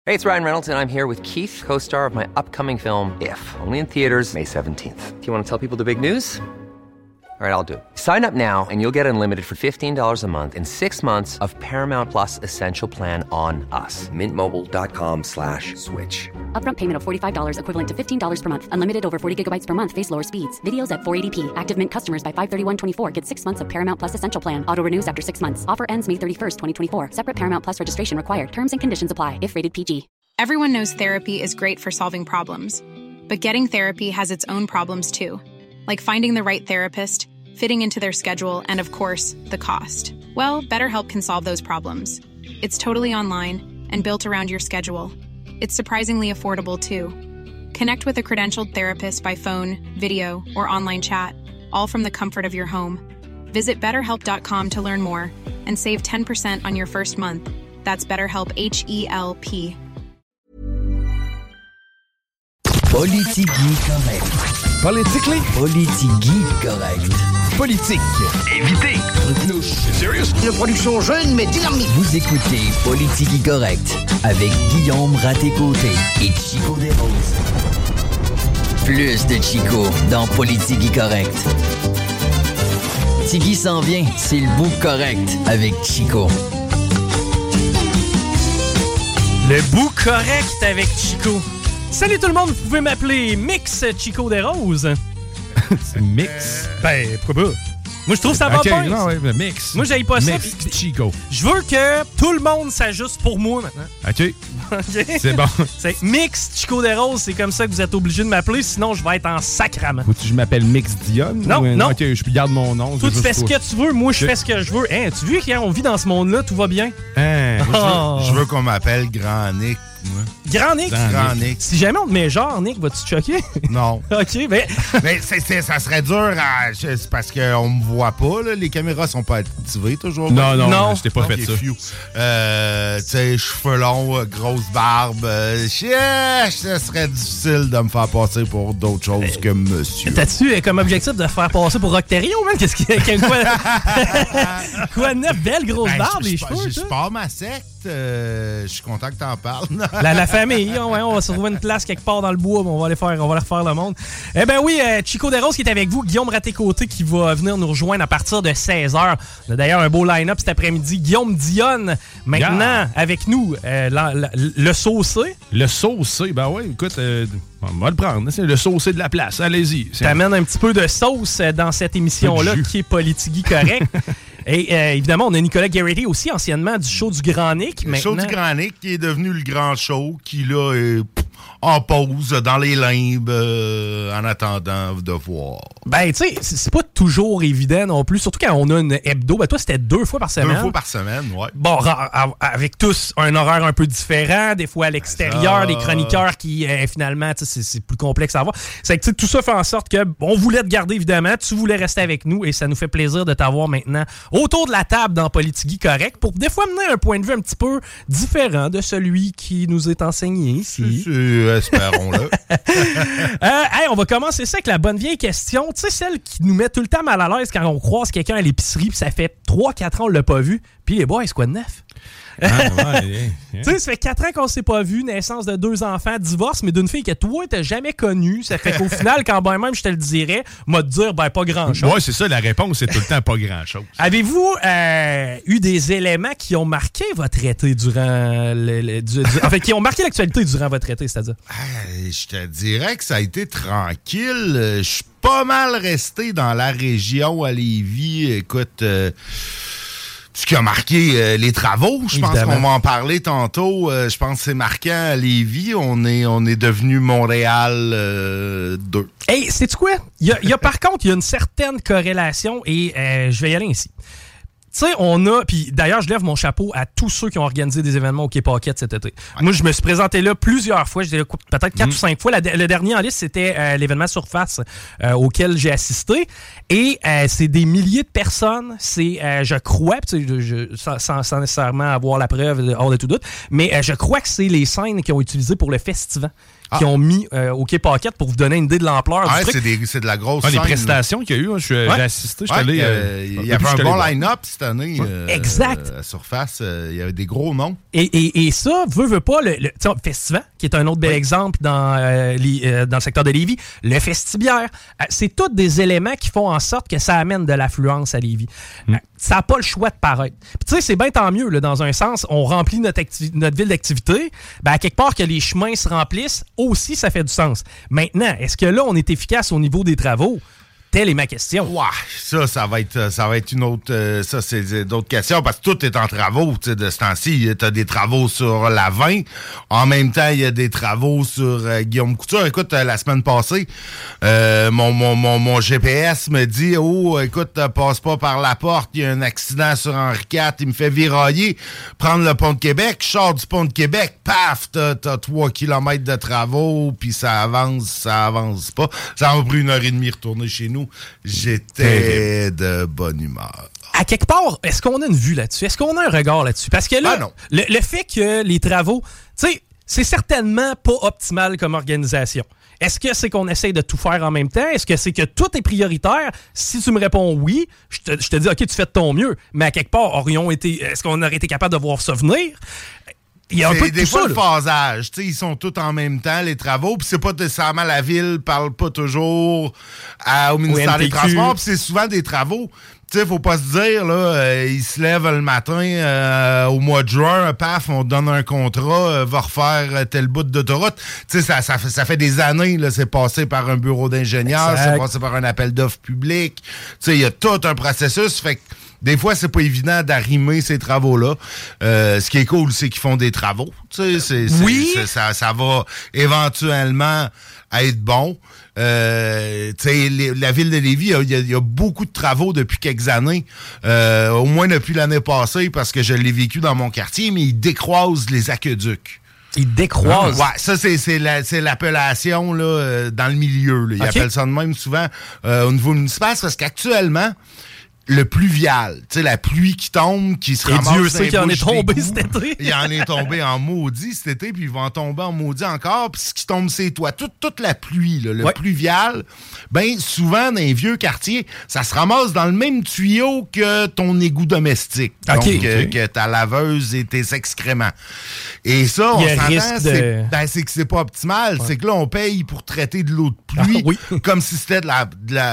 Hey, it's Ryan Reynolds, and I'm here with Keith, co-star of my upcoming film, If, only in theaters May 17th. Do you want to tell people the big news? All right, I'll do it. Sign up now and you'll get unlimited for $15 a month and 6 months of Paramount Plus Essential Plan on us. MintMobile.com/switch. Upfront payment of $45 equivalent to $15 per month. Unlimited over 40 gigabytes per month. Face lower speeds. Videos at 480p. Active Mint customers by 531.24 get 6 months of Paramount Plus Essential Plan. Auto renews after 6 months. Offer ends May 31st, 2024. Separate Paramount Plus registration required. Terms and conditions apply if rated PG. Everyone knows therapy is great for solving problems. But getting therapy has its own problems too. Like finding the right therapist, fitting into their schedule, and of course, the cost. Well, BetterHelp can solve those problems. It's totally online and built around your schedule. It's surprisingly affordable too. Connect with a credentialed therapist by phone, video, or online chat, all from the comfort of your home. Visit BetterHelp.com to learn more and save 10% on your first month. That's BetterHelp, H-E-L-P. Politigui correct. Politically? Politigui correct. Politique. Évitez. Serious? Une production jeune mais dynamique. Vous écoutez Politigui correct avec Guillaume Raté-Côté et Chico Desroses. Plus de Chico dans Politigui correct. Tigui s'en vient, c'est le bout correct avec Chico. Le bout correct avec Chico. Salut tout le monde, vous pouvez m'appeler Mix Chico Desroses. C'est Mix? Ben, pourquoi pas? Moi, je trouve ça va pas. Non, ouais, Mix. Moi, j'aille pas Mix ça. Chico. Je veux que tout le monde s'ajuste pour moi maintenant. OK. OK? C'est bon. C'est Mix Chico Desroses, c'est comme ça que vous êtes obligés de m'appeler, sinon je vais être en sacrament. Faut-tu que je m'appelle Mix Dion? Non, ou... non. OK, je garde mon nom. Toi, tu fais ce que tu veux, moi, je fais ce que je veux. Hein, tu vois qu'on vit dans ce monde-là, tout va bien? Hein, Je veux qu'on m'appelle Grand Nick, moi. Grand Nick? Grand Nick. Si jamais on te met genre, Nick, vas-tu te choquer? Non. OK, ben... Mais ça serait dur à... C'est parce qu'on me voit pas, là. Les caméras sont pas activées toujours. Non, je t'ai pas fait ça. Tu sais, cheveux longs, grosse barbe. Ça serait difficile de me faire passer pour d'autres choses que monsieur. T'as-tu comme objectif de faire passer pour Rock-Thériault, man? Qu'est-ce qu'il y a? Quoi de neuf? Belle grosse barbe, les cheveux, Je pars ma secte. Je suis content que t'en parles. La famille, ouais, on va se trouver une place quelque part dans le bois, on va aller refaire le monde. Eh ben oui, Chico Desroses qui est avec vous, Guillaume Raté-Côté qui va venir nous rejoindre à partir de 16h. On a d'ailleurs un beau line-up cet après-midi. Guillaume Dionne, maintenant, avec nous, le saucé. Le saucé, ben oui, écoute, on va le prendre, c'est le saucé de la place, allez-y. T'amènes un petit peu de sauce dans cette émission-là qui est Politigui correct. Et évidemment, on a Nicolas Garrity aussi, anciennement du show du Grand Nick. Le show du Grand Nick qui est devenu le grand show, qui là est en pause dans les limbes en attendant de voir. Ben, tu sais, c'est pas toujours évident non plus, surtout quand on a une hebdo. Ben, toi, c'était 2 fois par semaine. 2 fois par semaine, ouais. Bon, avec tous un horaire un peu différent, des fois à l'extérieur, des chroniqueurs qui, finalement, tu sais, c'est plus complexe à avoir. C'est que tout ça fait en sorte que on voulait te garder, évidemment, tu voulais rester avec nous et ça nous fait plaisir de t'avoir maintenant autour de la table dans Politigui correct pour des fois mener un point de vue un petit peu différent de celui qui nous est enseigné ici. Espérons-le. On va commencer ça avec la bonne vieille question. Tu sais, celle qui nous met tout le temps mal à l'aise quand on croise quelqu'un à l'épicerie puis ça fait 3-4 ans qu'on l'a pas vu. Puis les boys, quoi de neuf? Tu sais, ça fait 4 ans qu'on s'est pas vu, naissance de 2 enfants, divorce, mais d'une fille que toi, t'as jamais connue. Ça fait qu'au final, quand ben même je te le dirais, m'a te dire, ben pas grand-chose. Ouais, c'est ça, la réponse, c'est tout le temps pas grand-chose. Avez-vous eu des éléments qui ont marqué votre été durant enfin, qui ont marqué l'actualité durant votre été, c'est-à-dire? Je te dirais que ça a été tranquille. Je suis pas mal resté dans la région à Lévis. Écoute... ce qui a marqué les travaux, je pense qu'on va en parler tantôt. Je pense que c'est marquant à Lévis. On est devenu Montréal 2. Hey, sais-tu quoi? Il y a par contre, il y a une certaine corrélation et je vais y aller ainsi. Tu sais, on a... Puis d'ailleurs, je lève mon chapeau à tous ceux qui ont organisé des événements au Quai Paquette cet été. Ouais. Moi, je me suis présenté là plusieurs fois. J'étais là peut-être 4 ou 5 fois. Le dernier en liste, c'était l'événement Surface auquel j'ai assisté. Et c'est des milliers de personnes. C'est, je crois, sans nécessairement avoir la preuve hors de tout doute, mais je crois que c'est les scènes qu'ils ont utilisées pour le festival. Qui ont mis au Quai Paquette pour vous donner une idée de l'ampleur du truc. C'est de la grosse scène. Les prestations qu'il y a eu, j'ai assisté. Il y avait un bon line-up. cette année. Exact. À Surface, il y avait des gros noms. Et ça, veut pas, le Festivant, qui est un autre bel exemple dans le secteur de Lévis, le Festibière, c'est tous des éléments qui font en sorte que ça amène de l'affluence à Lévis. Ça n'a pas le choix de paraître. Puis tu sais, c'est bien tant mieux, là, dans un sens, on remplit notre ville d'activité, ben à quelque part que les chemins se remplissent, aussi, ça fait du sens. Maintenant, est-ce que là, on est efficace au niveau des travaux? Telle est ma question. Ouais, ça va être une autre... ça, c'est d'autres questions, parce que tout est en travaux, tu sais, de ce temps-ci. T'as des travaux sur la 20. En même temps, il y a des travaux sur Guillaume Couture. Écoute, la semaine passée, mon GPS me dit, écoute, passe pas par la porte, il y a un accident sur Henri IV, il me fait virailler, prendre le pont de Québec, je sors du pont de Québec, paf, t'as 3 kilomètres de travaux, puis ça avance pas. Ça m'a pris 1h30 retourner chez nous. J'étais de bonne humeur. À quelque part, est-ce qu'on a une vue là-dessus? Est-ce qu'on a un regard là-dessus? Parce que là, non. Le fait que les travaux, tu sais, c'est certainement pas optimal comme organisation. Est-ce que c'est qu'on essaye de tout faire en même temps? Est-ce que c'est que tout est prioritaire? Si tu me réponds oui, je te dis, OK, tu fais de ton mieux. Mais à quelque part, est-ce qu'on aurait été capable de voir ça venir? Il y a un peu de des tout fois ça, le phasage, tu sais, ils sont tous en même temps, les travaux, puis c'est pas nécessairement la ville parle pas toujours au ministère des Transports, puis c'est souvent des travaux. Tu sais, faut pas se dire, là, ils se lèvent le matin au mois de juin, paf, on donne un contrat, va refaire tel bout d'autoroute. Tu sais, ça fait des années, là, c'est passé par un bureau d'ingénieurs, c'est passé par un appel d'offres public. Tu sais, il y a tout un processus, fait que des fois, c'est pas évident d'arrimer ces travaux-là. Ce qui est cool, c'est qu'ils font des travaux. Tu sais, ça va éventuellement être bon. Tu sais, la ville de Lévis, il y a beaucoup de travaux depuis quelques années. Au moins depuis l'année passée, parce que je l'ai vécu dans mon quartier, mais ils décroisent les aqueducs. Ils décroisent? Ouais, ça, c'est l'appellation là, dans le milieu. Là. Ils appellent ça de même souvent au niveau municipal, parce qu'actuellement, le pluvial, tu sais, la pluie qui tombe, qui se ramasse. Dieu sait qu'il en est tombé cet été. Il en est tombé en maudit cet été, puis il va en tomber en maudit encore, puis ce qui tombe, c'est toi. Toute la pluie, là, le pluvial, ben souvent, dans les vieux quartiers, ça se ramasse dans le même tuyau que ton égout domestique. Donc, que ta laveuse et tes excréments. Et ça, on s'entend, c'est que c'est pas optimal. Ouais. C'est que là, on paye pour traiter de l'eau de pluie comme si c'était de la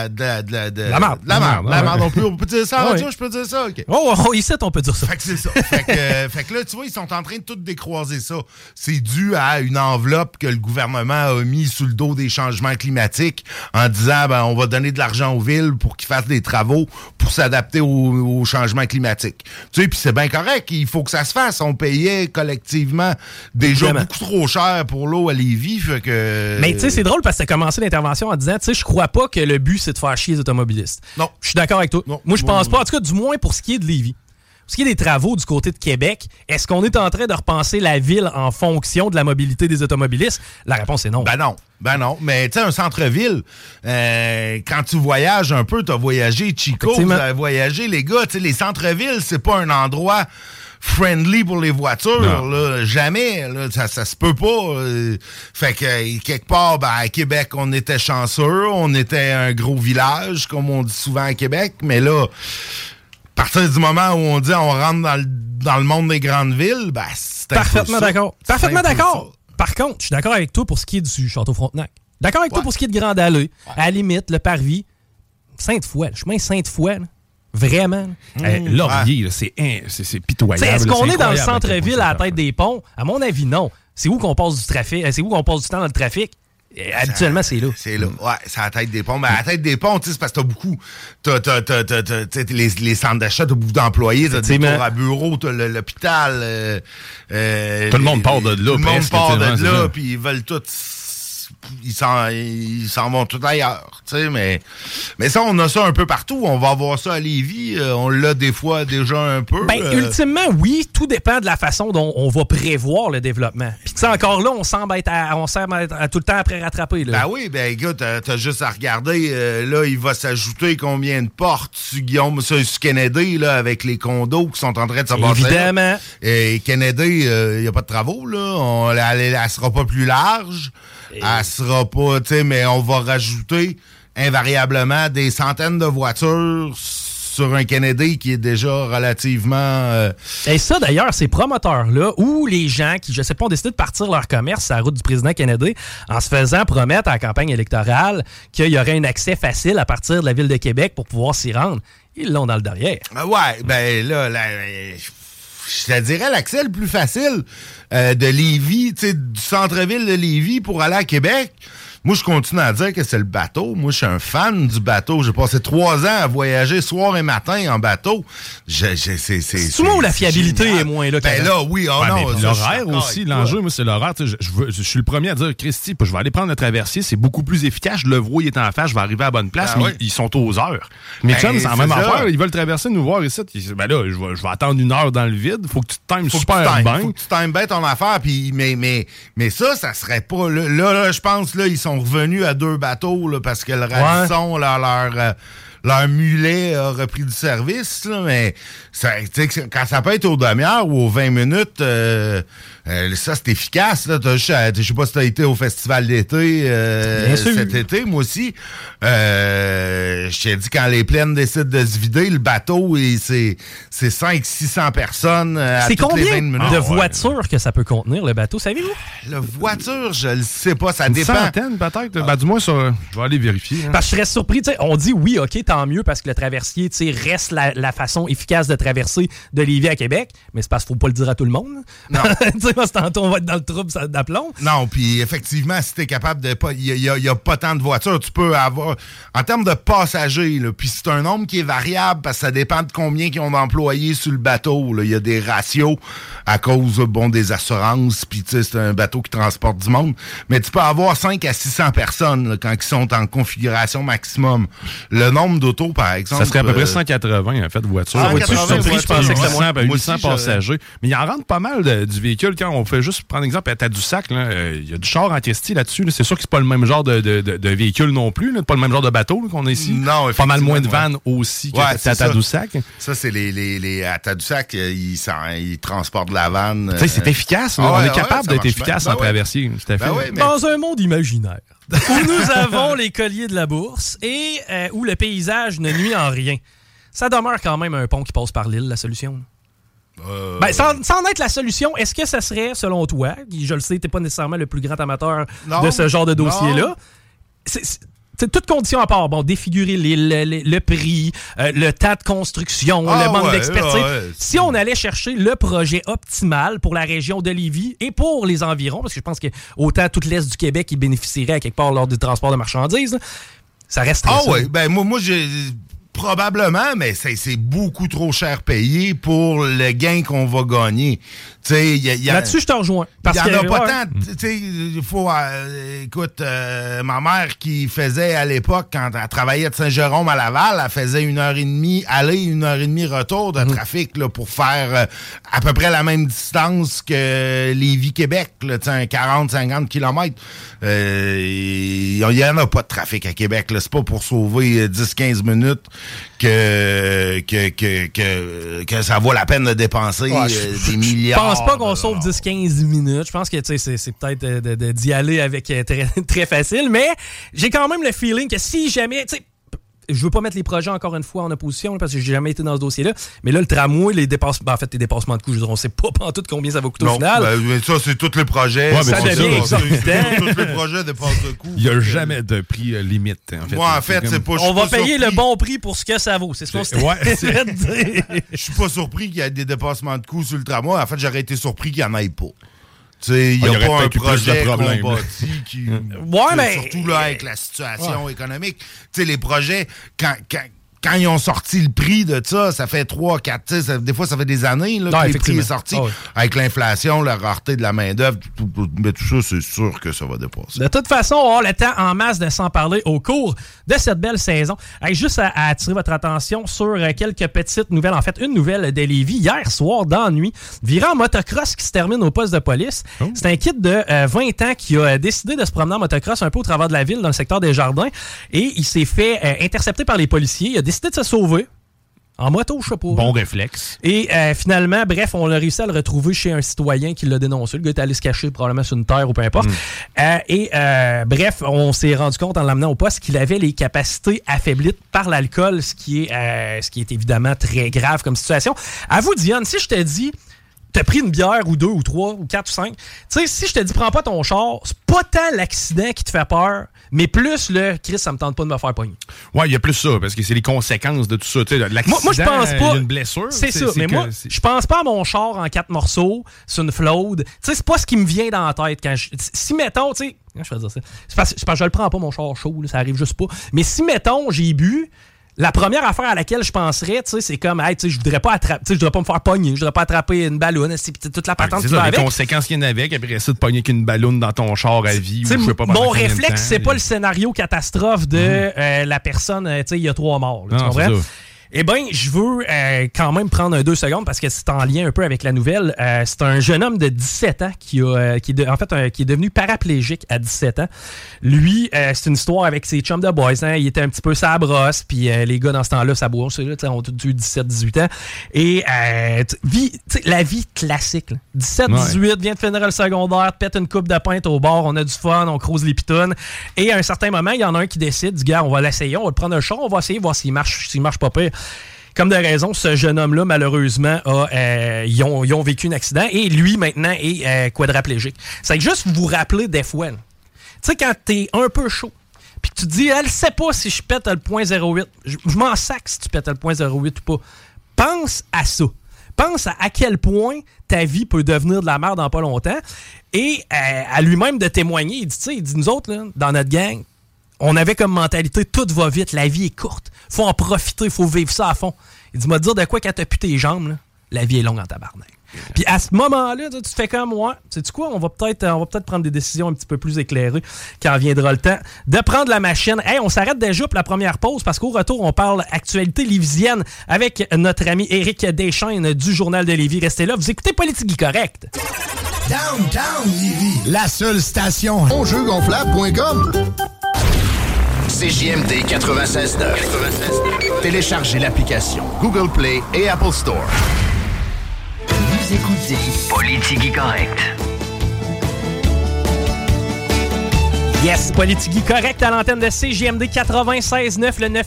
marde. La marde, on peut dire ça, radio, je peux dire ça, OK. Ici, on peut dire ça. Fait que c'est ça. fait que là, tu vois, ils sont en train de tout décroiser ça. C'est dû à une enveloppe que le gouvernement a mis sous le dos des changements climatiques en disant, on va donner de l'argent aux villes pour qu'ils fassent des travaux pour s'adapter aux changements climatiques. Tu sais, puis c'est bien correct, il faut que ça se fasse. On payait collectivement déjà beaucoup trop cher pour l'eau à Lévis, fait que... Mais tu sais, c'est drôle parce que t'as commencé l'intervention en disant, tu sais, je crois pas que le but, c'est de faire chier les automobilistes. Non. Je suis d'accord avec toi. Non. Moi, je pense pas. En tout cas, du moins pour ce qui est de Lévis. Pour ce qui est des travaux du côté de Québec, est-ce qu'on est en train de repenser la ville en fonction de la mobilité des automobilistes? La réponse est non. Ben non. Mais tu sais, un centre-ville, quand tu voyages un peu, t'as voyagé, Chico, vous avez voyagé, les gars, tu sais, les centres-villes, c'est pas un endroit friendly pour les voitures, là, jamais, là, ça se peut pas. Fait que quelque part, à Québec, on était chanceux, on était un gros village, comme on dit souvent à Québec, mais là, à partir du moment où on dit on rentre dans le monde des grandes villes, c'est parfaitement d'accord. Parfaitement d'accord. Par contre, je suis d'accord avec toi pour ce qui est du Château Frontenac. D'accord avec toi pour ce qui est de Grande Allée. À la limite, le Parvis, Sainte-Foy, le chemin Sainte-Foy, là. Vraiment. Laurier, là, c'est pitoyable. Est-ce qu'on est dans le centre-ville à la tête des ponts? À mon avis, non. C'est où qu'on passe du trafic? C'est où qu'on passe du temps dans le trafic? Habituellement, c'est là. C'est là. Ouais, c'est à la tête des ponts. Mais à la tête des ponts, tu sais, c'est parce que t'as beaucoup. Les centres d'achat, t'as beaucoup d'employés, t'as des tours à bureau, t'as l'hôpital. Tout le monde part de là. Tout le monde part de là, puis ils veulent tout. Ils s'en vont tout ailleurs, tu sais, mais ça, on a ça un peu partout. On va avoir ça à Lévis, on l'a des fois déjà un peu. Ultimement, oui, tout dépend de la façon dont on va prévoir le développement. Puis tu sais, encore là, on semble être tout le temps après rattraper. Là. Oui, écoute, t'as juste à regarder, là, il va s'ajouter combien de portes sur Guillaume, sur Kennedy, là, avec les condos qui sont en train de se passer. Évidemment. Et Kennedy, il n'y a pas de travaux, là. Elle sera pas plus large. Elle sera pas, tu sais, mais on va rajouter invariablement des centaines de voitures sur un Kennedy qui est déjà relativement... Et ça, d'ailleurs, ces promoteurs-là, ou les gens qui, je sais pas, ont décidé de partir leur commerce à la route du président Kennedy en se faisant promettre à la campagne électorale qu'il y aurait un accès facile à partir de la ville de Québec pour pouvoir s'y rendre, ils l'ont dans le derrière. Ouais, ben là je te dirais l'accès le plus facile de Lévis, tu sais, du centre-ville de Lévis pour aller à Québec. Moi, je continue à dire que c'est le bateau. Moi, je suis un fan du bateau. J'ai passé 3 ans à voyager soir et matin en bateau. C'est souvent où la fiabilité est moins là. Ben là, oui, non. L'horaire aussi, l'enjeu, moi, c'est l'horaire. Je suis le premier à dire, Christy, je vais aller prendre le traversier, c'est beaucoup plus efficace. Je le vois, il est en face, je vais arriver à la bonne place, mais ils sont aux heures. Mais chum, c'est la même affaire. Ils veulent traverser, nous voir ici. Ben là, je vais attendre 1 heure dans le vide. Faut que tu te times super bien. Faut que tu times bien ton affaire. Puis, mais ça serait pas... Là, je pense, là, ils sont revenus à 2 bateaux là, parce que le Radisson, leur mulet a repris du service. Là, mais ça, quand ça peut être aux demi-heures ou aux 20 minutes, ça, c'est efficace. Là. Je sais pas si tu as été au festival d'été cet été, moi aussi. Je t'ai dit, quand les plaines décident de se vider, le bateau, c'est 500-600 personnes à toutes les 20 minutes. C'est combien de voitures que ça peut contenir, le bateau, savez-vous? La voiture, je le sais pas, ça dépend. Une centaine, peut-être. Ben, du moins, ça, je vais aller vérifier. Hein. Parce que je serais surpris. On dit oui, OK, tant mieux, parce que le traversier reste la façon efficace de traverser de Lévis à Québec, mais c'est parce qu'il ne faut pas le dire à tout le monde. Non. Parce que tantôt, on va être dans le trouble d'aplomb. Non, puis effectivement, si tu es capable de... Il n'y a pas tant de voitures. Tu peux avoir... En termes de passagers, puis c'est un nombre qui est variable parce que ça dépend de combien ils ont d'employés sur le bateau. Il y a des ratios à cause des assurances, puis c'est un bateau qui transporte du monde. Mais tu peux avoir 500 à 600 personnes là, quand ils sont en configuration maximum. Le nombre d'autos, par exemple... Ça serait à peu près 180, en fait, de voitures. Je pensais que c'était moins. 800 passagers. Mais il en rentre pas mal du véhicule. Quand on fait juste prendre exemple à Tadoussac, il y a du char en Christie là-dessus. Là. C'est sûr que c'est pas le même genre de véhicule non plus. Là. Pas le même genre de bateau là, qu'on a ici. Non, pas mal moins de vannes aussi qu'à Tadoussac. Ça, c'est à Tadoussac, ils transportent de la vanne. C'est efficace. On est capable d'être efficace en traversier. Dans un monde imaginaire où nous avons les colliers de la bourse et où le paysage ne nuit en rien, ça demeure quand même un pont qui passe par l'île, la solution. Sans être la solution, est-ce que ça serait, selon toi, je le sais, t'es pas nécessairement le plus grand amateur de ce genre de dossier-là, c'est toute condition à part. Bon, défigurer le prix, le tas de construction, le manque d'expertise. Si on allait chercher le projet optimal pour la région de Lévis et pour les environs, parce que je pense que autant tout l'est du Québec qui bénéficierait à quelque part lors du transport de marchandises, ça resterait ça. Oui, ben moi j'ai... Probablement, mais c'est beaucoup trop cher payé pour le gain qu'on va gagner. Là-dessus, je te rejoins. Il n'y en a pas tant. Il faut... écoute, ma mère qui faisait à l'époque, quand elle travaillait de Saint-Jérôme à Laval, elle faisait 1h30 aller, 1h30 retour de trafic là, pour faire à peu près la même distance que Lévis-Québec, 40-50 km. Il n'y en a pas de trafic à Québec. Là. C'est pas pour sauver 10-15 minutes que ça vaut la peine de dépenser des milliards. Je pense pas qu'on sauve 10-15 minutes. Je pense que c'est peut-être d'y aller avec très, très facile, mais j'ai quand même le feeling que si jamais... Je veux pas mettre les projets encore une fois en opposition parce que j'ai jamais été dans ce dossier-là. Mais là, le tramway, les dépassements de coûts, on sait pas pantoute combien ça va coûter au final. Mais ça, c'est tous les projets. Ça devient exorbitant. Tous les projets dépassent de coûts. Il n'y a jamais de prix limite. En fait, c'est pas. On va payer le bon prix pour ce que ça vaut. C'est ce qu'on s'est dit. Je suis pas surpris qu'il y ait des dépassements de coûts sur le tramway. En fait, j'aurais été surpris qu'il n'y en ait pas. Il n'y a pas un projet qu'on bâtit qui... surtout là, avec la situation économique. Les projets, quand ils ont sorti le prix de ça fait 3, 4, des fois ça fait des années là, que le prix est sorti. Avec l'inflation, la rareté de la main-d'œuvre, mais tout ça, c'est sûr que ça va dépasser. De toute façon, on aura le temps en masse de s'en parler au cours de cette belle saison. Juste à attirer votre attention sur quelques petites nouvelles. En fait, une nouvelle de Lévis. Hier soir, dans la nuit, virant en motocross qui se termine au poste de police. C'est un kid de 20 ans qui a décidé de se promener en motocross un peu au travers de la ville, dans le secteur des Jardins. Et il s'est fait intercepter par les policiers. Il a décidé de se sauver. En moto, je sais pas. Bon réflexe. Et finalement, bref, on a réussi à le retrouver chez un citoyen qui l'a dénoncé. Le gars est allé se cacher probablement sur une terre ou peu importe. Bref, on s'est rendu compte en l'amenant au poste qu'il avait les capacités affaiblies par l'alcool, ce qui est évidemment très grave comme situation. À vous, Diane, si je te dis... T'as pris une bière ou 2 ou 3 ou 4 ou 5. Tu sais, si je te dis prends pas ton char, c'est pas tant l'accident qui te fait peur, mais plus le Chris, ça me tente pas de me faire pogner. Ouais, il y a plus ça, parce que c'est les conséquences de tout ça. Tu sais, l'accident, moi je pense pas. Une blessure. C'est ça, mais moi, je pense pas à mon char en 4 morceaux, sur une flotte. Tu sais, c'est pas ce qui me vient dans la tête quand si mettons, tu sais, je vais dire ça. C'est parce que je le prends pas mon char chaud, là, ça arrive juste pas. Mais si mettons, j'ai bu. La première affaire à laquelle je penserais, tu sais, c'est comme, hey, tu sais, je voudrais pas me faire pogner, je voudrais pas attraper une ballonne, c'est toute la patente qui va avec. Les conséquences qu'il y en a avec, après ça, de pogner qu'une ballonne dans ton char à vie. Ou je sais pas, mon réflexe, c'est pas le scénario catastrophe de la personne, tu sais, il y a 3 morts. Là, tu comprends? Eh bien, je veux quand même prendre 2 secondes parce que c'est en lien un peu avec la nouvelle. C'est un jeune homme de 17 ans qui est devenu paraplégique à 17 ans. Lui, c'est une histoire avec ses chums de boys. Hein? Il était un petit peu sa brosse, puis les gars dans ce temps-là, ça boit, ont tous eu 17-18 ans. Et la vie classique. 17-18, vient de finir le secondaire, pète une coupe de pinte au bar, on a du fun, on crouse les pitounes. Et à un certain moment, il y en a un qui décide, du gars, on va l'essayer, on va le prendre un char, on va essayer, voir s'il marche pas pire. Comme de raison, ce jeune homme-là, malheureusement, ils ont vécu un accident et lui, maintenant, est quadraplégique. C'est que juste vous rappeler des fois, tu sais, quand t'es un peu chaud, puis que tu te dis, elle sait pas si je pète le 0.08, je m'en sac si tu pètes le 0.08 ou pas. Pense à ça. Pense à quel point ta vie peut devenir de la merde dans pas longtemps. Et à lui-même de témoigner, il dit, nous autres, là, dans notre gang, on avait comme mentalité, tout va vite, la vie est courte. Faut en profiter, faut vivre ça à fond. Il dit, m'a dire de quoi quand t'as pu tes jambes, là, la vie est longue en tabarnak. Puis à ce moment-là, tu te fais comme moi. Sais-tu quoi? On va peut-être prendre des décisions un petit peu plus éclairées quand viendra le temps de prendre la machine. Hey, on s'arrête déjà pour la première pause parce qu'au retour, on parle actualité lévisienne avec notre ami Éric Deschaines du Journal de Lévis. Restez là, vous écoutez Politique Correct. Downtown Lévis, la seule station onjeugonflable.com. CJMD 96.9. Téléchargez l'application Google Play et Apple Store. Vous écoutez Politique Correct. Yes, Politique Correct à l'antenne de CJMD 96.9, le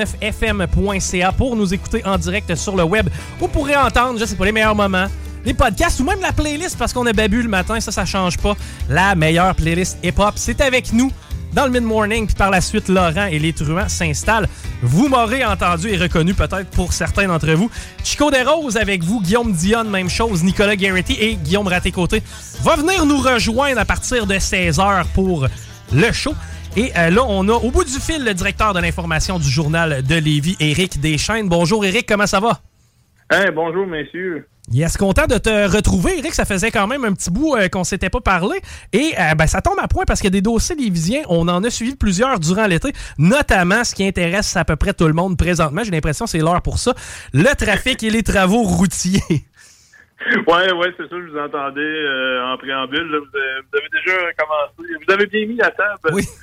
969fm.ca pour nous écouter en direct sur le web. Vous pourrez entendre, je sais pas, les meilleurs moments, les podcasts ou même la playlist parce qu'on a babu le matin, ça change pas. La meilleure playlist hip-hop, c'est avec nous dans le mid-morning, puis par la suite, Laurent et les truands s'installent. Vous m'aurez entendu et reconnu peut-être pour certains d'entre vous. Chico Desroses avec vous, Guillaume Dionne, même chose, Nicolas Garrity et Guillaume Raté-Côté va venir nous rejoindre à partir de 16h pour le show. Et là, on a au bout du fil le directeur de l'information du Journal de Lévis, Éric Deschaines. Bonjour Éric, comment ça va? Bonjour messieurs. Yes, content de te retrouver, Éric. Ça faisait quand même un petit bout qu'on s'était pas parlé. Et ça tombe à point parce qu'il y a des dossiers lévisiens. On en a suivi plusieurs durant l'été. Notamment, ce qui intéresse à peu près tout le monde présentement. J'ai l'impression que c'est l'heure pour ça. Le trafic et les travaux routiers. Ouais, c'est ça. Je vous entendais en préambule. Là, vous avez déjà commencé. Vous avez bien mis la table. Oui.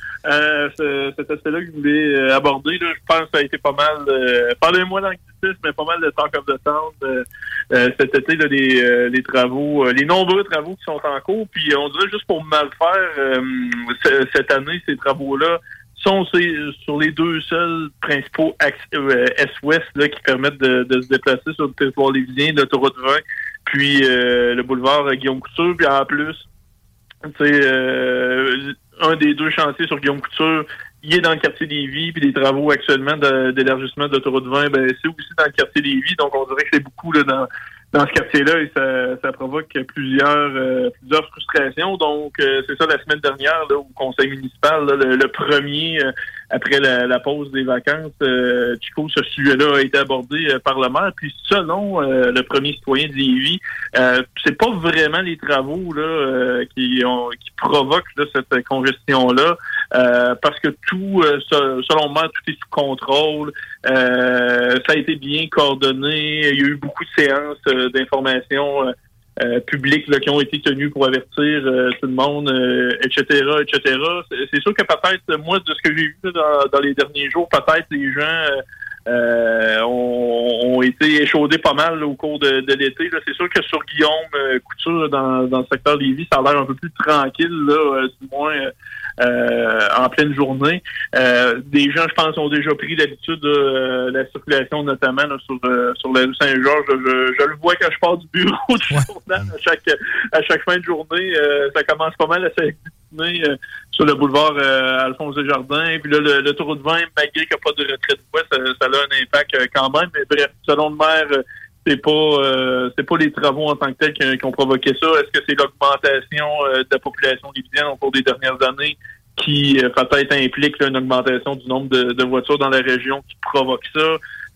Cet aspect-là que je voulais aborder, là, je pense que ça a été pas mal, parlez-moi d'anglicisme, mais pas mal de talk of the town cet été, là, les travaux, les nombreux travaux qui sont en cours. Puis on dirait juste pour mal faire, cette année, ces travaux-là sont sur les 2 seuls principaux est-ouest là, qui permettent de se déplacer sur le territoire lévisien, l'autoroute 20, puis le boulevard Guillaume Couture, puis en plus, tu sais, un des 2 chantiers sur Guillaume Couture, il est dans le quartier Lévis, puis les travaux actuellement d'élargissement de l'autoroute 20, c'est aussi dans le quartier Lévis, donc on dirait que c'est beaucoup là dans ce quartier-là et ça provoque plusieurs frustrations. Donc, c'est ça la semaine dernière là, au conseil municipal, là, le premier, après la pause des vacances, Chico, ce sujet-là a été abordé par le maire. Puis selon le premier citoyen de Lévis, c'est pas vraiment les travaux là qui provoquent là, cette congestion-là, parce que tout, selon le maire, tout est sous contrôle. Ça a été bien coordonné. Il y a eu beaucoup de séances d'information publiques là, qui ont été tenues pour avertir tout le monde, etc., etc. C'est sûr que peut-être, moi, de ce que j'ai vu là, dans les derniers jours, peut-être les gens ont été échaudés pas mal là, au cours de l'été. Là. C'est sûr que sur Guillaume Couture, dans le secteur Lévis, ça a l'air un peu plus tranquille, là, du moins en pleine journée. Des gens, je pense, ont déjà pris l'habitude de la circulation, notamment là, sur la rue Saint-Georges. Je le vois quand je pars du bureau du journal à chaque fin de journée. Ça commence pas mal à s'accumuler sur le boulevard Alphonse Desjardins. Puis là, le Tour de 20, malgré qu'il n'y a pas de retrait de voie, ça a un impact quand même. Mais bref, selon le maire, c'est pas les travaux en tant que tels qui ont provoqué ça. Est-ce que c'est l'augmentation de la population lévisienne au cours des dernières années qui peut-être implique là, une augmentation du nombre de voitures dans la région qui provoque ça?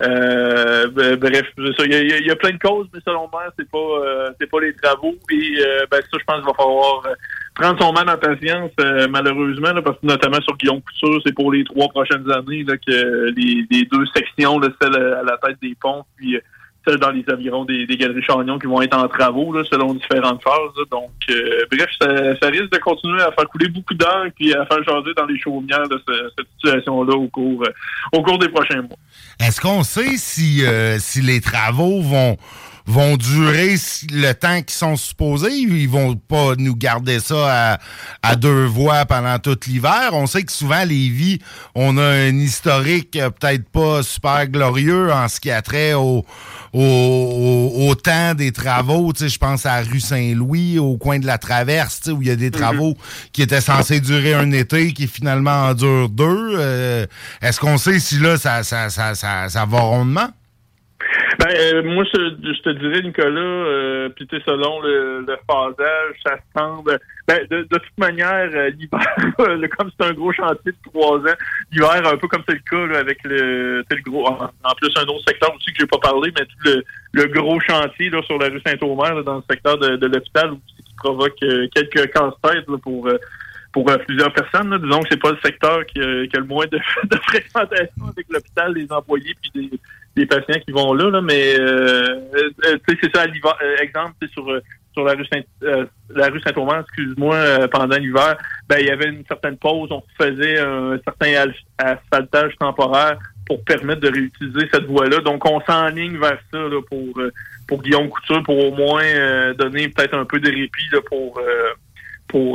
Bref, il y a plein de causes, mais selon moi, c'est pas les travaux. Et ça, je pense qu'il va falloir prendre son mal en patience, malheureusement, là, parce que notamment sur Guillaume Couture, c'est pour les 3 prochaines années là, que les 2 sections, là, celle à la tête des ponts, puis celle dans les environs des Galeries Chagnon qui vont être en travaux là, selon différentes phases. Là. Donc, bref, ça risque de continuer à faire couler beaucoup d'air puis à faire jaser dans les chaumières de cette situation-là au cours des prochains mois. Est-ce qu'on sait si les travaux vont durer le temps qu'ils sont supposés? Ils vont pas nous garder ça à 2 voies pendant tout l'hiver. On sait que souvent, Lévis, on a un historique peut-être pas super glorieux en ce qui a trait au temps des travaux. Tu sais, je pense à la rue Saint-Louis, au coin de la Traverse, tu sais, où il y a des travaux qui étaient censés durer un été, qui finalement en durent 2. Est-ce qu'on sait si là, ça va rondement? Moi, je te dirais, Nicolas, puis selon le phasage, ça semble... de toute manière, l'hiver, comme c'est un gros chantier de 3 ans, l'hiver, un peu comme c'est le cas là, avec le gros... En plus, un autre secteur aussi que j'ai pas parlé, mais tout le gros chantier là, sur la rue Saint-Omer, là, dans le secteur de l'hôpital, qui provoque quelques casse-têtes là, pour plusieurs personnes. Là. Disons que c'est pas le secteur qui a le moins de fréquentation avec l'hôpital, les employés puis des patients qui vont là, mais c'est ça à l'hiver. Exemple, c'est sur la rue Saint-Omer, excuse-moi, pendant l'hiver, il y avait une certaine pause, on faisait un certain asphaltage temporaire pour permettre de réutiliser cette voie-là. Donc on s'enligne vers ça là, pour Guillaume Couture, pour au moins donner peut-être un peu de répit là, pour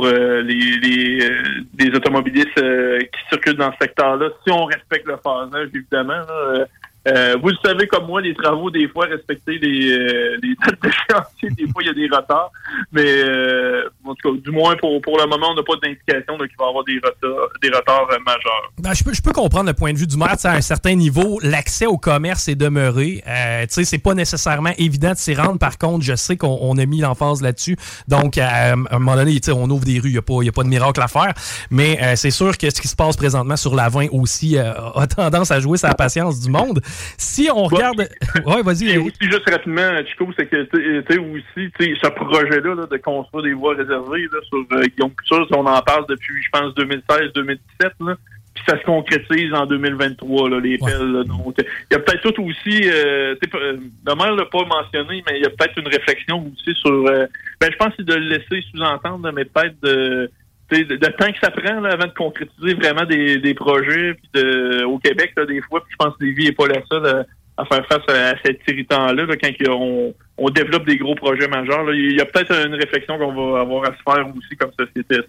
les automobilistes qui circulent dans ce secteur-là, si on respecte le phasage, évidemment. Là, vous le savez comme moi, les travaux, des fois, respecter les dates de chantier, des fois, il y a des retards. Mais en tout cas, du moins, pour le moment, on n'a pas d'indication qu'il va y avoir des retards majeurs. Je peux comprendre le point de vue du maire. À un certain niveau, l'accès au commerce est demeuré. C'est pas nécessairement évident de s'y rendre. Par contre, je sais qu'on a mis l'emphase là-dessus. Donc, à un moment donné, on ouvre des rues. Il n'y a pas de miracle à faire. Mais c'est sûr que ce qui se passe présentement sur la 20 aussi a tendance à jouer sur la patience du monde. Si on regarde... Ouais, vas-y. Et aussi, juste rapidement, Chico, c'est que, aussi, ce projet-là là, de construire des voies réservées là, sur Guillaume Couture, on en parle depuis, je pense, 2016-2017, là, puis ça se concrétise en 2023, là, les pelles. Là, donc, il y a peut-être tout aussi... le maire l'a pas mentionné, mais il y a peut-être une réflexion aussi sur... je pense que c'est de le laisser sous-entendre, mais peut-être de temps que ça prend là, avant de concrétiser vraiment des projets puis au Québec, là, des fois, puis je pense que Lévis n'est pas la seule à faire face à cet irritant-là là, quand on développe des gros projets majeurs. Là, il y a peut-être une réflexion qu'on va avoir à se faire aussi comme société.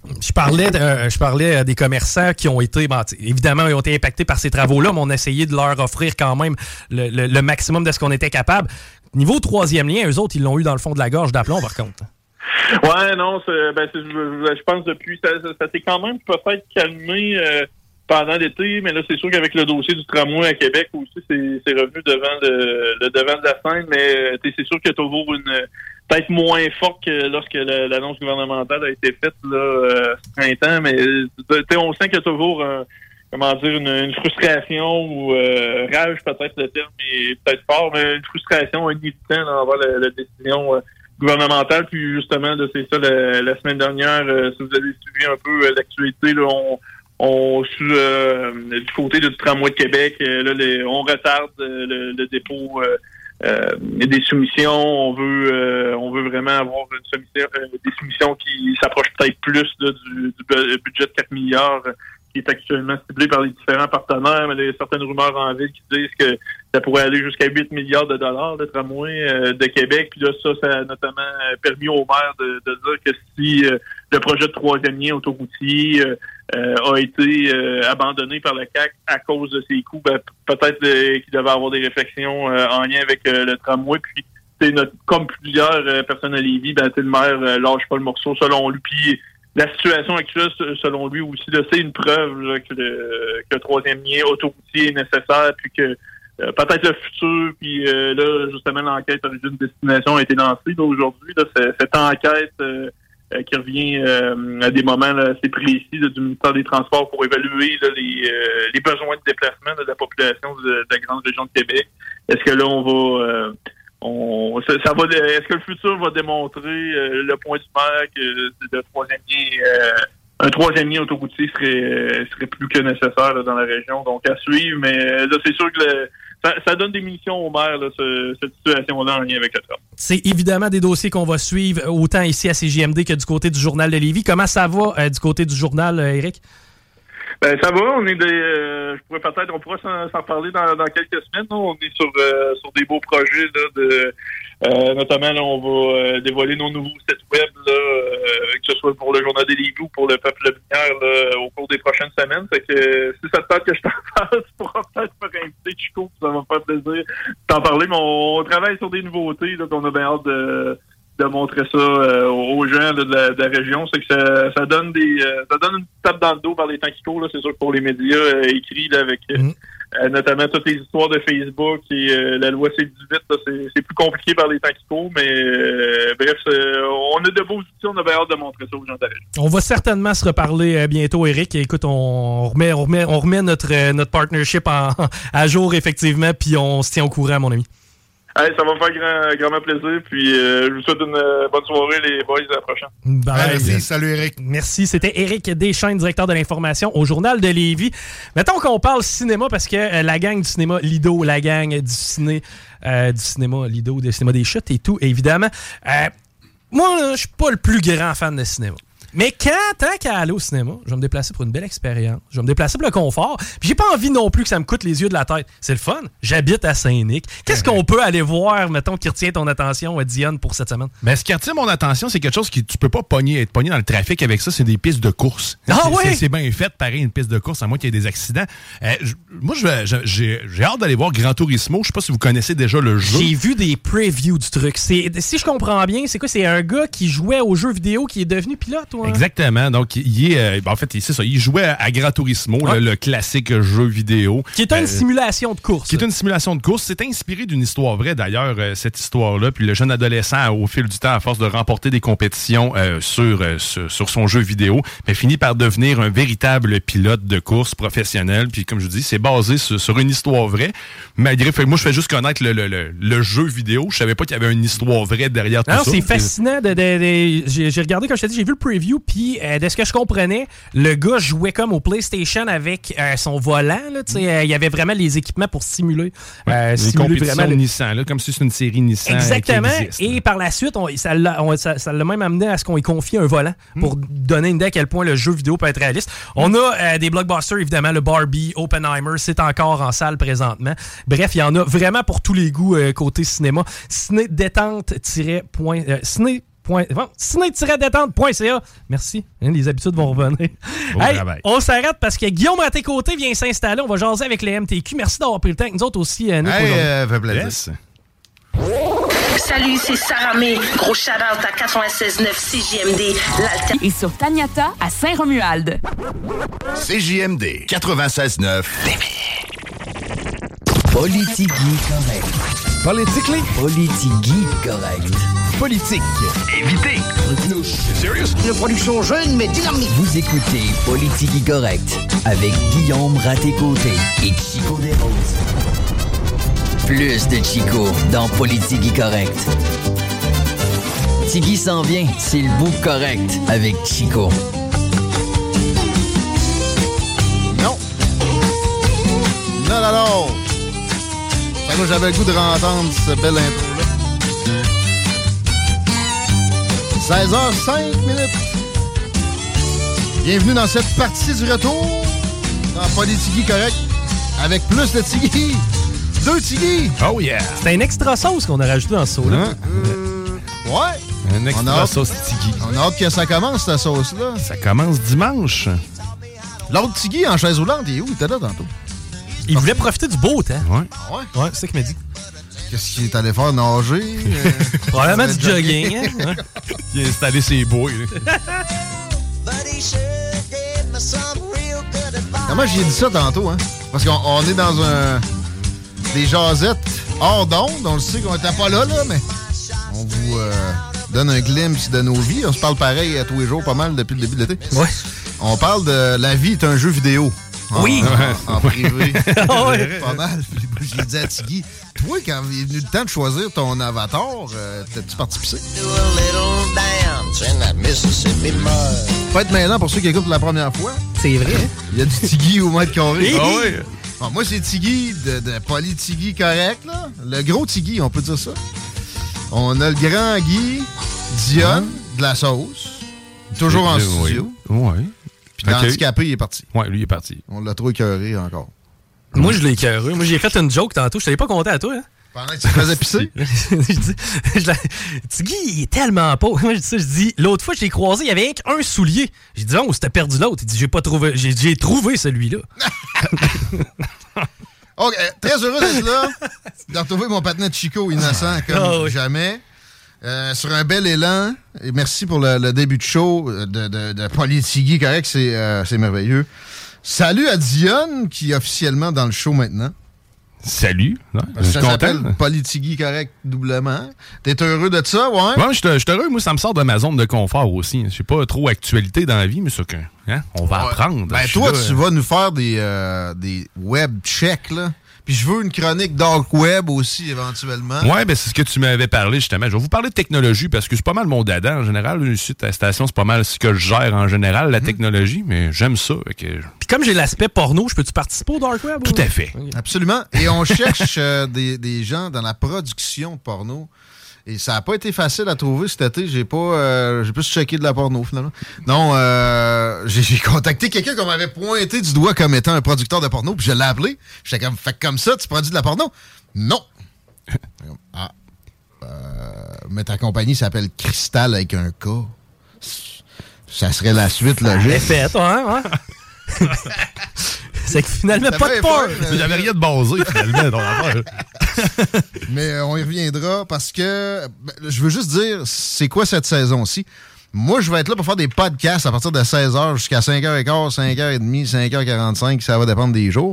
Je parlais des commerçants qui ont été, évidemment, ils ont été impactés par ces travaux-là, mais on a essayé de leur offrir quand même le maximum de ce qu'on était capable. Niveau 3e lien, eux autres, ils l'ont eu dans le fond de la gorge d'aplomb, par contre. Ouais, non, je pense depuis ça s'est quand même peut-être calmé pendant l'été, mais là c'est sûr qu'avec le dossier du tramway à Québec aussi, c'est revenu devant le devant de la scène, mais c'est sûr qu'il y a toujours peut-être moins forte que lorsque l'annonce gouvernementale a été faite là ce printemps, mais on sent qu'il y a toujours une frustration ou rage, peut-être le terme est peut-être fort, mais une frustration, un irritant envers la décision gouvernementale. Puis justement, là, c'est ça, la semaine dernière, si vous avez suivi un peu l'actualité, là, on du côté du tramway de Québec, là, on retarde le dépôt des soumissions. On veut vraiment avoir des soumissions qui s'approchent peut-être plus là, du budget de 4 milliards qui est actuellement ciblé par les différents partenaires, mais il y a certaines rumeurs en ville qui disent que ça pourrait aller jusqu'à 8 milliards de dollars, le tramway de Québec. Puis là, ça a notamment permis au maire de dire que si le projet de troisième lien autoroutier a été abandonné par le CAQ à cause de ses coûts, peut-être qu'il devait avoir des réflexions en lien avec le tramway. Puis, comme plusieurs personnes à Lévis, le maire lâche pas le morceau selon lui. Puis la situation actuelle, selon lui aussi, c'est une preuve là, que le troisième lien autoroutier est nécessaire, puis que peut-être le futur, puis là, justement, l'enquête Origine Destination a été lancée là, aujourd'hui. Là, cette enquête qui revient à des moments là, assez précis là, du ministère des Transports pour évaluer là, les besoins de déplacement de la population de la grande région de Québec. Est-ce que là, on va... est-ce que le futur va démontrer le point du maire que un troisième lien autoroutier serait plus que nécessaire là, dans la région, donc à suivre, mais là c'est sûr que ça donne des munitions au maire, là, cette situation-là en lien avec le tram. C'est évidemment des dossiers qu'on va suivre autant ici à CJMD que du côté du Journal de Lévis. Comment ça va du côté du journal, Éric? Ben ça va, on pourra s'en reparler dans quelques semaines. Là. On est sur des beaux projets là, notamment là, on va dévoiler nos nouveaux sites web là, que ce soit pour le Journal des Lévis ou pour le Peuple Binière au cours des prochaines semaines. Fait que si ça te tente que je t'en parle, tu pourras peut-être me réinviter, Chico, ça va me faire plaisir de t'en parler. Mais on travaille sur des nouveautés là, qu'on a bien hâte de montrer ça aux gens de la région. C'est que ça donne ça donne une tape dans le dos par les temps qui courent. Là. C'est sûr que pour les médias écrits là, avec notamment toutes les histoires de Facebook et la loi C-18, là, c'est plus compliqué par les temps qui courent, mais bref, on a de beaux outils, on a bien hâte de montrer ça aux gens de la région. On va certainement se reparler bientôt, Éric. Écoute, on remet notre partnership à jour, effectivement, puis on se tient au courant, mon ami. Hey, ça va me faire grandement plaisir. Puis je vous souhaite une bonne soirée, les boys. À la prochaine. Bye. Merci. Salut, Éric. Merci. C'était Éric Deschaines, directeur de l'information au Journal de Lévis. Mettons qu'on parle cinéma parce que la gang du cinéma Lido, la gang du cinéma Lido, du cinéma des chutes et tout, évidemment. Moi, je suis pas le plus grand fan de cinéma. Mais tant qu'à aller au cinéma, je vais me déplacer pour une belle expérience. Je vais me déplacer pour le confort. Puis j'ai pas envie non plus que ça me coûte les yeux de la tête. C'est le fun. J'habite à Saint-Nic. Qu'est-ce qu'on peut aller voir, mettons, qui retient ton attention, Dionne, pour cette semaine? Ben, ce qui retient mon attention, c'est quelque chose que tu peux pas être pogné dans le trafic avec ça. C'est des pistes de course. C'est bien fait, pareil, une piste de course, à moins qu'il y ait des accidents. Moi, j'ai hâte d'aller voir Gran Turismo. Je sais pas si vous connaissez déjà le jeu. J'ai vu des previews du truc. Si je comprends bien, c'est quoi? C'est un gars qui jouait aux jeux vidéo qui est devenu pilote, ou Exactement. Donc, en fait, c'est ça. Il jouait à Gran Turismo, le classique jeu vidéo. Qui est une simulation de course. Qui est une simulation de course. C'est inspiré d'une histoire vraie, d'ailleurs, cette histoire-là. Puis le jeune adolescent, au fil du temps, à force de remporter des compétitions sur son jeu vidéo, finit par devenir un véritable pilote de course professionnel. Puis, comme je vous dis, c'est basé sur une histoire vraie. Malgré que moi, je fais juste connaître le jeu vidéo. Je savais pas qu'il y avait une histoire vraie derrière tout ça. C'est fascinant. J'ai regardé, comme je t'ai dit, j'ai vu le preview. Puis, de ce que je comprenais, le gars jouait comme au PlayStation avec son volant. Il y avait vraiment les équipements pour simuler. Les compétitions Nissan, là, comme si c'est une série Nissan. Exactement. Qui existe, et par la suite, ça l'a même amené à ce qu'on y confie un volant pour donner une idée à quel point le jeu vidéo peut être réaliste. On a des blockbusters, évidemment, le Barbie, Oppenheimer, c'est encore en salle présentement. Bref, il y en a vraiment pour tous les goûts côté cinéma. ciné-détente.ca. Merci. Les habitudes vont revenir. On s'arrête parce que Guillaume Raté-Côté vient s'installer. On va jaser avec les MTQ. Merci d'avoir pris le temps avec nous autres aussi. Fait plaisir. Yes. Salut, c'est Sarah May. Gros shout-out à 96.9 CJMD. Et sur Taniata à Saint-Romuald. CJMD 96.9. Politigui correct. Politically? Politigui correct. Politique. Évitez. Serious? Une production jeune mais dynamique. Vous écoutez Politigui correct avec Guillaume Raté-Côté et Chico Desroses. Plus de Chico dans Politigui correct. Tigui s'en vient, c'est le bout correct avec Chico. Non. Non. Moi, j'avais le goût de entendre cette belle intro-là. 16h05. Bienvenue dans cette partie du retour dans Politigui correct, avec plus de Tigui. 2 Tigui. Oh yeah. C'est un extra sauce qu'on a rajouté dans ce saut-là. Ouais. Un extra sauce Tigui. On a hâte que ça commence, cette sauce-là. Ça commence dimanche. L'autre Tigui en chaise roulante, il est où? Il était là tantôt. Il voulait profiter du beau temps. Ouais. Ah ouais? Ouais, c'est ça qu'il m'a dit. Qu'est-ce qu'il est allé faire? Nager? Probablement du jogging. Hein? Il a installé ses bouées. Comment j'ai dit ça tantôt, hein? Parce qu'on est dans des jasettes hors d'onde. On le sait qu'on était pas là, mais on vous donne un glimpse de nos vies. On se parle pareil à tous les jours, pas mal depuis le début de l'été. Ouais. On parle de la vie est un jeu vidéo. Oui! En privé. Ouais. Pas mal. Je l'ai dit à Tigui. Toi, quand il est venu le temps de choisir ton avatar, t'as-tu parti pisser? Pas être mêlant pour ceux qui écoutent pour la première fois. C'est vrai. Il y a du Tigui au mètre carré. Ah oui. Bon, moi, c'est Tigui de Politigui correct, là. Le gros Tigui, on peut dire ça. On a le grand Guy, Dionne, de la sauce. Toujours en studio. Oui. Puis l'handicapé, il est parti. Oui, lui, il est parti. On l'a trop écœuré encore. Moi, je l'ai écœuré. Moi, j'ai fait une joke tantôt. Je t'avais pas compté à toi, hein? Pendant que tu te faisais pisser? Tigui, il est tellement pauvre. Moi, je dis ça, je dis, l'autre fois, je l'ai croisé, il y avait qu'un soulier. J'ai dit, oh, c'était perdu l'autre. Il dit, j'ai trouvé celui-là. OK, très heureux d'être là, de retrouver mon partenaire Chico innocent comme jamais. Sur un bel élan. Et merci pour le début de show de Politigui correct, c'est merveilleux. Salut à Dionne, qui est officiellement dans le show maintenant. Salut. Ouais, ça s'appelle Politigui correct doublement. T'es heureux de ça, ouais? Ouais, je suis heureux. Moi, ça me sort de ma zone de confort aussi. Je sais pas trop actualité dans la vie, mais c'est que on va apprendre. Ben toi, tu vas nous faire des web checks, là. Puis je veux une chronique dark web aussi, éventuellement. Ouais, ben c'est ce que tu m'avais parlé, justement. Je vais vous parler de technologie, parce que c'est pas mal mon dada, en général. Ici, à la station, c'est pas mal ce que je gère, en général, la technologie, mais j'aime ça. Puis comme j'ai l'aspect porno, je peux-tu participer au dark web? Tout à fait. Okay. Absolument. Et on cherche des gens dans la production de porno. Et ça n'a pas été facile à trouver cet été. J'ai plus checké de la porno, finalement. Non, j'ai contacté quelqu'un qu'on m'avait pointé du doigt comme étant un producteur de porno, puis je l'ai appelé. J'étais comme, fait comme ça, tu produis de la porno? Non. Mais ta compagnie s'appelle Cristal avec un K. Ça serait la suite logique. Fait, ouais. C'est que finalement, pas de peur. J'avais rien de basé, finalement, dans l'affaire. Mais on y reviendra parce que je veux juste dire, c'est quoi cette saison-ci? Moi, je vais être là pour faire des podcasts à partir de 16h jusqu'à 5h15, 5h30, 5h45, ça va dépendre des jours.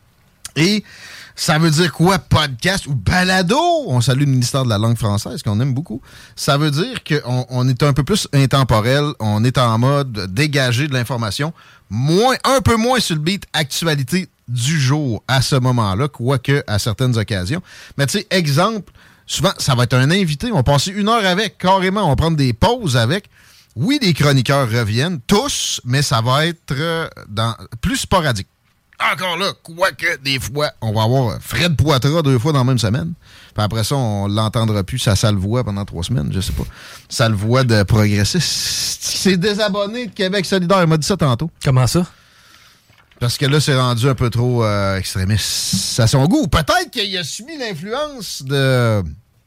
Et ça veut dire quoi, podcast ou balado? On salue le ministère de la langue française, qu'on aime beaucoup. Ça veut dire qu'on est un peu plus intemporel, on est en mode dégagé de l'information, un peu moins sur le beat actualité du jour à ce moment-là, quoique à certaines occasions. Mais tu sais, exemple, souvent, ça va être un invité, on va passer 1 heure avec, carrément, on va prendre des pauses avec. Oui, les chroniqueurs reviennent, tous, mais ça va être plus sporadique. Encore là, quoique des fois, on va avoir Fred Poitras 2 fois dans la même semaine. Puis après ça, on l'entendra plus, sa sale voix pendant 3 semaines, je sais pas. Sale voix de progressiste. C'est désabonné de Québec solidaire, il m'a dit ça tantôt. Comment ça? Parce que là, c'est rendu un peu trop extrémiste à son goût. Peut-être qu'il a subi l'influence de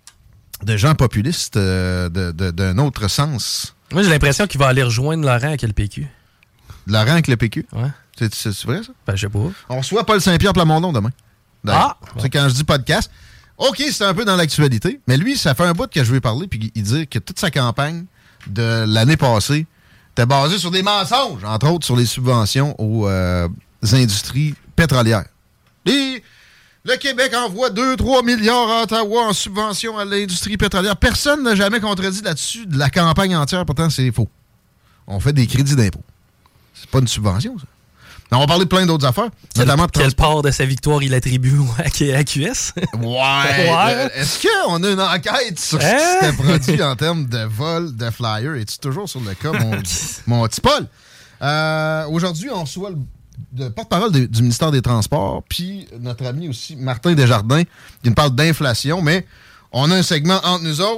gens populistes d'un autre sens. Moi, j'ai l'impression qu'il va aller rejoindre Laurent avec le PQ. Laurent avec le PQ? Ouais. C'est vrai, ça? Ben, je sais pas. On reçoit Paul Saint-Pierre Plamondon demain. C'est quand je dis podcast. OK, c'est un peu dans l'actualité, mais lui, ça fait un bout que je vais parler, puis il dit que toute sa campagne de l'année passée était basée sur des mensonges, entre autres sur les subventions aux industries pétrolières. Et le Québec envoie 2-3 milliards à Ottawa en subvention à l'industrie pétrolière. Personne n'a jamais contredit là-dessus de la campagne entière, pourtant c'est faux. On fait des crédits d'impôt. C'est pas une subvention, ça. On va parler de plein d'autres affaires. Quelle part de sa victoire il attribue à QS? Ouais. Est-ce qu'on a une enquête sur ce qui s'était produit en termes de vol de flyers? Es-tu toujours sur le cas, mon petit Paul? Aujourd'hui, on reçoit le porte-parole du ministère des Transports, puis notre ami aussi, Martin Desjardins, qui nous parle d'inflation, mais on a un segment entre nous autres.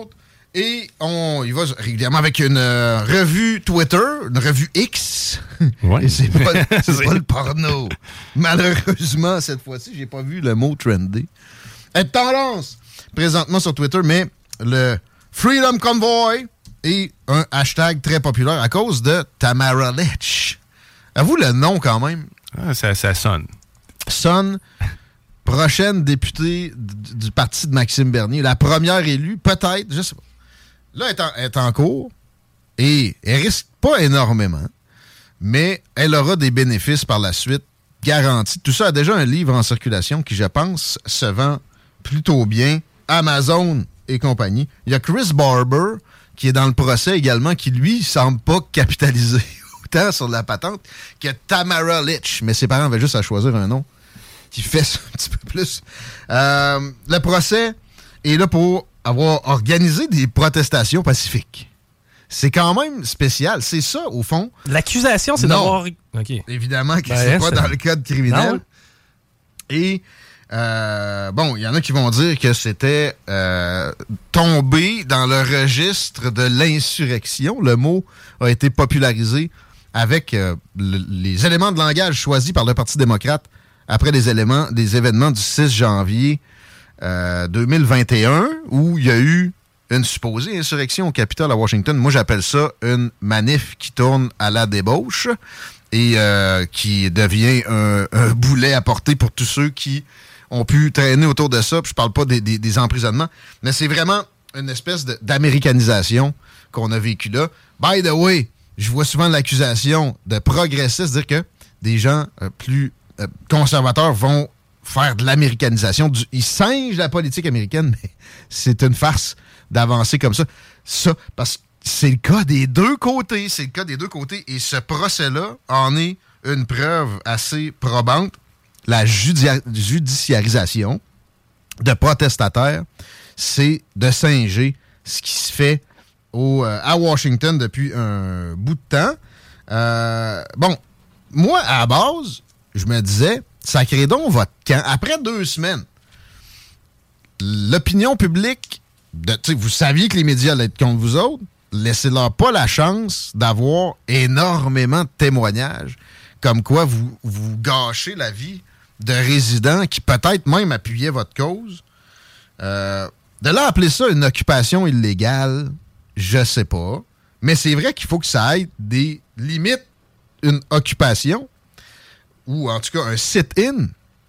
Et il va régulièrement avec une revue Twitter, une revue X. Ouais. Et c'est pas le porno. Malheureusement, cette fois-ci, j'ai pas vu le mot trendy. Être tendance présentement sur Twitter, mais le Freedom Convoy est un hashtag très populaire à cause de Tamara Lich. Avoue le nom quand même. Ah, ça sonne. Sonne. Prochaine députée du parti de Maxime Bernier. La première élue, peut-être, je sais pas. Là, elle est en cours et elle risque pas énormément, mais elle aura des bénéfices par la suite, garantis. Tout ça a déjà un livre en circulation qui, je pense, se vend plutôt bien. Amazon et compagnie. Il y a Chris Barber qui est dans le procès également, qui, lui, semble pas capitaliser autant sur la patente que Tamara Lich. Mais ses parents avaient juste à choisir un nom qui fait ça un petit peu plus. Le procès est là pour avoir organisé des protestations pacifiques. C'est quand même spécial. C'est ça, au fond. L'accusation, c'est d'avoir... Okay. Évidemment que c'est pas dans le code criminel. Non. Et, il y en a qui vont dire que c'était tombé dans le registre de l'insurrection. Le mot a été popularisé avec les éléments de langage choisis par le Parti démocrate après des événements du 6 janvier 2021, où il y a eu une supposée insurrection au Capitole à Washington. Moi, j'appelle ça une manif qui tourne à la débauche et qui devient un boulet à porter pour tous ceux qui ont pu traîner autour de ça. Puis je parle pas des emprisonnements, mais c'est vraiment une espèce d'américanisation qu'on a vécu là. By the way, je vois souvent l'accusation de progressistes dire que des gens plus conservateurs vont faire de l'américanisation. Ils singent la politique américaine, mais c'est une farce d'avancer comme ça. Ça, parce que c'est le cas des deux côtés. C'est le cas des deux côtés. Et ce procès-là en est une preuve assez probante. La judiciarisation de protestataires, c'est de singer ce qui se fait à Washington depuis un bout de temps. Moi, à la base, je me disais, sacrez donc votre camp. Après 2 semaines, l'opinion publique, vous saviez que les médias allaient être contre vous autres, laissez-leur pas la chance d'avoir énormément de témoignages comme quoi vous gâchez la vie de résidents qui peut-être même appuyaient votre cause. De là appeler ça une occupation illégale, je sais pas. Mais c'est vrai qu'il faut que ça ait des limites, une occupation, ou en tout cas un sit-in.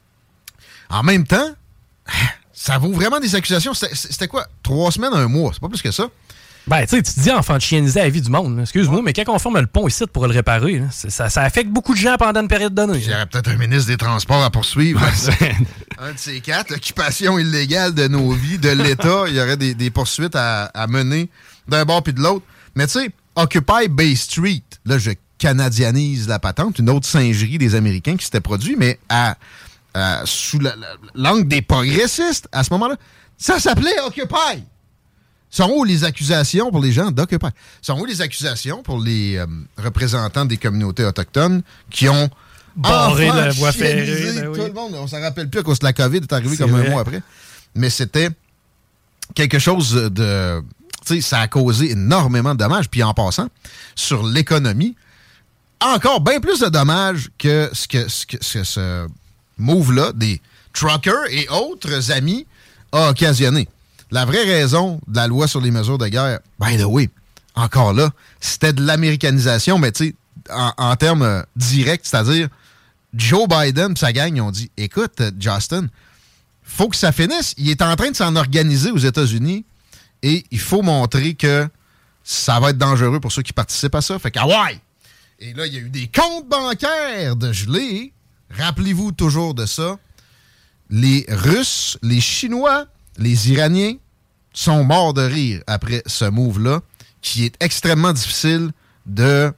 En même temps, ça vaut vraiment des accusations. C'était quoi? 3 semaines, 1 mois? C'est pas plus que ça. Ben, tu sais, tu te dis enfant de chieniser la vie du monde. Excuse-moi, mais quand on forme le pont ici pour le réparer, là, ça affecte beaucoup de gens pendant une période donnée. Il y aurait peut-être un ministre des Transports à poursuivre. Un de ces 4, l'occupation illégale de nos vies, de l'État. Il y aurait des poursuites à mener d'un bord puis de l'autre. Mais tu sais, Occupy Bay Street, là, je canadianise la patente, une autre singerie des Américains qui s'était produit, mais sous l'angle des progressistes, à ce moment-là, ça s'appelait Occupy. Sont où les accusations pour les gens d'Occupy? Sont où les accusations pour les représentants des communautés autochtones qui ont barré la voie ferrée? Ben oui. Tout le monde, on s'en rappelle plus à cause de la COVID, est arrivé comme un mois après. Mais c'était quelque chose de... Tu sais, ça a causé énormément de dommages. Puis en passant, sur l'économie, encore bien plus de dommages que ce move-là des truckers et autres amis a occasionné. La vraie raison de la loi sur les mesures de guerre, by the way, encore là, c'était de l'américanisation, mais tu sais, en termes directs, c'est-à-dire Joe Biden et sa gang, ils ont dit, écoute, Justin, faut que ça finisse. Il est en train de s'en organiser aux États-Unis et il faut montrer que ça va être dangereux pour ceux qui participent à ça. Fait que, ouais! Et là, il y a eu des comptes bancaires de gelés. Rappelez-vous toujours de ça. Les Russes, les Chinois, les Iraniens sont morts de rire après ce move-là, qui est extrêmement difficile de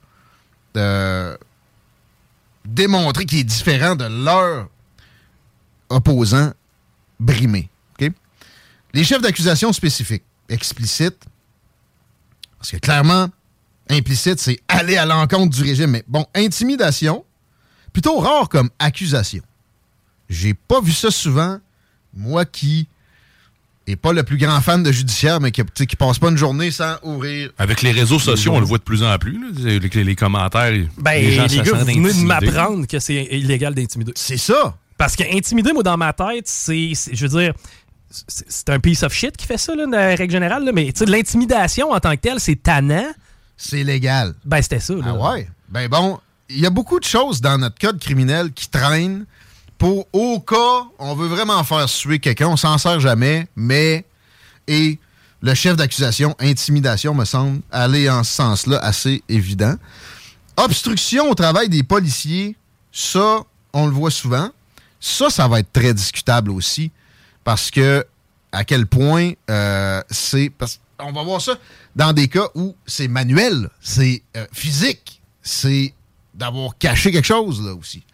démontrer qu'il est différent de leur opposant brimé. Okay? Les chefs d'accusation spécifiques, explicites, parce que clairement, implicite, c'est aller à l'encontre du régime. Mais bon, intimidation, plutôt rare comme accusation. J'ai pas vu ça souvent, moi qui est pas le plus grand fan de judiciaire, mais qui passe pas une journée sans ouvrir. Avec les réseaux sociaux, on le voit de plus en plus. Là, les commentaires, les gens les gars, vous venez de m'apprendre que c'est illégal d'intimider. C'est ça. Parce qu'intimider, moi, dans ma tête, je veux dire, c'est un piece of shit qui fait ça, là, de règle générale. Là, mais l'intimidation en tant que telle, c'est tannant. C'est légal. Ben, c'était ça. Là. Ah ouais? Ben bon, il y a beaucoup de choses dans notre code criminel qui traînent pour, au cas, on veut vraiment faire suer quelqu'un, on s'en sert jamais, mais... Et le chef d'accusation, intimidation, me semble aller en ce sens-là assez évident. Obstruction au travail des policiers, ça, on le voit souvent. Ça va être très discutable aussi, parce que à quel point on va voir ça dans des cas où c'est manuel, c'est physique, c'est d'avoir caché quelque chose, là, aussi.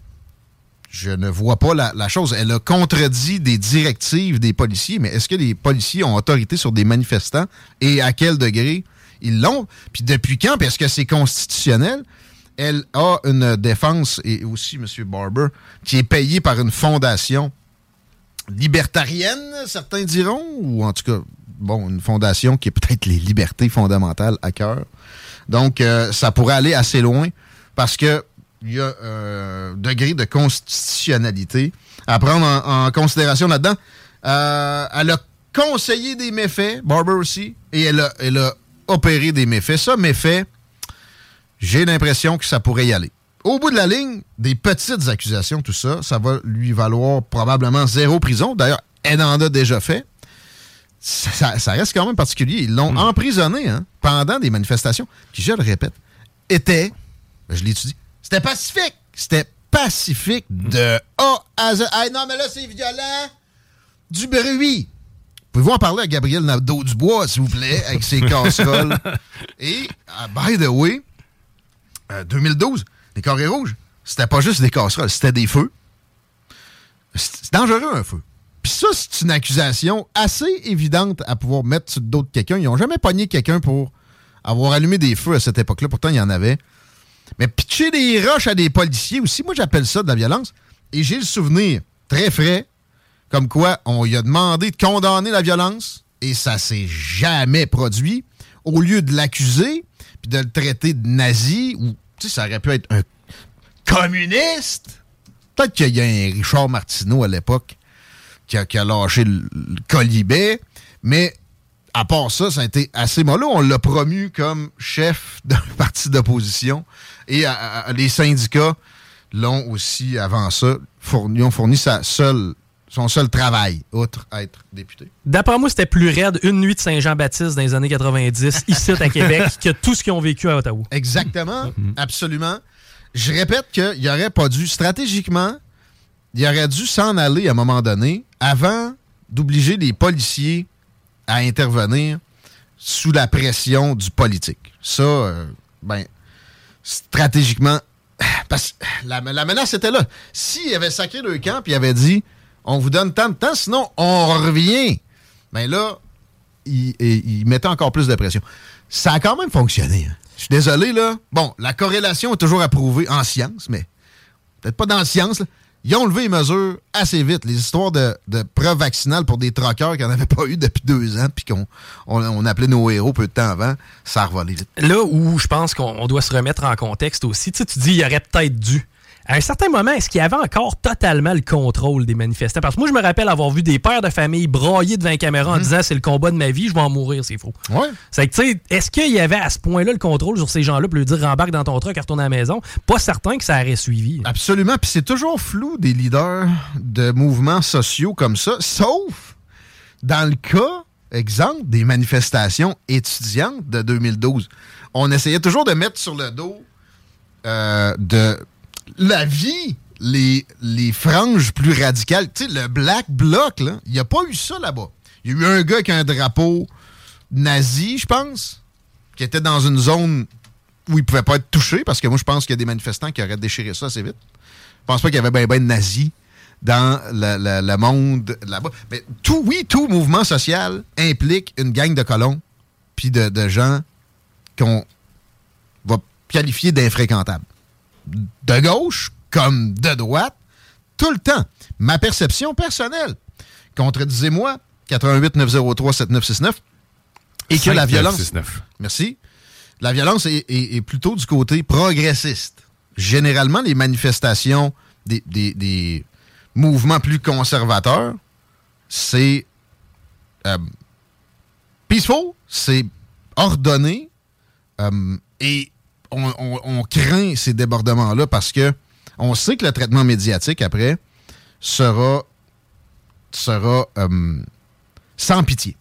Je ne vois pas la chose. Elle a contredit des directives des policiers, mais est-ce que les policiers ont autorité sur des manifestants et à quel degré ils l'ont? Puis depuis quand? Puis est-ce que c'est constitutionnel? Elle a une défense, et aussi M. Barber, qui est payée par une fondation libertarienne, certains diront, ou en tout cas, bon, une fondation qui est peut-être les libertés fondamentales à cœur. Donc, ça pourrait aller assez loin parce que il y a un degré de constitutionnalité à prendre en considération là-dedans. Elle a conseillé des méfaits, Barber aussi, et elle a opéré des méfaits. Ça, méfaits, j'ai l'impression que ça pourrait y aller. Au bout de la ligne, des petites accusations, tout ça, ça va lui valoir probablement 0 prison. D'ailleurs, elle en a déjà fait. Ça reste quand même particulier. Ils l'ont emprisonné pendant des manifestations qui, je le répète, étaient, je l'étudie, c'était pacifique. C'était pacifique de A à Z. Hey, non, mais là, c'est violent. Du bruit. Pouvez-vous en parler à Gabriel Nadeau-Dubois, s'il vous plaît, avec ses casseroles? Et, by the way, 2012, les carrés rouges, c'était pas juste des casseroles, c'était des feux. C'est dangereux, un feu. Puis ça, c'est une accusation assez évidente à pouvoir mettre sur le dos de quelqu'un. Ils n'ont jamais pogné quelqu'un pour avoir allumé des feux à cette époque-là. Pourtant, il y en avait. Mais pitcher des roches à des policiers aussi, moi, j'appelle ça de la violence. Et j'ai le souvenir très frais, comme quoi on lui a demandé de condamner la violence, et ça s'est jamais produit. Au lieu de l'accuser, puis de le traiter de nazi, ou, tu sais, ça aurait pu être un communiste. Peut-être qu'il y a un Richard Martineau à l'époque qui a lâché le colibet, mais à part ça, ça a été assez mollo. On l'a promu comme chef d'un parti d'opposition, et les syndicats l'ont aussi, avant ça, ont fourni son seul travail, outre être député. D'après moi, c'était plus raide une nuit de Saint-Jean-Baptiste dans les années 90, ici à Québec, que tout ce qu'ils ont vécu à Ottawa. Exactement, absolument. Je répète qu'il n'aurait pas dû, stratégiquement, il aurait dû s'en aller à un moment donné, avant d'obliger les policiers à intervenir sous la pression du politique. Ça, stratégiquement, parce que la menace était là. S'il avait sacré le camp et il avait dit « On vous donne tant de temps, sinon on revient », bien là, il mettait encore plus de pression. Ça a quand même fonctionné. Je suis désolé, là. Bon, la corrélation est toujours approuvée en science, mais peut-être pas dans la science, là. Ils ont levé les mesures assez vite. Les histoires de preuves vaccinales pour des troqueurs qui n'en avaient pas eu depuis 2 ans puis qu'on appelait nos héros peu de temps avant, ça a revolé vite. Là où je pense qu'on doit se remettre en contexte aussi, tu dis il aurait peut-être dû. À un certain moment, est-ce qu'il y avait encore totalement le contrôle des manifestants? Parce que moi, je me rappelle avoir vu des pères de famille brailler devant la caméra en disant « C'est le combat de ma vie, je vais en mourir, c'est faux. » Ouais. C'est que, tu sais, est-ce qu'il y avait à ce point-là le contrôle sur ces gens-là pour leur dire « Rembarque dans ton truck et retourne à la maison », pas certain que ça aurait suivi. Absolument. Puis c'est toujours flou des leaders de mouvements sociaux comme ça, sauf dans le cas, exemple, des manifestations étudiantes de 2012. On essayait toujours de mettre sur le dos de la vie, les franges plus radicales. Tu sais, le Black Bloc, là, il n'y a pas eu ça là-bas. Il y a eu un gars avec un drapeau nazi, je pense, qui était dans une zone où il ne pouvait pas être touché, parce que moi, je pense qu'il y a des manifestants qui auraient déchiré ça assez vite. Je pense pas qu'il y avait ben de nazis dans le monde là-bas. Mais tout mouvement social implique une gang de colons puis de gens qu'on va qualifier d'infréquentables. De gauche comme de droite, tout le temps. Ma perception personnelle, contredisez-moi, 88 903 7969. Et que la violence... 5969. Merci. La violence est plutôt du côté progressiste. Généralement, les manifestations des mouvements plus conservateurs, c'est peaceful, c'est ordonné, et on craint ces débordements-là parce que on sait que le traitement médiatique, après, sera sans pitié.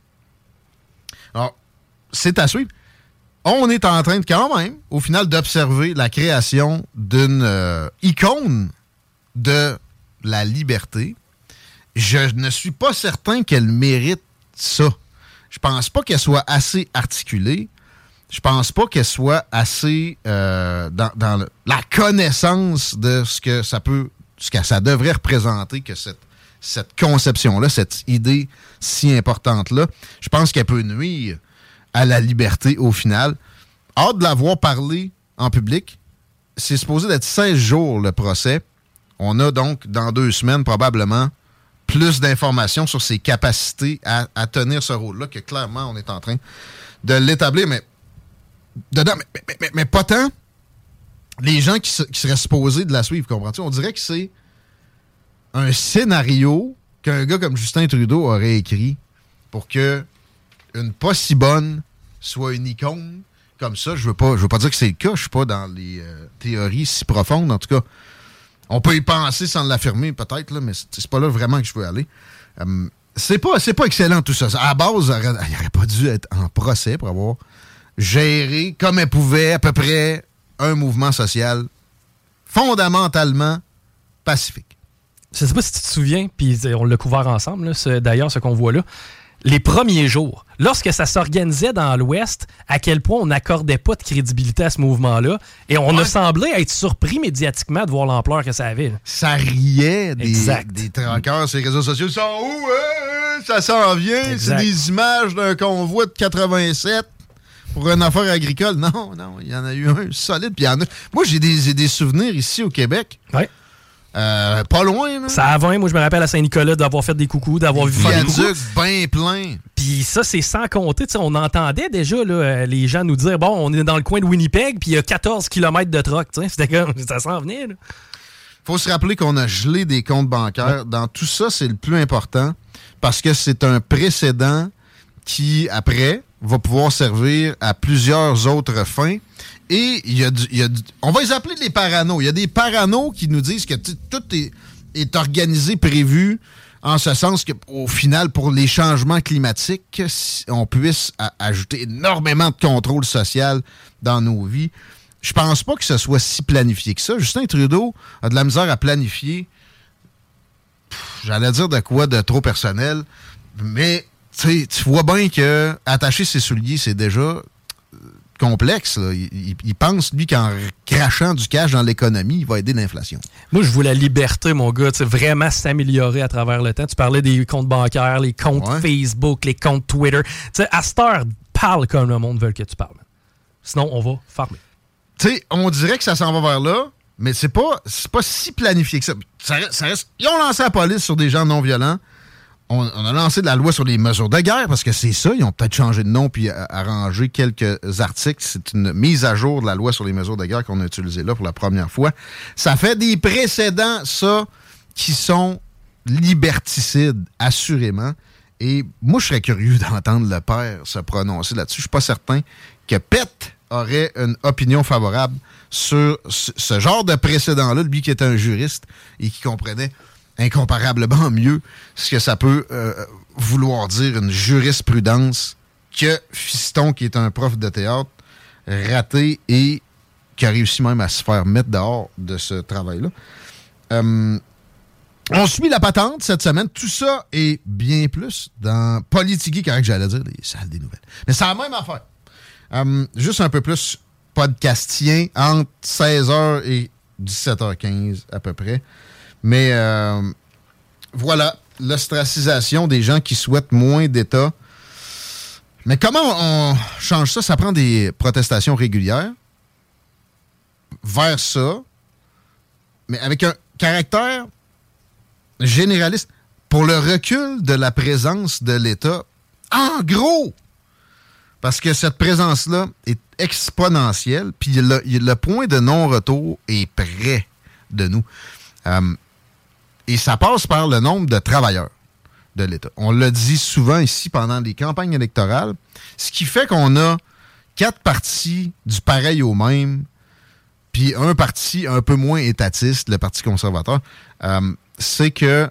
Alors, c'est à suivre. On est en train de, quand même, au final, d'observer la création d'une icône de la liberté. Je ne suis pas certain qu'elle mérite ça. Je pense pas qu'elle soit assez articulée. Je pense pas qu'elle soit assez dans la connaissance de ce que ça peut, ce que ça devrait représenter, que cette conception-là, cette idée si importante-là. Je pense qu'elle peut nuire à la liberté au final. Hâte de la voir parler en public. C'est supposé d'être 16 jours le procès. On a donc, dans 2 semaines, probablement, plus d'informations sur ses capacités à tenir ce rôle-là, que clairement, on est en train de l'établir. Mais dedans, mais pas tant les gens qui seraient supposés de la suivre, comprends-tu? On dirait que c'est un scénario qu'un gars comme Justin Trudeau aurait écrit pour que une pas si bonne soit une icône comme ça. Je veux pas dire que c'est le cas. Je suis pas dans les théories si profondes. En tout cas, on peut y penser sans l'affirmer peut-être, là, mais c'est pas là vraiment que je veux aller. C'est pas excellent tout ça. À la base, il n'aurait pas dû être en procès pour avoir géré comme elle pouvait à peu près un mouvement social fondamentalement pacifique. Je sais pas si tu te souviens, puis on l'a couvert ensemble, là, d'ailleurs, ce qu'on voit là. Les premiers jours, lorsque ça s'organisait dans l'Ouest, à quel point on n'accordait pas de crédibilité à ce mouvement-là, et on a semblé être surpris médiatiquement de voir l'ampleur que ça avait. Là. Ça riait des traqueurs sur les réseaux sociaux. Ils sont où? Ça s'en vient. Exact. C'est des images d'un convoi de 87 pour une affaire agricole. Non, il y en a eu un solide. Puis moi, j'ai des souvenirs ici au Québec. Ouais. Pas loin, là. Ça a 20, moi je me rappelle à Saint-Nicolas d'avoir fait des coucous, d'avoir vu faire des coucous. Bien plein. Puis ça, c'est sans compter, on entendait déjà là, les gens nous dire, bon, on est dans le coin de Winnipeg, puis il y a 14 km de troc, c'était comme, ça s'en venait. Là. Faut se rappeler qu'on a gelé des comptes bancaires. Ouais. Dans tout ça, c'est le plus important, parce que c'est un précédent qui, après, va pouvoir servir à plusieurs autres fins. Et on va les appeler les paranos. Il y a des paranos qui nous disent que tout est organisé, prévu, en ce sens qu'au final, pour les changements climatiques, on puisse ajouter énormément de contrôle social dans nos vies. Je pense pas que ce soit si planifié que ça. Justin Trudeau a de la misère à planifier, j'allais dire de quoi de trop personnel, mais tu vois bien que attacher ses souliers, c'est déjà complexe. Là. Il pense, lui, qu'en crachant du cash dans l'économie, il va aider l'inflation. Moi, je veux la liberté, mon gars, vraiment s'améliorer à travers le temps. Tu parlais des comptes bancaires, les comptes Facebook, les comptes Twitter. T'sais, à cette heure, parle comme le monde veut que tu parles. Sinon, on va farmer. Tu sais, on dirait que ça s'en va vers là, mais c'est pas si planifié que ça. Ça reste... Ils ont lancé la police sur des gens non violents. On a lancé de la loi sur les mesures de guerre, parce que c'est ça, ils ont peut-être changé de nom puis arrangé quelques articles. C'est une mise à jour de la loi sur les mesures de guerre qu'on a utilisée là pour la première fois. Ça fait des précédents, ça, qui sont liberticides, assurément. Et moi, je serais curieux d'entendre le père se prononcer là-dessus. Je suis pas certain que Pett aurait une opinion favorable sur ce genre de précédent-là, lui qui était un juriste et qui comprenait incomparablement mieux ce que ça peut vouloir dire une jurisprudence que Fiston, qui est un prof de théâtre raté et qui a réussi même à se faire mettre dehors de ce travail-là. On suit la patente cette semaine. Tout ça et bien plus dans Politigui, correct que j'allais dire, les salles des nouvelles. Mais c'est la même affaire. Juste un peu plus podcastien entre 16h et 17h15 à peu près. Mais voilà, l'ostracisation des gens qui souhaitent moins d'État. Mais comment on change ça? Ça prend des protestations régulières vers ça, mais avec un caractère généraliste. pour le recul de la présence de l'État, en gros, parce que cette présence-là est exponentielle, puis le point de non-retour est près de nous. Et ça passe par le nombre de travailleurs de l'État. On l'a dit souvent ici pendant les campagnes électorales, ce qui fait qu'on a 4 partis du pareil au même, puis un parti un peu moins étatiste, le Parti conservateur, c'est que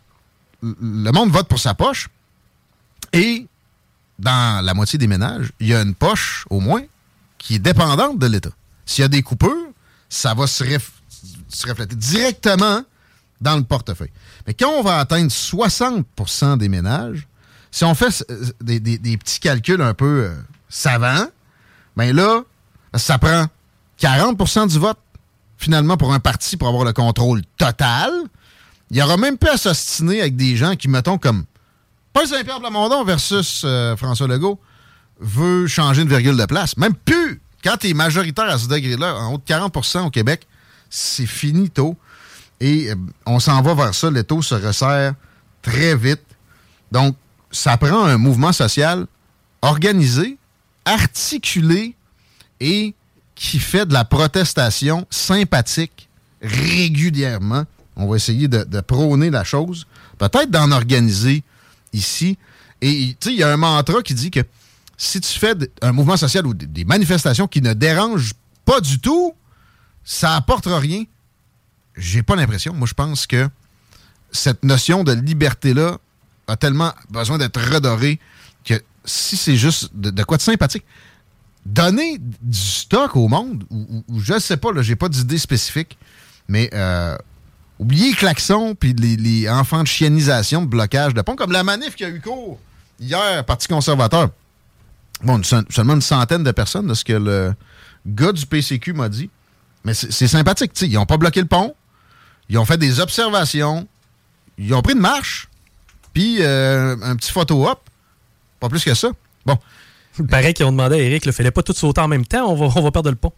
le monde vote pour sa poche et dans la moitié des ménages, il y a une poche, au moins, qui est dépendante de l'État. S'il y a des coupures, ça va se refléter directement dans le portefeuille. Mais quand on va atteindre 60% des ménages, si on fait des petits calculs un peu savants, bien là, ça prend 40% du vote, finalement, pour un parti pour avoir le contrôle total. Il n'y aura même pas à s'ostiner avec des gens qui, mettons, comme Paul Saint-Pierre Plamondon versus François Legault, veut changer une virgule de place. Même plus! Quand tu es majoritaire à ce degré-là, en haut de 40% au Québec, c'est finito. Et on s'en va vers ça. Les taux se resserrent très vite. Donc, ça prend un mouvement social organisé, articulé et qui fait de la protestation sympathique régulièrement. On va essayer de prôner la chose. Peut-être d'en organiser ici. Et tu sais, il y a un mantra qui dit que si tu fais un mouvement social ou des manifestations qui ne dérangent pas du tout, ça apporte rien. J'ai pas l'impression. Moi, je pense que cette notion de liberté-là a tellement besoin d'être redorée que si c'est juste de quoi de sympathique, donner du stock au monde, ou je ne sais pas, là, j'ai pas d'idée spécifique, mais oubliez les klaxons puis les enfants de chiennisation, de blocage de pont, comme la manif qui a eu cours hier, Parti conservateur. Bon, seulement une centaine de personnes, de ce que le gars du PCQ m'a dit. Mais c'est sympathique. T'sais, ils n'ont pas bloqué le pont. Ils ont fait des observations. Ils ont pris une marche. Puis un petit photo-op. Pas plus que ça. Bon. Il paraît qu'ils ont demandé à Éric, il fallait pas tout sauter en même temps, on va perdre le pont.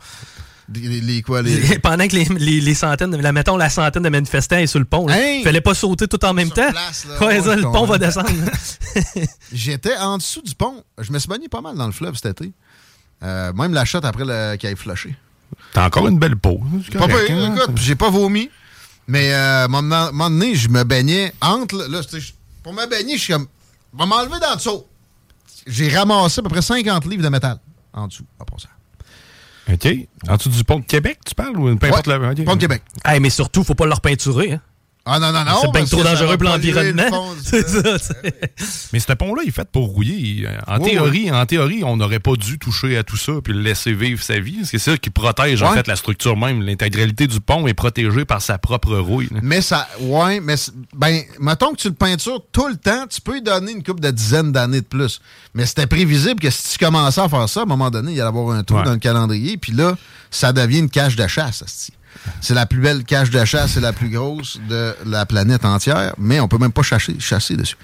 Pendant que les centaines, mettons la centaine de manifestants est sur le pont, il fallait pas sauter tout en même temps. Place, là, le pont va descendre. J'étais en dessous du pont. Je me suis baigné pas mal dans le fleuve cet été. Même la shot après qu'il ait flushé. T'as encore une belle peau. Pas pire, écoute, j'ai pas vomi. Mais à un moment donné, je me baignais entre... Là, pour me baigner, je suis comme... Va m'enlever dans le dessous. J'ai ramassé à peu près 50 livres de métal en dessous, à part ça. OK. En dessous du pont de Québec, tu parles? Ou peu importe okay. Pont de Québec. Hey, mais surtout, faut pas le repeinturer. Hein? Ah non. C'est bien trop dangereux pour l'environnement. C'est ça. Mais ce pont-là, il est fait pour rouiller. En théorie, on n'aurait pas dû toucher à tout ça puis le laisser vivre sa vie. C'est ça qui protège en fait la structure même. L'intégralité du pont est protégée par sa propre rouille. Là. Mais ça, mettons que tu le peintures tout le temps, tu peux lui donner une couple de dizaines d'années de plus. Mais c'était prévisible que si tu commençais à faire ça, à un moment donné, il y allait avoir un trou dans le calendrier. Puis là, ça devient une cage de chasse. C'est la plus belle cage de chasse, c'est la plus grosse de la planète entière, mais on peut même pas chasser dessus.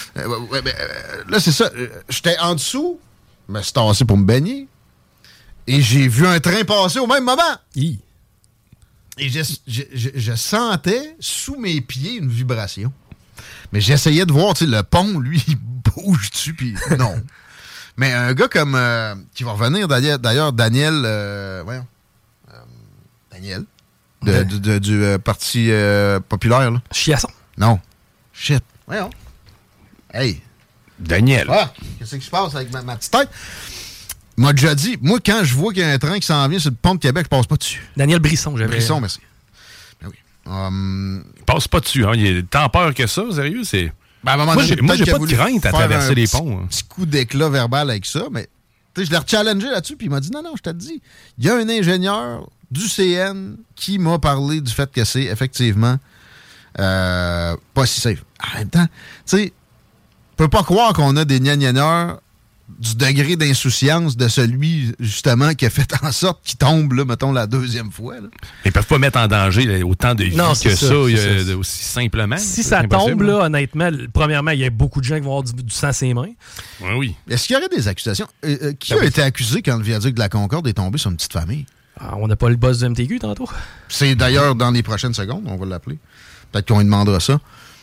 Là, c'est ça. J'étais en dessous, je me suis tassé pour me baigner, et j'ai vu un train passer au même moment. Et je sentais sous mes pieds une vibration. Mais j'essayais de voir, le pont, lui, il bouge dessus, puis non. Mais un gars comme... qui va revenir, d'ailleurs, Daniel... Daniel... du Parti populaire, là. Chiasson. Non. Shit. Voyons. Hey. Daniel. Qu'est-ce qui se passe avec ma petite tête? M'a déjà dit, moi, quand je vois qu'il y a un train qui s'en vient sur le pont de Québec, je passe pas dessus. Daniel Brisson, j'avais... Brisson, merci. Ben oui. Il passe pas dessus, hein. Il est tant peur que ça, sérieux, c'est... Ben, à un moment moi, donné, j'ai pas de crainte à traverser les ponts. Un petit coup d'éclat verbal avec ça, mais je l'ai rechallengé là-dessus, puis il m'a dit, non, je t'ai dit, il y a un ingénieur du CN qui m'a parlé du fait que c'est effectivement pas si safe. En même temps, tu sais, on peut pas croire qu'on a des gnagnaneurs du degré d'insouciance de celui, justement, qui a fait en sorte qu'il tombe, là, mettons, la deuxième fois. Là. Ils peuvent pas mettre en danger là, autant de vie que ça aussi simplement. Si ça tombe, là, honnêtement, premièrement, il y a beaucoup de gens qui vont avoir du sang à ses mains. Oui. Est-ce qu'il y aurait des accusations? Qui a été accusé quand le viaduc de la Concorde est tombé sur une petite famille? On n'a pas le boss du MTQ tantôt. C'est d'ailleurs dans les prochaines secondes, on va l'appeler. Peut-être qu'on lui demandera ça.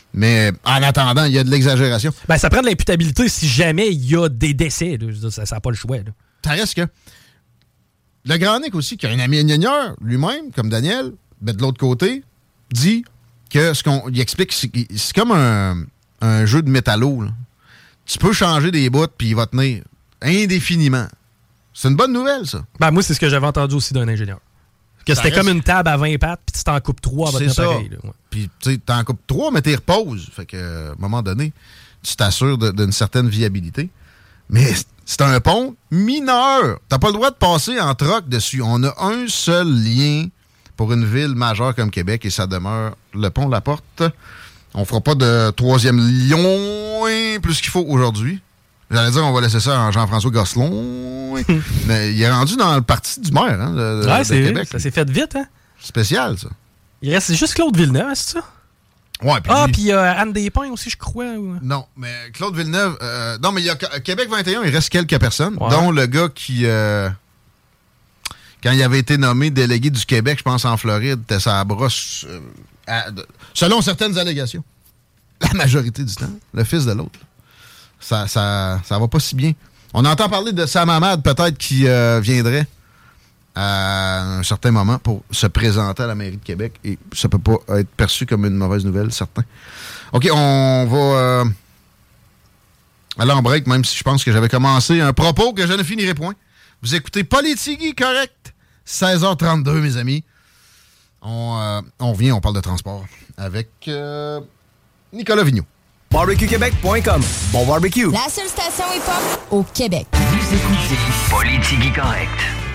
Mais en attendant, il y a de l'exagération. Ben, ça prend de l'imputabilité si jamais il y a des décès. Là. Je veux dire, ça n'a pas le choix. Là. Ça reste que le Grand Nick aussi, qui a un ami ingénieur lui-même, comme Daniel, ben de l'autre côté, dit que ce qu'on il explique, c'est comme un jeu de métallo. Là. Tu peux changer des bouts puis il va tenir indéfiniment. C'est une bonne nouvelle, ça. Ben, moi, c'est ce que j'avais entendu aussi d'un ingénieur. Que c'était comme une table à 20 pattes, puis tu t'en coupes 3 à votre appareil. Ouais. Puis tu t'en coupes 3, mais tu reposes. Fait que, à un moment donné, tu t'assures d'une certaine viabilité. Mais c'est un pont mineur. T'as pas le droit de passer en troc dessus. On a un seul lien pour une ville majeure comme Québec et ça demeure le pont La Porte. On fera pas de 3e lion plus qu'il faut aujourd'hui. J'allais dire, on va laisser ça à Jean-François Gosselin. Mais il est rendu dans le parti du maire de Québec. Ça s'est fait vite, hein? Spécial, ça. Il reste juste Claude Villeneuve, c'est ça? Ouais, puis Anne Despins aussi, je crois. Non, mais Claude Villeneuve... non, mais il y a Québec 21, il reste quelques personnes, dont le gars qui... quand il avait été nommé délégué du Québec, je pense en Floride, était sa brosse... selon certaines allégations. La majorité du temps. Le fils de l'autre. Ça va pas si bien. On entend parler de Sam Hamad, peut-être, qui viendrait à un certain moment pour se présenter à la mairie de Québec. Et ça peut pas être perçu comme une mauvaise nouvelle, certain. OK, on va aller en break, même si je pense que j'avais commencé un propos que je ne finirai point. Vous écoutez Politigui, correct? 16h32, mes amis. On revient, on parle de transport avec Nicolas Vigneault. BarbecueQuébec.com. Bon barbecue. La seule station hip-hop au Québec. Vous écoutez Politigui correct.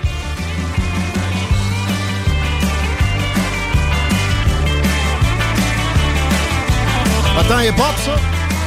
Attends, hip-hop, ça?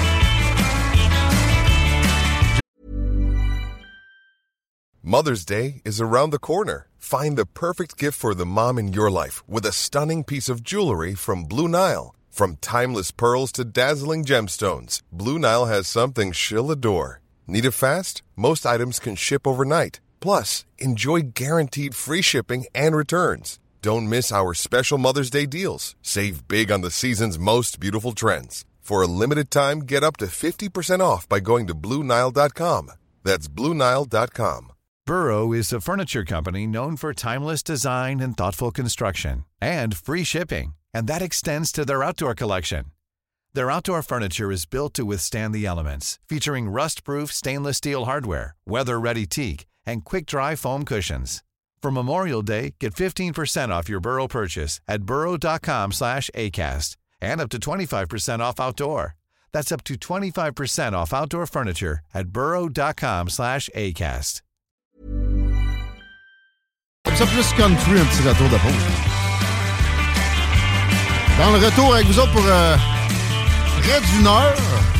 Mother's Day is around the corner. Find the perfect gift for the mom in your life with a stunning piece of jewelry from Blue Nile. From timeless pearls to dazzling gemstones, Blue Nile has something she'll adore. Need it fast? Most items can ship overnight. Plus, enjoy guaranteed free shipping and returns. Don't miss our special Mother's Day deals. Save big on the season's most beautiful trends. For a limited time, get up to 50% off by going to BlueNile.com. That's BlueNile.com. Burrow is a furniture company known for timeless design and thoughtful construction, and free shipping. And that extends to their outdoor collection. Their outdoor furniture is built to withstand the elements, featuring rust-proof stainless steel hardware, weather-ready teak, and quick-dry foam cushions. For Memorial Day, get 15% off your Burrow purchase at burrow.com/ACAST and up to 25% off outdoor. That's up to 25% off outdoor furniture at burrow.com/ACAST. Comme ça, plus country, un petit retour de pause. Dans le retour avec vous autres pour près d'une heure.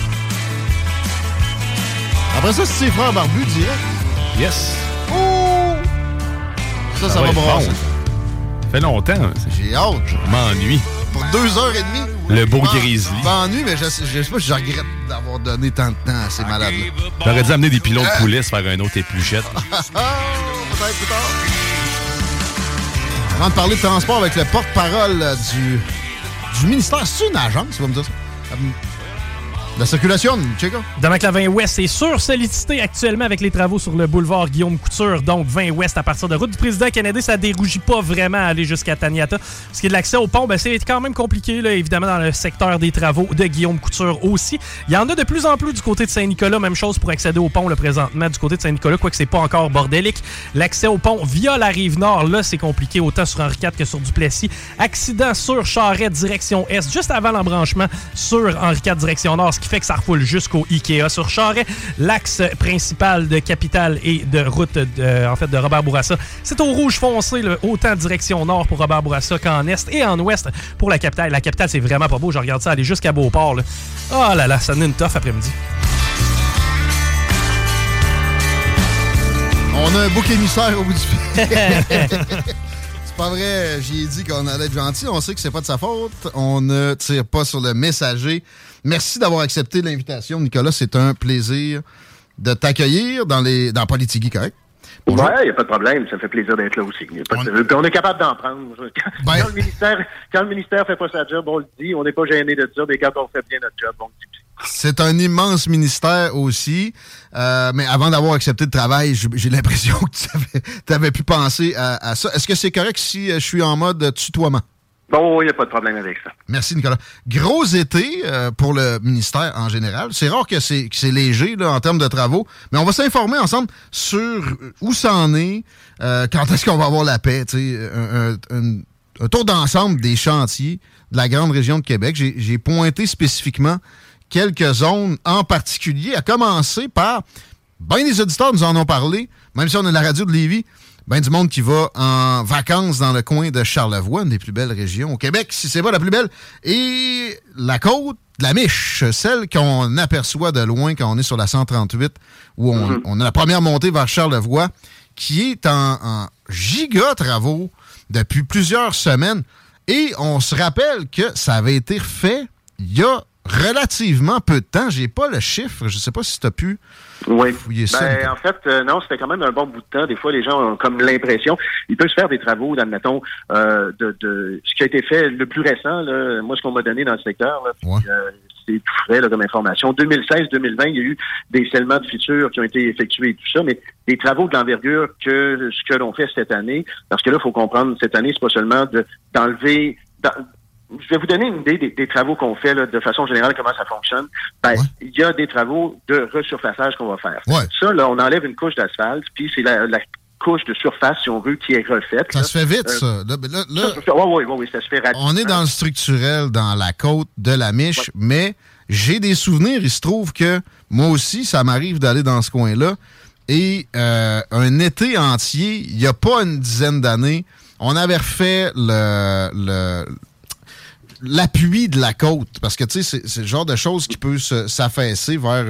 Après ça, c'est frère barbu direct. Yes. Oh! Ça va brasser. Bon. Ça fait longtemps. J'ai hâte. Je m'ennuie. Pour 2h30. Le beau Grizzly. Je m'ennuie, mais je sais pas si je regrette d'avoir donné tant de temps à ces malades-là. J'aurais dû amener des pilons de poulet se faire un autre épluchette. Peut-être plus tard. Avant de parler de transport avec le porte-parole du ministère, c'est une agence, tu vas me dire ça? La circulation, Chico. Demain que la 20 Ouest est sursollicité actuellement avec les travaux sur le boulevard Guillaume Couture. Donc 20 Ouest à partir de route du président Kennedy, ça dérougit pas vraiment à aller jusqu'à Taniata. Ce qui est de l'accès au pont, ben, c'est quand même compliqué, là, évidemment, dans le secteur des travaux de Guillaume Couture aussi. Il y en a de plus en plus du côté de Saint-Nicolas. Même chose pour accéder au pont, le présentement, du côté de Saint-Nicolas, quoique c'est pas encore bordélique. L'accès au pont via la Rive-Nord, là, c'est compliqué, autant sur Henri IV que sur Duplessis. Accident sur Charest, direction Est, juste avant l'embranchement sur Henri IV, direction Nord, ce qui fait que ça refoule jusqu'au Ikea sur Charest. L'axe principal de Capitale et de route de Robert Bourassa, c'est au rouge foncé, là, autant direction nord pour Robert Bourassa qu'en est et en ouest pour la Capitale. La Capitale, c'est vraiment pas beau. Je regarde ça aller jusqu'à Beauport. Là. Oh là là, ça donne une toffe après-midi. On a un bouc émissaire au bout du fil. C'est pas vrai, j'y ai dit qu'on allait être gentil. On sait que c'est pas de sa faute. On ne tire pas sur le messager. Merci d'avoir accepté l'invitation, Nicolas. C'est un plaisir de t'accueillir dans Politigui correct. Bonjour. Ouais, il n'y a pas de problème. Ça fait plaisir d'être là aussi. On est capable d'en prendre. Quand le ministère fait pas sa job, on le dit. On n'est pas gêné de ça. Mais quand on fait bien notre job, on le dit. C'est un immense ministère aussi. Mais avant d'avoir accepté le travail, j'ai l'impression que tu avais pu penser à ça. Est-ce que c'est correct si je suis en mode tutoiement? Bon, il n'y a pas de problème avec ça. Merci, Nicolas. Gros été pour le ministère en général. C'est rare que c'est léger là, en termes de travaux, mais on va s'informer ensemble sur où ça en est, quand est-ce qu'on va avoir la paix, un tour d'ensemble des chantiers de la grande région de Québec. J'ai pointé spécifiquement quelques zones en particulier, à commencer par, ben des auditeurs nous en ont parlé, même si on est la radio de Lévis, ben du monde qui va en vacances dans le coin de Charlevoix, une des plus belles régions au Québec, si c'est pas la plus belle, et la côte de la Miche, celle qu'on aperçoit de loin quand on est sur la 138, où on a la première montée vers Charlevoix, qui est en giga travaux depuis plusieurs semaines, et on se rappelle que ça avait été refait il y a relativement peu de temps. J'ai pas le chiffre. Je sais pas si tu as pu fouiller ça. En fait, non, c'était quand même un bon bout de temps. Des fois, les gens ont comme l'impression, il peut se faire des travaux, admettons, de ce qui a été fait le plus récent, là, moi, ce qu'on m'a donné dans le secteur, là, c'est tout frais là, comme information. 2016-2020, il y a eu des scellements de fissures qui ont été effectués et tout ça, mais des travaux de l'envergure que ce que l'on fait cette année, parce que là, il faut comprendre, cette année, c'est pas seulement d'enlever... Je vais vous donner une idée des travaux qu'on fait là, de façon générale, comment ça fonctionne. Il y a des travaux de resurfaçage qu'on va faire. Ça, là, on enlève une couche d'asphalte, puis c'est la couche de surface, si on veut, qui est refaite. Ça se fait vite, ça. Oui, ça se fait rapidement. On est dans le structurel, dans la côte de la Miche, mais j'ai des souvenirs. Il se trouve que moi aussi, ça m'arrive d'aller dans ce coin-là. Et un été entier, il n'y a pas une dizaine d'années, on avait refait l'appui de la côte, parce que tu sais, c'est le genre de choses qui peut s'affaisser vers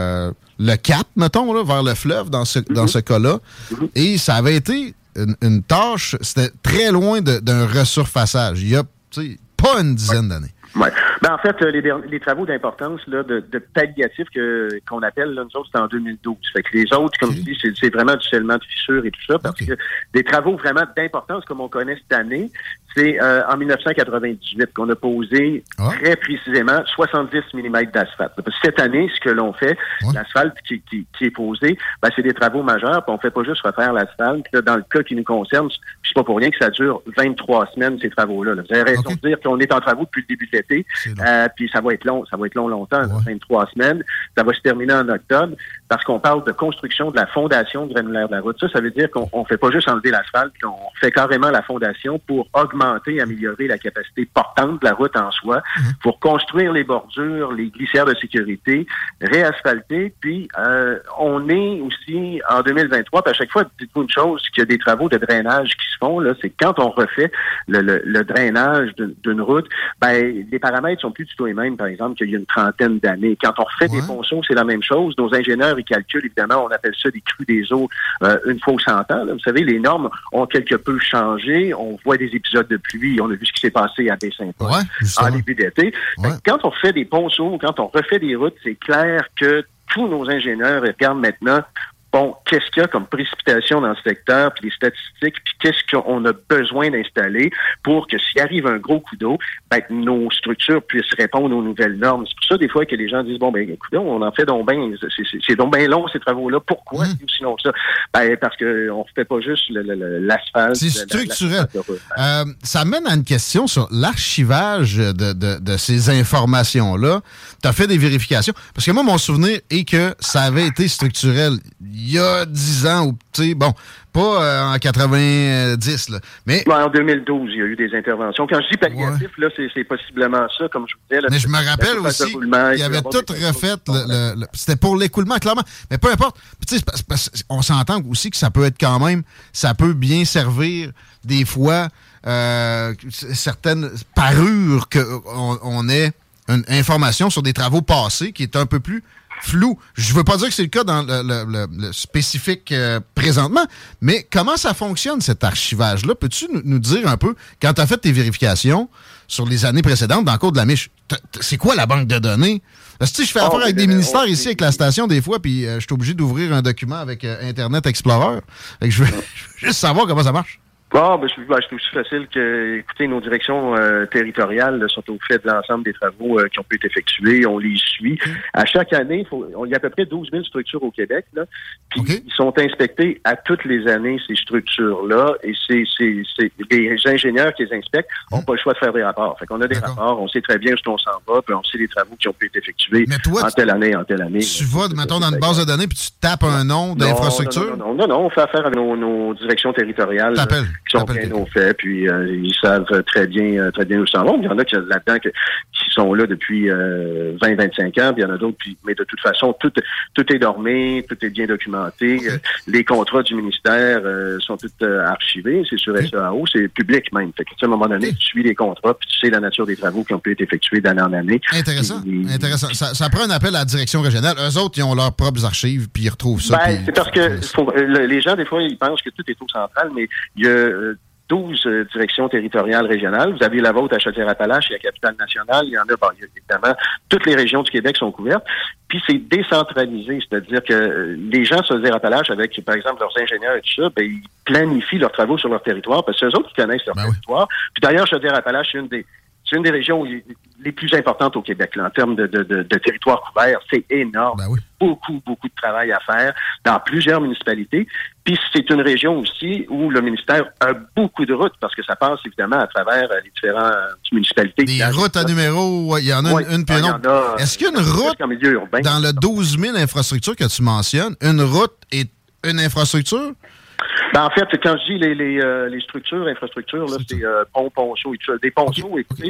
le cap, mettons, là, vers le fleuve dans ce cas-là. Et ça avait été une tâche, c'était très loin d'un resurfaçage. Il y a pas une dizaine d'années. Ouais. En fait, les travaux d'importance là, de palliatifs qu'on appelle, là, nous autres, c'est en 2012. Fait que les autres, comme je dis, c'est vraiment du scellement de fissures et tout ça, parce que des travaux vraiment d'importance, comme on connaît cette année, c'est en 1998 qu'on a posé très précisément 70 mm d'asphalte. Cette année, ce que l'on fait, l'asphalte qui est posé, c'est des travaux majeurs, puis on fait pas juste refaire l'asphalte. Là, dans le cas qui nous concerne, c'est pas pour rien que ça dure 23 semaines, ces travaux-là. Là. Vous avez raison de dire qu'on est en travaux depuis le début de l'été, puis ça va être long longtemps, 23 semaines. Ça va se terminer en octobre, parce qu'on parle de construction de la fondation granulaire de la route. Ça veut dire qu'on fait pas juste enlever l'asphalte, on fait carrément la fondation pour augmenter, améliorer la capacité portante de la route en soi, pour construire les bordures, les glissières de sécurité, réasphalter, puis on est aussi en 2023, puis à chaque fois, dites-vous une chose, qu'il y a des travaux de drainage qui se font, là, c'est quand on refait le drainage d'une route, les paramètres sont plus du tout les mêmes, par exemple, qu'il y a une trentaine d'années. Quand on refait des ponceaux, c'est la même chose. Nos ingénieurs, ils calculent, évidemment, on appelle ça des crues des eaux une fois aux 100 ans. Là. Vous savez, les normes ont quelque peu changé. On voit des épisodes de pluie. On a vu ce qui s'est passé à Baie-Saint-Paul en début d'été. Quand on fait des ponceaux, quand on refait des routes, c'est clair que tous nos ingénieurs regardent maintenant qu'est-ce qu'il y a comme précipitation dans le secteur, puis les statistiques, puis qu'est-ce qu'on a besoin d'installer pour que s'il arrive un gros coup d'eau, nos structures puissent répondre aux nouvelles normes. C'est pour ça, des fois, que les gens disent, écoute, on en fait donc bien, c'est donc bien long, ces travaux-là. Pourquoi? Sinon ça? Parce qu'on ne fait pas juste l'asphalte. C'est structurel. Ça mène à une question sur l'archivage de ces informations-là. Tu as fait des vérifications. Parce que moi, mon souvenir est que ça avait été structurel il y a 10 ans, ou pas en 90, là. Mais en 2012, il y a eu des interventions. Quand je dis palliatif, là, c'est possiblement ça, comme je vous disais. Là, mais je me rappelle aussi qu'il y avait tout refait. C'était pour l'écoulement, clairement. Mais peu importe. On s'entend aussi que ça peut être quand même, ça peut bien servir des fois certaines parures qu'on ait une information sur des travaux passés qui est un peu plus flou. Je veux pas dire que c'est le cas dans le spécifique présentement, mais comment ça fonctionne, cet archivage-là? Peux-tu nous dire un peu, quand tu as fait tes vérifications sur les années précédentes dans le Côte de la Miche, c'est quoi la banque de données? Parce que je fais affaire avec des ministères ici, avec la station, des fois, puis je suis obligé d'ouvrir un document avec Internet Explorer. Fait que je veux juste savoir comment ça marche. C'est aussi facile que, écoutez, nos directions territoriales là, sont au fait de l'ensemble des travaux qui ont pu être effectués. On les suit. À chaque année, il y a à peu près 12 000 structures au Québec. Là, puis ils sont inspectés à toutes les années, ces structures-là. Et les ingénieurs qui les inspectent n'ont pas le choix de faire des rapports. Fait qu'on a des rapports, on sait très bien où on s'en va, puis on sait les travaux qui ont pu être effectués en telle année. Tu vas, mettons, dans une base de données, puis tu tapes un nom d'infrastructure? Non, on fait affaire avec nos directions territoriales. Qui sont bien au fait, puis ils savent très bien où s'en vont. Il y en a qui là-dedans qui sont là depuis 20-25 ans, puis il y en a d'autres, mais de toute façon, tout est normé, tout est bien documenté. Les contrats du ministère sont tous archivés, c'est sur SEAO, c'est public même. Fait que, à un moment donné, tu suis les contrats, puis tu sais la nature des travaux qui ont pu être effectués d'année en année. Intéressant. Ça prend un appel à la direction régionale. Eux autres, ils ont leurs propres archives, puis ils retrouvent ça. C'est parce que les gens, des fois, ils pensent que tout est au central, mais il y a 12 directions territoriales régionales. Vous avez la vôtre à Chaudière-Appalaches et à Capitale-Nationale. Il y en a, évidemment, toutes les régions du Québec sont couvertes. Puis c'est décentralisé, c'est-à-dire que les gens de Chaudière-Appalaches, avec, par exemple, leurs ingénieurs et tout ça, ils planifient leurs travaux sur leur territoire parce que c'est eux autres qui connaissent leur territoire. Puis d'ailleurs, Chaudière-Appalaches, c'est une des régions les plus importantes au Québec, là, en termes de territoire couvert. C'est énorme. Beaucoup de travail à faire dans plusieurs municipalités. Puis c'est une région aussi où le ministère a beaucoup de routes parce que ça passe évidemment à travers les différentes municipalités. Des routes à numéro, il y en a une puis une autre. Est-ce qu'il y a une route dans le 12 000 infrastructures que tu mentionnes, une route est une infrastructure? En fait, quand je dis les structures, infrastructures, là, c'est ponts-chauds et tout ça. Des ponts-chauds, écoutez,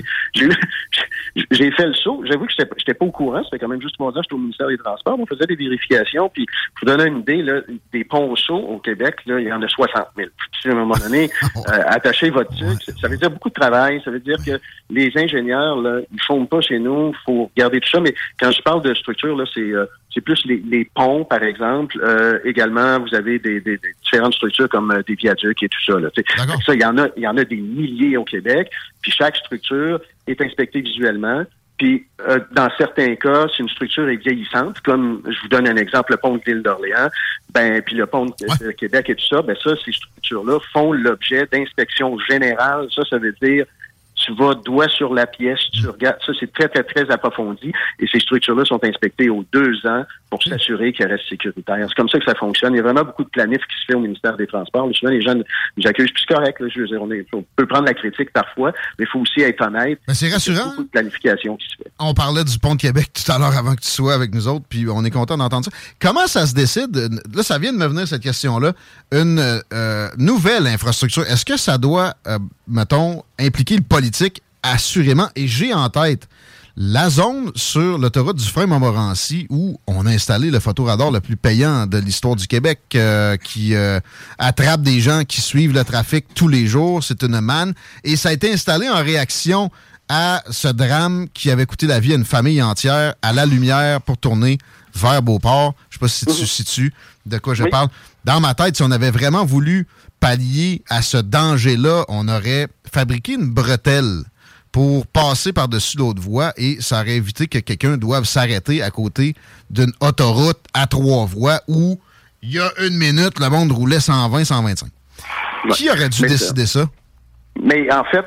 j'ai fait le saut. J'avoue que j'étais pas au courant. Ça fait quand même juste 3 ans que j'étais au ministère des Transports. On faisait des vérifications. Puis, pour vous donner une idée, là, des ponts-chauds au Québec, là, il y en a 60 000. Puis, à un moment donné, attachez votre truc. Ça veut dire beaucoup de travail. Ça veut dire que les ingénieurs, là, ils font pas chez nous. Il faut regarder tout ça. Mais quand je parle de structure, là, c'est plus les ponts, par exemple. Également, vous avez des différentes structures comme des viaducs et tout ça. Là, ça, il y en a des milliers au Québec. Puis chaque structure est inspectée visuellement. Puis dans certains cas, si une structure est vieillissante, comme je vous donne un exemple, le pont de l'île d'Orléans, puis le pont de Québec et tout ça, ces structures-là font l'objet d'inspection générale. Ça veut dire tu vas doigt sur la pièce, tu regardes. Ça, c'est très, très, très approfondi. Et ces structures-là sont inspectées aux 2 ans pour s'assurer qu'elles restent sécuritaires. C'est comme ça que ça fonctionne. Il y a vraiment beaucoup de planif qui se fait au ministère des Transports. Souvent, les gens nous accusent, puis c'est correct. Là, je veux dire, on peut prendre la critique parfois, mais il faut aussi être honnête. Mais c'est rassurant. Il y a beaucoup de planification qui se fait. On parlait du pont de Québec tout à l'heure avant que tu sois avec nous autres, puis on est content d'entendre ça. Comment ça se décide? Là, ça vient de me venir, cette question-là. Une nouvelle infrastructure, est-ce que ça doit, mettons, impliquer le politique? Assurément. Et j'ai en tête la zone sur l'autoroute du Frein-Montmorency où on a installé le photoradar le plus payant de l'histoire du Québec qui attrape des gens qui suivent le trafic tous les jours. C'est une manne. Et ça a été installé en réaction à ce drame qui avait coûté la vie à une famille entière à la lumière pour tourner vers Beauport. Je ne sais pas si tu situes de quoi je parle. Dans ma tête, si on avait vraiment voulu pallier à ce danger-là, on aurait fabriqué une bretelle pour passer par-dessus l'autre voie et ça aurait évité que quelqu'un doive s'arrêter à côté d'une autoroute à 3 voies où il y a 1 minute, le monde roulait 120, 125. Qui aurait dû décider ça? Mais en fait,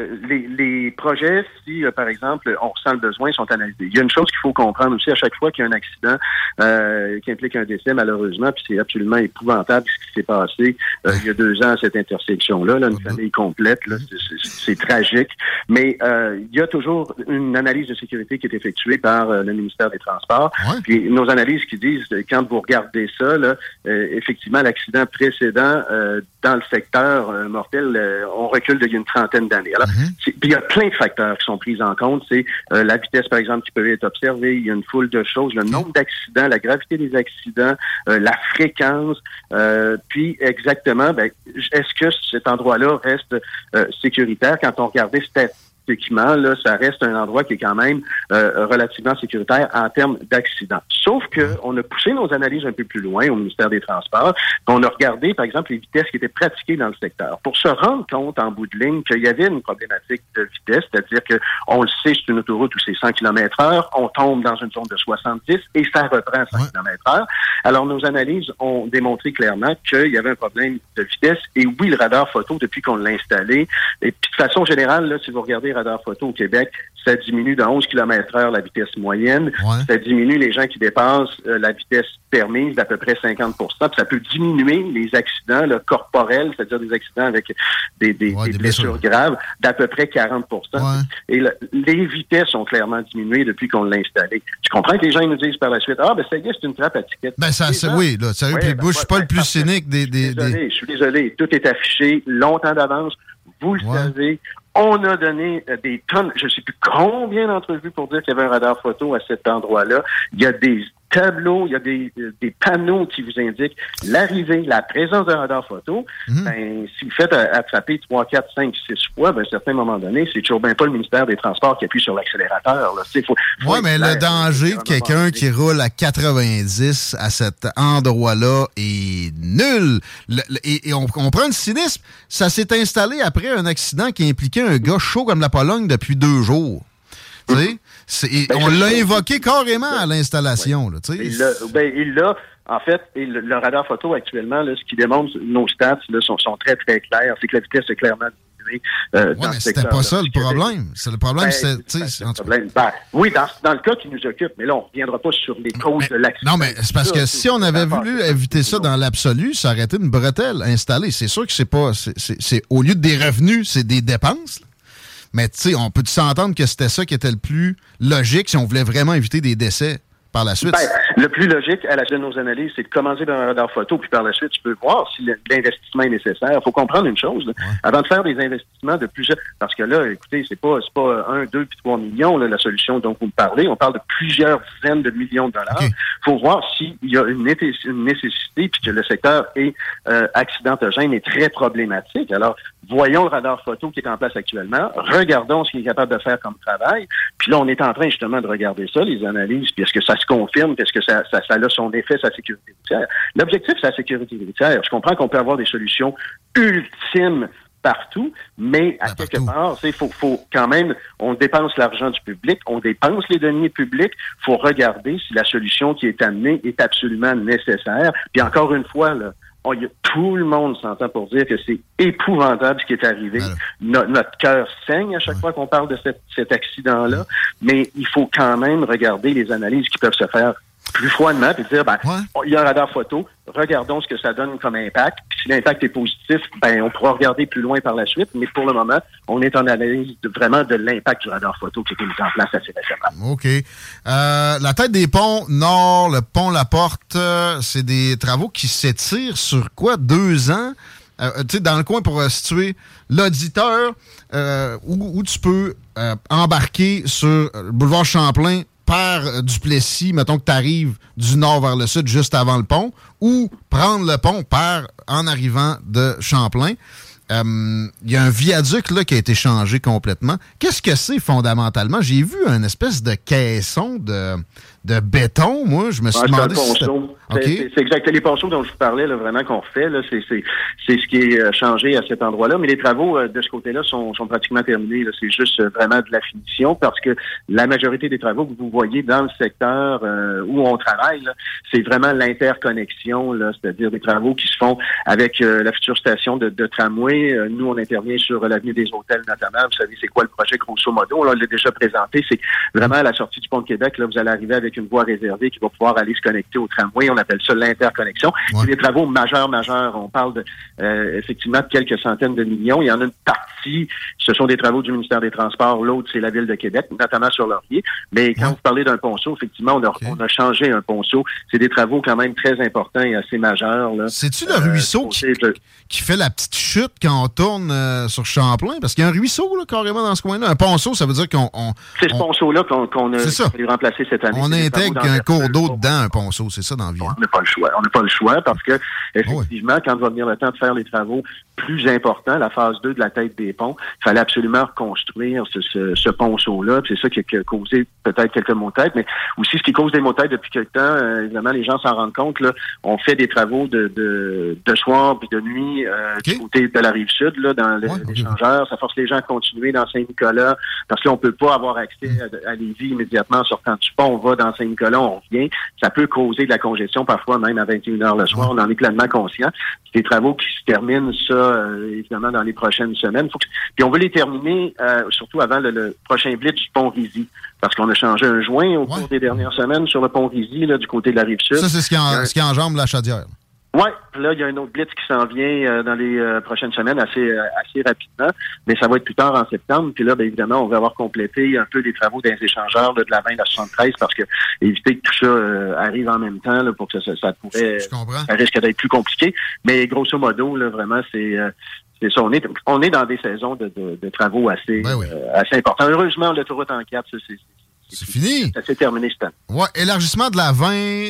les projets, si par exemple on ressent le besoin, sont analysés. Il y a une chose qu'il faut comprendre aussi à chaque fois qu'il y a un accident qui implique un décès, malheureusement, puis c'est absolument épouvantable ce qui s'est passé il y a 2 ans à cette intersection-là, une famille complète, là, c'est tragique. Mais il y a toujours une analyse de sécurité qui est effectuée par le ministère des Transports. Puis nos analyses qui disent, quand vous regardez ça, là, effectivement, l'accident précédent dans le secteur mortel, on recule d'il y a une trentaine d'années. Alors, il y a plein de facteurs qui sont pris en compte. C'est la vitesse, par exemple, qui peut être observée. Il y a une foule de choses. Le nombre d'accidents, la gravité des accidents, la fréquence. Puis, exactement, est-ce que cet endroit-là reste sécuritaire? Quand on regardait, c'était équipements, là, ça reste un endroit qui est quand même relativement sécuritaire en termes d'accidents. Sauf que on a poussé nos analyses un peu plus loin au ministère des Transports. On a regardé, par exemple, les vitesses qui étaient pratiquées dans le secteur pour se rendre compte en bout de ligne qu'il y avait une problématique de vitesse, c'est-à-dire que on le sait, c'est une autoroute où c'est 100 km/h, on tombe dans une zone de 70 et ça reprend 100 km/h. Alors, nos analyses ont démontré clairement qu'il y avait un problème de vitesse. Et oui, le radar photo, depuis qu'on l'a installé, et puis de façon générale, là, si vous regardez le radar photo au Québec, ça diminue de 11 km/h la vitesse moyenne. Ça diminue les gens qui dépassent la vitesse permise d'à peu près 50 %. Puis ça peut diminuer les accidents là, corporels, c'est-à-dire des accidents avec des blessures graves, d'à peu près 40 %. Et les vitesses ont clairement diminué depuis qu'on l'a installé. Je comprends que les gens nous disent par la suite, ça y est, c'est une trappe à ticket. Oui, là, sérieux, puis je suis pas le plus cynique des... Je suis désolé. Tout est affiché longtemps d'avance. Vous le savez. On a donné des tonnes, je ne sais plus combien d'entrevues pour dire qu'il y avait un radar photo à cet endroit-là. Il y a des tableaux, il y a des panneaux qui vous indiquent l'arrivée, la présence d'un radar photo. Ben, si vous faites attraper 3, 4, 5, 6 fois, ben, à un certain moment donné, c'est toujours bien pas le ministère des Transports qui appuie sur l'accélérateur. Oui, mais le danger de quelqu'un qui roule à 90 à cet endroit-là est nul. Et on prend le cynisme. Ça s'est installé après un accident qui impliquait un gars chaud comme la Pologne depuis 2 jours. Tu sais? On l'a invoqué carrément à l'installation. Là, il l'a. En fait, le radar photo actuellement, là, ce qui démontre nos stats là, sont très, très clairs. C'est que la vitesse est clairement diminuée. Mais c'était pas ça le problème. Le problème, oui, dans le cas qui nous occupe, mais là, on ne reviendra pas sur les causes de l'accident. Non, mais c'est parce que si on avait voulu éviter ça dans l'absolu, ça aurait été une bretelle installée. C'est sûr que c'est pas. C'est au lieu des revenus, c'est des dépenses. Là. Mais tu sais, on peut s'entendre que c'était ça qui était le plus logique si on voulait vraiment éviter des décès par la suite. Le plus logique à la suite de nos analyses, c'est de commencer par un radar photo, puis par la suite, tu peux voir si l'investissement est nécessaire. Il faut comprendre une chose, là, avant de faire des investissements de plusieurs... Parce que là, écoutez, c'est pas 1, 2 puis 3 millions, là, la solution dont vous me parlez. On parle de plusieurs dizaines de millions de dollars. Il faut voir s'il y a une nécessité, puis que le secteur est accidentogène et très problématique. Alors, voyons le radar photo qui est en place actuellement, regardons ce qu'il est capable de faire comme travail, puis là, on est en train justement de regarder ça, les analyses, puis est-ce que ça se confirme, est-ce que ça a son effet, sa sécurité routière. L'objectif, c'est la sécurité routière. Je comprends qu'on peut avoir des solutions ultimes partout, mais à quelque part, il faut quand même, on dépense l'argent du public, on dépense les deniers publics, il faut regarder si la solution qui est amenée est absolument nécessaire. Puis encore une fois, là, tout le monde s'entend pour dire que c'est épouvantable ce qui est arrivé. Notre cœur saigne à chaque fois qu'on parle de cet accident-là, mais il faut quand même regarder les analyses qui peuvent se faire plus froidement et dire, il y a un radar photo, regardons ce que ça donne comme impact. Puis si l'impact est positif, on pourra regarder plus loin par la suite. Mais pour le moment, on est en analyse vraiment de l'impact du radar photo qui a été mis en place assez récemment. OK. La tête des ponts Nord, le pont La Porte, c'est des travaux qui s'étirent sur quoi? 2 ans? Tu sais, dans le coin pour situer l'auditeur, où tu peux embarquer sur le boulevard Champlain par Duplessis, mettons que tu arrives du nord vers le sud juste avant le pont, ou prendre le pont en arrivant de Champlain. Il y a un viaduc là, qui a été changé complètement. Qu'est-ce que c'est fondamentalement? J'ai vu un espèce de caisson de béton, moi. Je me suis demandé si c'est exact. Les ponceaux dont je vous parlais, là, vraiment qu'on refait, là, c'est ce qui est changé à cet endroit-là. Mais les travaux de ce côté-là sont pratiquement terminés. Là. C'est juste vraiment de la finition parce que la majorité des travaux que vous voyez dans le secteur où on travaille, là, c'est vraiment l'interconnexion, là, c'est-à-dire des travaux qui se font avec la future station de tramway. Nous, on intervient sur l'avenue des Hôtels notamment. Vous savez, c'est quoi le projet grosso modo? On l'a déjà présenté. C'est vraiment à la sortie du pont de Québec. Là, vous allez arriver avec une voie réservée qui va pouvoir aller se connecter au tramway. On appelle ça l'interconnexion. C'est des travaux majeurs. On parle de effectivement de quelques centaines de millions. Il y en a une partie, ce sont des travaux du ministère des Transports. L'autre, c'est la Ville de Québec, notamment sur Laurier. Mais quand vous parlez d'un ponceau, effectivement, on a changé un ponceau. C'est des travaux quand même très importants et assez majeurs. Là. C'est-tu le ruisseau qui fait la petite chute quand on tourne sur Champlain? Parce qu'il y a un ruisseau là, carrément dans ce coin-là. Un ponceau, ça veut dire qu'on... C'est ce ponceau-là qu'on a remplacé cette année. On intègre un cours d'eau dedans, un ponceau. C'est ça dans le vie. On n'a pas le choix. On n'a pas le choix parce que, effectivement, quand va venir le temps de faire les travaux plus importants, la phase 2 de la tête des ponts, il fallait absolument reconstruire ce ponceau-là. C'est ça qui a causé peut-être quelques maux de tête, mais aussi ce qui cause des maux de tête depuis quelque temps, évidemment, les gens s'en rendent compte, là, on fait des travaux de soir puis de nuit du côté de la Rive-Sud, là, dans l'échangeur. Ça force les gens à continuer dans Saint-Nicolas parce que là, on peut pas avoir accès à Lévis immédiatement en sortant du pont. On va dans Saint-Nicolas, on revient. Ça peut causer de la congestion parfois même à 21h le soir. On en est pleinement conscient. C'est des travaux qui se terminent, ça, évidemment, dans les prochaines semaines. Puis on veut les terminer surtout avant le prochain blitz du pont Rizy. Parce qu'on a changé un joint au cours des dernières semaines sur le pont Rizy, là, du côté de la Rive-Sud. Ça, c'est ce qui enjambe la Chaudière. Oui, là, il y a un autre blitz qui s'en vient dans les prochaines semaines assez rapidement, mais ça va être plus tard en septembre. Puis là, bien évidemment, on va avoir complété un peu les travaux des échangeurs là, de la 20 à la 73 parce que éviter que tout ça arrive en même temps là, pour que ça pourrait... Ça risque d'être plus compliqué. Mais grosso modo, là, vraiment, c'est ça. On est dans des saisons de travaux assez importants. Heureusement, l'autoroute en 4, c'est fini. Ça s'est terminé cette année. Ouais, élargissement de la 20,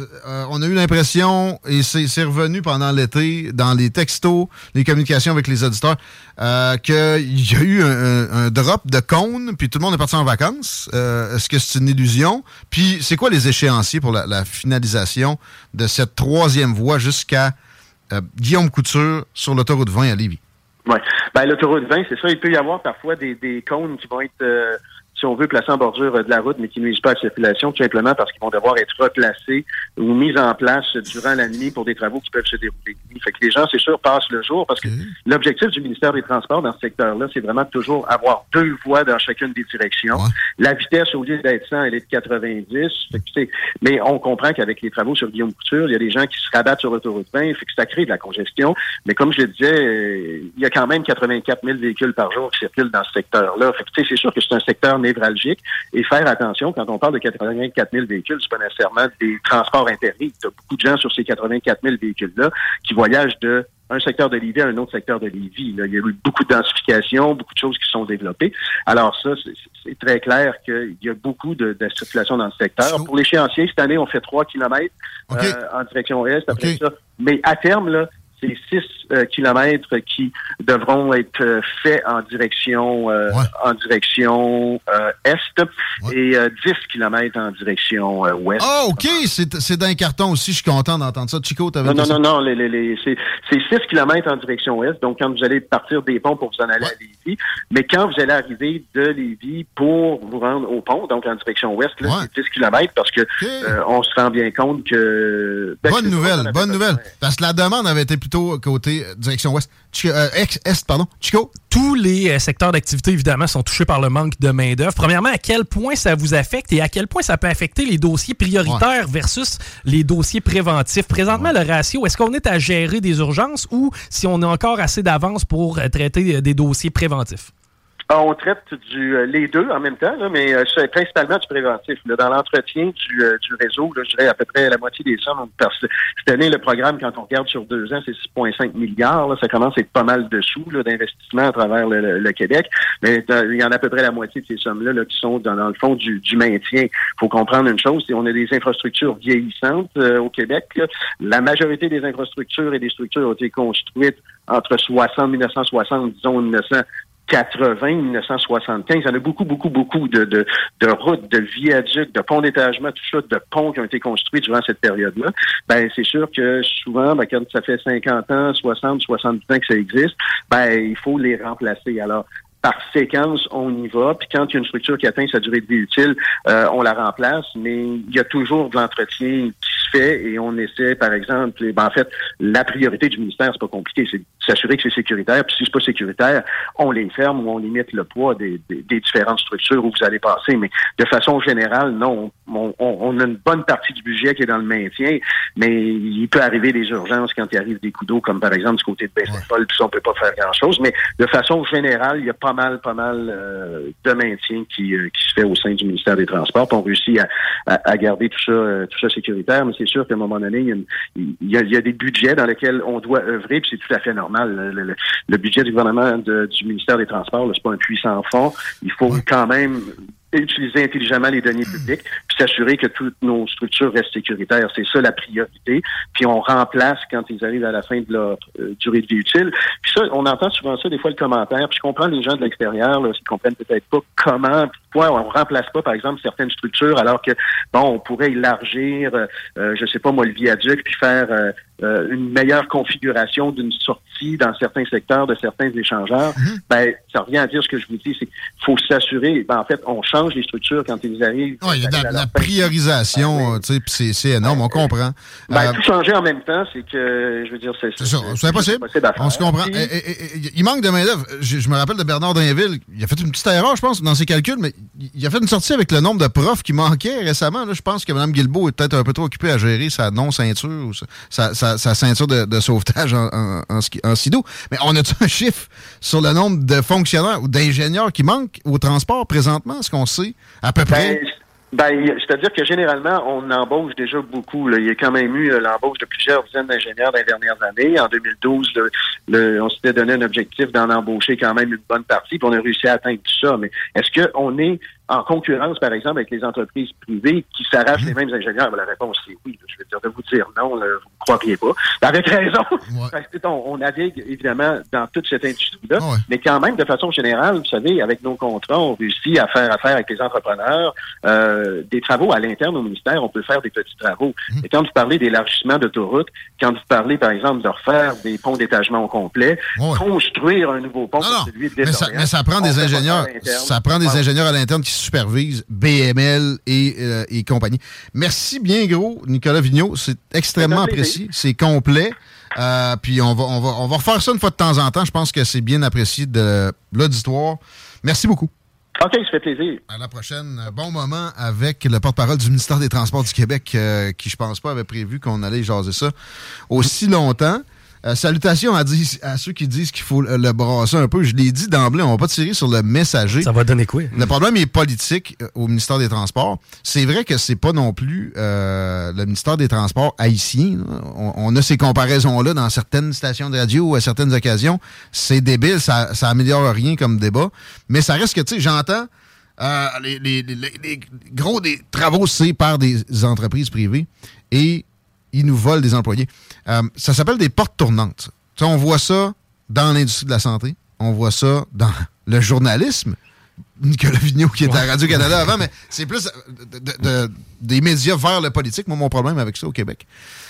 on a eu l'impression, et c'est revenu pendant l'été, dans les textos, les communications avec les auditeurs, qu'il y a eu un drop de cône, puis tout le monde est parti en vacances. Est-ce que c'est une illusion? Puis c'est quoi les échéanciers pour la finalisation de cette troisième voie jusqu'à Guillaume Couture sur l'autoroute 20 à Lévis? Oui. Ben, l'autoroute 20, c'est ça. Il peut y avoir parfois des cônes qui vont être... si on veut, placés en bordure de la route, mais qui ne nuisent pas à la circulation, tout simplement parce qu'ils vont devoir être replacés ou mis en place durant la nuit pour des travaux qui peuvent se dérouler de nuit. Fait que les gens, c'est sûr, passent le jour parce que l'objectif du ministère des Transports dans ce secteur-là, c'est vraiment de toujours avoir 2 voies dans chacune des directions. Ouais. La vitesse, au lieu d'être 100, elle est de 90. Fait que mais on comprend qu'avec les travaux sur Guillaume Couture, il y a des gens qui se rabattent sur l'autoroute 20, fait que ça crée de la congestion. Mais comme je le disais, il y a quand même 84 000 véhicules par jour qui circulent dans ce secteur-là. Fait que c'est sûr que c'est un secteur névralgique et faire attention quand on parle de 84 000 véhicules, c'est pas nécessairement des transports interdits. Il y a beaucoup de gens sur ces 84 000 véhicules-là qui voyagent de un secteur de Lévis à un autre secteur de Lévis. Là. Il y a eu beaucoup de densification, beaucoup de choses qui sont développées. Alors ça, c'est très clair qu'il y a beaucoup de circulation dans le secteur. Pour l'échéancier, cette année, on fait 3 km en direction est. Après ça. Mais à terme, là, c'est 6 kilomètres qui devront être faits en direction est et 10 kilomètres en direction ouest. Ah, OK! C'est d'un carton aussi. Je suis content d'entendre ça. Chico, t'avais dit ça? Non. C'est 6 kilomètres en direction ouest. Donc, quand vous allez partir des ponts pour vous en aller à Lévis, mais quand vous allez arriver de Lévis pour vous rendre au pont, donc en direction ouest, là, c'est 10 kilomètres parce que on se rend bien compte que... Bonne nouvelle. Parce que la demande avait été plutôt côté direction ouest. Est, pardon. Chico? Tous les secteurs d'activité, évidemment, sont touchés par le manque de main-d'œuvre. Premièrement, à quel point ça vous affecte et à quel point ça peut affecter les dossiers prioritaires versus les dossiers préventifs? Présentement, le ratio, est-ce qu'on est à gérer des urgences ou si on a encore assez d'avance pour traiter des dossiers préventifs? On traite les deux en même temps, là, mais c'est principalement du préventif. Là, dans l'entretien du réseau, là, je dirais à peu près la moitié des sommes. Cette année, le programme, quand on regarde sur 2 ans, c'est 6,5 milliards. Là, ça commence à être pas mal de sous d'investissement à travers le Québec. Mais il y en a à peu près la moitié de ces sommes-là là, qui sont dans le fond du maintien. Il faut comprendre une chose, c'est on a des infrastructures vieillissantes au Québec. Là. La majorité des infrastructures et des structures ont été construites entre 1960, disons 1975, il y en a beaucoup de routes, de viaducs, de ponts d'étagement, tout ça, de ponts qui ont été construits durant cette période-là. Ben, c'est sûr que souvent, quand ça fait 50 ans, 60, 70 ans que ça existe, ben, il faut les remplacer. Alors, par séquence, on y va. Puis quand il y a une structure qui atteint sa durée de vie utile, on la remplace, mais il y a toujours de l'entretien qui se fait et on essaie, par exemple, en fait, la priorité du ministère, c'est pas compliqué, c'est de s'assurer que c'est sécuritaire. Puis si c'est pas sécuritaire, on les ferme ou on limite le poids des différentes structures où vous allez passer. Mais de façon générale, non, on a une bonne partie du budget qui est dans le maintien, mais il peut arriver des urgences quand il arrive des coups d'eau, comme par exemple du côté de Baie-Saint-Paul, puis ça, on peut pas faire grand-chose. Mais de façon générale, il y a pas mal de maintien qui se fait au sein du ministère des Transports. Puis on réussit à garder tout ça sécuritaire, mais c'est sûr qu'à un moment donné, il y a des budgets dans lesquels on doit œuvrer, puis c'est tout à fait normal. Le budget du gouvernement du ministère des Transports, là, c'est pas un puits sans fond. Il faut quand même utiliser intelligemment les données publiques, puis s'assurer que toutes nos structures restent sécuritaires. C'est ça la priorité. Puis on remplace quand ils arrivent à la fin de leur durée de vie utile. Puis ça, on entend souvent ça, des fois, le commentaire. Puis je comprends les gens de l'extérieur, là, qui comprennent peut-être pas comment, pourquoi on remplace pas, par exemple, certaines structures, alors que, bon, on pourrait élargir, je sais pas moi, le viaduc, puis faire une meilleure configuration d'une sortie dans certains secteurs de certains échangeurs. Ben, ça revient à dire ce que je vous dis, c'est qu'il faut s'assurer, en fait, on change les structures quand ils arrivent. Oui, il y a de la priorisation, tu sais, c'est énorme, on comprend. Tout changer en même temps, c'est que, je veux dire, c'est impossible. On se comprend. Il manque de main-d'œuvre. Je me rappelle de Bernard Drinville, il a fait une petite erreur, je pense, dans ses calculs, mais il a fait une sortie avec le nombre de profs qui manquaient récemment. Là, je pense que Mme Guilbeault est peut-être un peu trop occupée à gérer sa non-ceinture ou sa ceinture de sauvetage en SIDO. Mais on a-tu un chiffre sur le nombre de fonctionnaires ou d'ingénieurs qui manquent au transport présentement? Est-ce qu'on sait à peu près? C'est-à-dire que généralement, on embauche déjà beaucoup. Là. Il y a quand même eu l'embauche de plusieurs dizaines d'ingénieurs dans les dernières années. En 2012, on s'était donné un objectif d'en embaucher quand même une bonne partie, puis on a réussi à atteindre tout ça. Mais est-ce qu'on est en concurrence, par exemple, avec les entreprises privées qui s'arrachent les mêmes ingénieurs? La réponse, c'est oui. Je vais de vous dire non, vous ne croiriez pas. Avec raison. Parce que, on navigue, évidemment, dans toute cette industrie-là. Mais quand même, de façon générale, vous savez, avec nos contrats, on réussit à faire affaire avec les entrepreneurs. Des travaux à l'interne au ministère, on peut faire des petits travaux. Et quand vous parlez d'élargissement d'autoroutes, quand vous parlez, par exemple, de refaire des ponts d'étagement au complet, construire un nouveau pont, celui de mais ça prend des ingénieurs. Ça prend des ingénieurs à l'interne qui supervisent BML et compagnie. Merci bien gros, Nicolas Vigneault. C'est extrêmement apprécié. C'est complet. Puis on va refaire ça une fois de temps en temps. Je pense que c'est bien apprécié de l'auditoire. Merci beaucoup. OK, ça fait plaisir. À la prochaine. Bon moment avec le porte-parole du ministère des Transports du Québec qui, je pense pas, avait prévu qu'on allait jaser ça aussi longtemps. Salutations à ceux qui disent qu'il faut le brasser un peu. Je l'ai dit d'emblée, on va pas tirer sur le messager. Ça va donner quoi? Le problème est politique au ministère des Transports. C'est vrai que c'est pas non plus le ministère des Transports haïtien. On a ces comparaisons-là dans certaines stations de radio ou à certaines occasions. C'est débile, ça améliore rien comme débat. Mais ça reste que, tu sais, j'entends les gros des travaux, c'est par des entreprises privées et ils nous volent des employés. Ça s'appelle des portes tournantes. Tu sais, on voit ça dans l'industrie de la santé. On voit ça dans le journalisme. Nicolas Vigneault qui était à Radio-Canada avant, mais c'est plus des médias vers le politique. Moi, mon problème avec ça au Québec.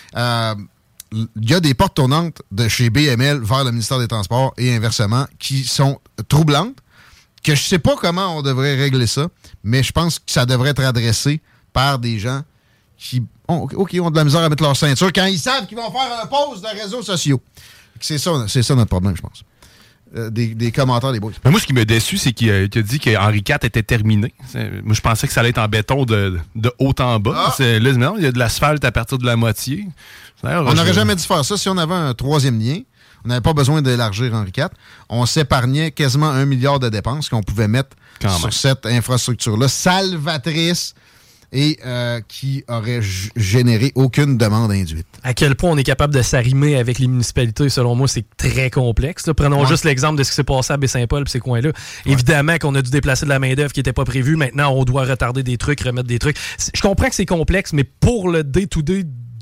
Il y a des portes tournantes de chez BML vers le ministère des Transports et inversement qui sont troublantes, que je sais pas comment on devrait régler ça, mais je pense que ça devrait être adressé par des gens qui ont de la misère à mettre leur ceinture quand ils savent qu'ils vont faire un pause de réseaux sociaux. C'est ça notre problème, je pense. Des commentaires des boys. Mais moi, ce qui m'a déçu, c'est qu'il a dit qu'Henri IV était terminé. Moi, je pensais que ça allait être en béton de haut en bas. Là, non, il y a de l'asphalte à partir de la moitié. On n'aurait jamais dû faire ça si on avait un troisième lien. On n'avait pas besoin d'élargir Henri IV. On s'épargnait quasiment 1 milliard de dépenses qu'on pouvait mettre sur cette infrastructure-là, salvatrice, et qui aurait généré aucune demande induite. À quel point on est capable de s'arrimer avec les municipalités, selon moi, c'est très complexe. Là. Prenons juste l'exemple de ce qui s'est passé à Baie-Saint-Paul et ces coins-là. Évidemment qu'on a dû déplacer de la main-d'œuvre qui n'était pas prévue. Maintenant, on doit retarder des trucs, remettre des trucs. Je comprends que c'est complexe, mais pour le day-to-day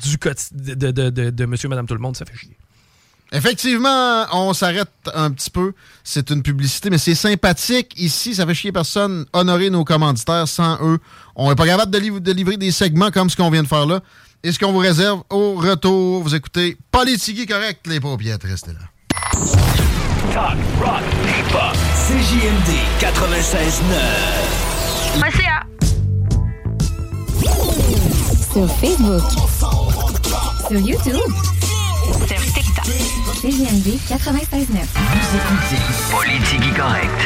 de monsieur, madame, tout le monde, ça fait chier. Effectivement, on s'arrête un petit peu. C'est une publicité, mais c'est sympathique. Ici, ça fait chier personne. Honorer nos commanditaires. Sans eux, on n'est pas capable de livrer des segments comme ce qu'on vient de faire là. Et ce qu'on vous réserve au retour, vous écoutez Politique correct, les paupiètes. Restez là. Talk, rock, hip-hop. CJMD 96.9. Sur Facebook. Sur YouTube. Sur TikTok. CJMD 96.9. Vous écoutez Politique correct.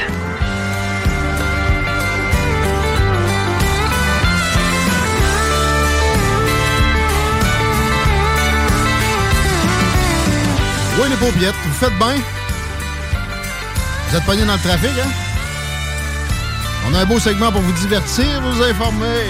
Oui, les paupiètes, vous faites bien? Vous êtes pognés dans le trafic, hein? On a un beau segment pour vous divertir, vous informer.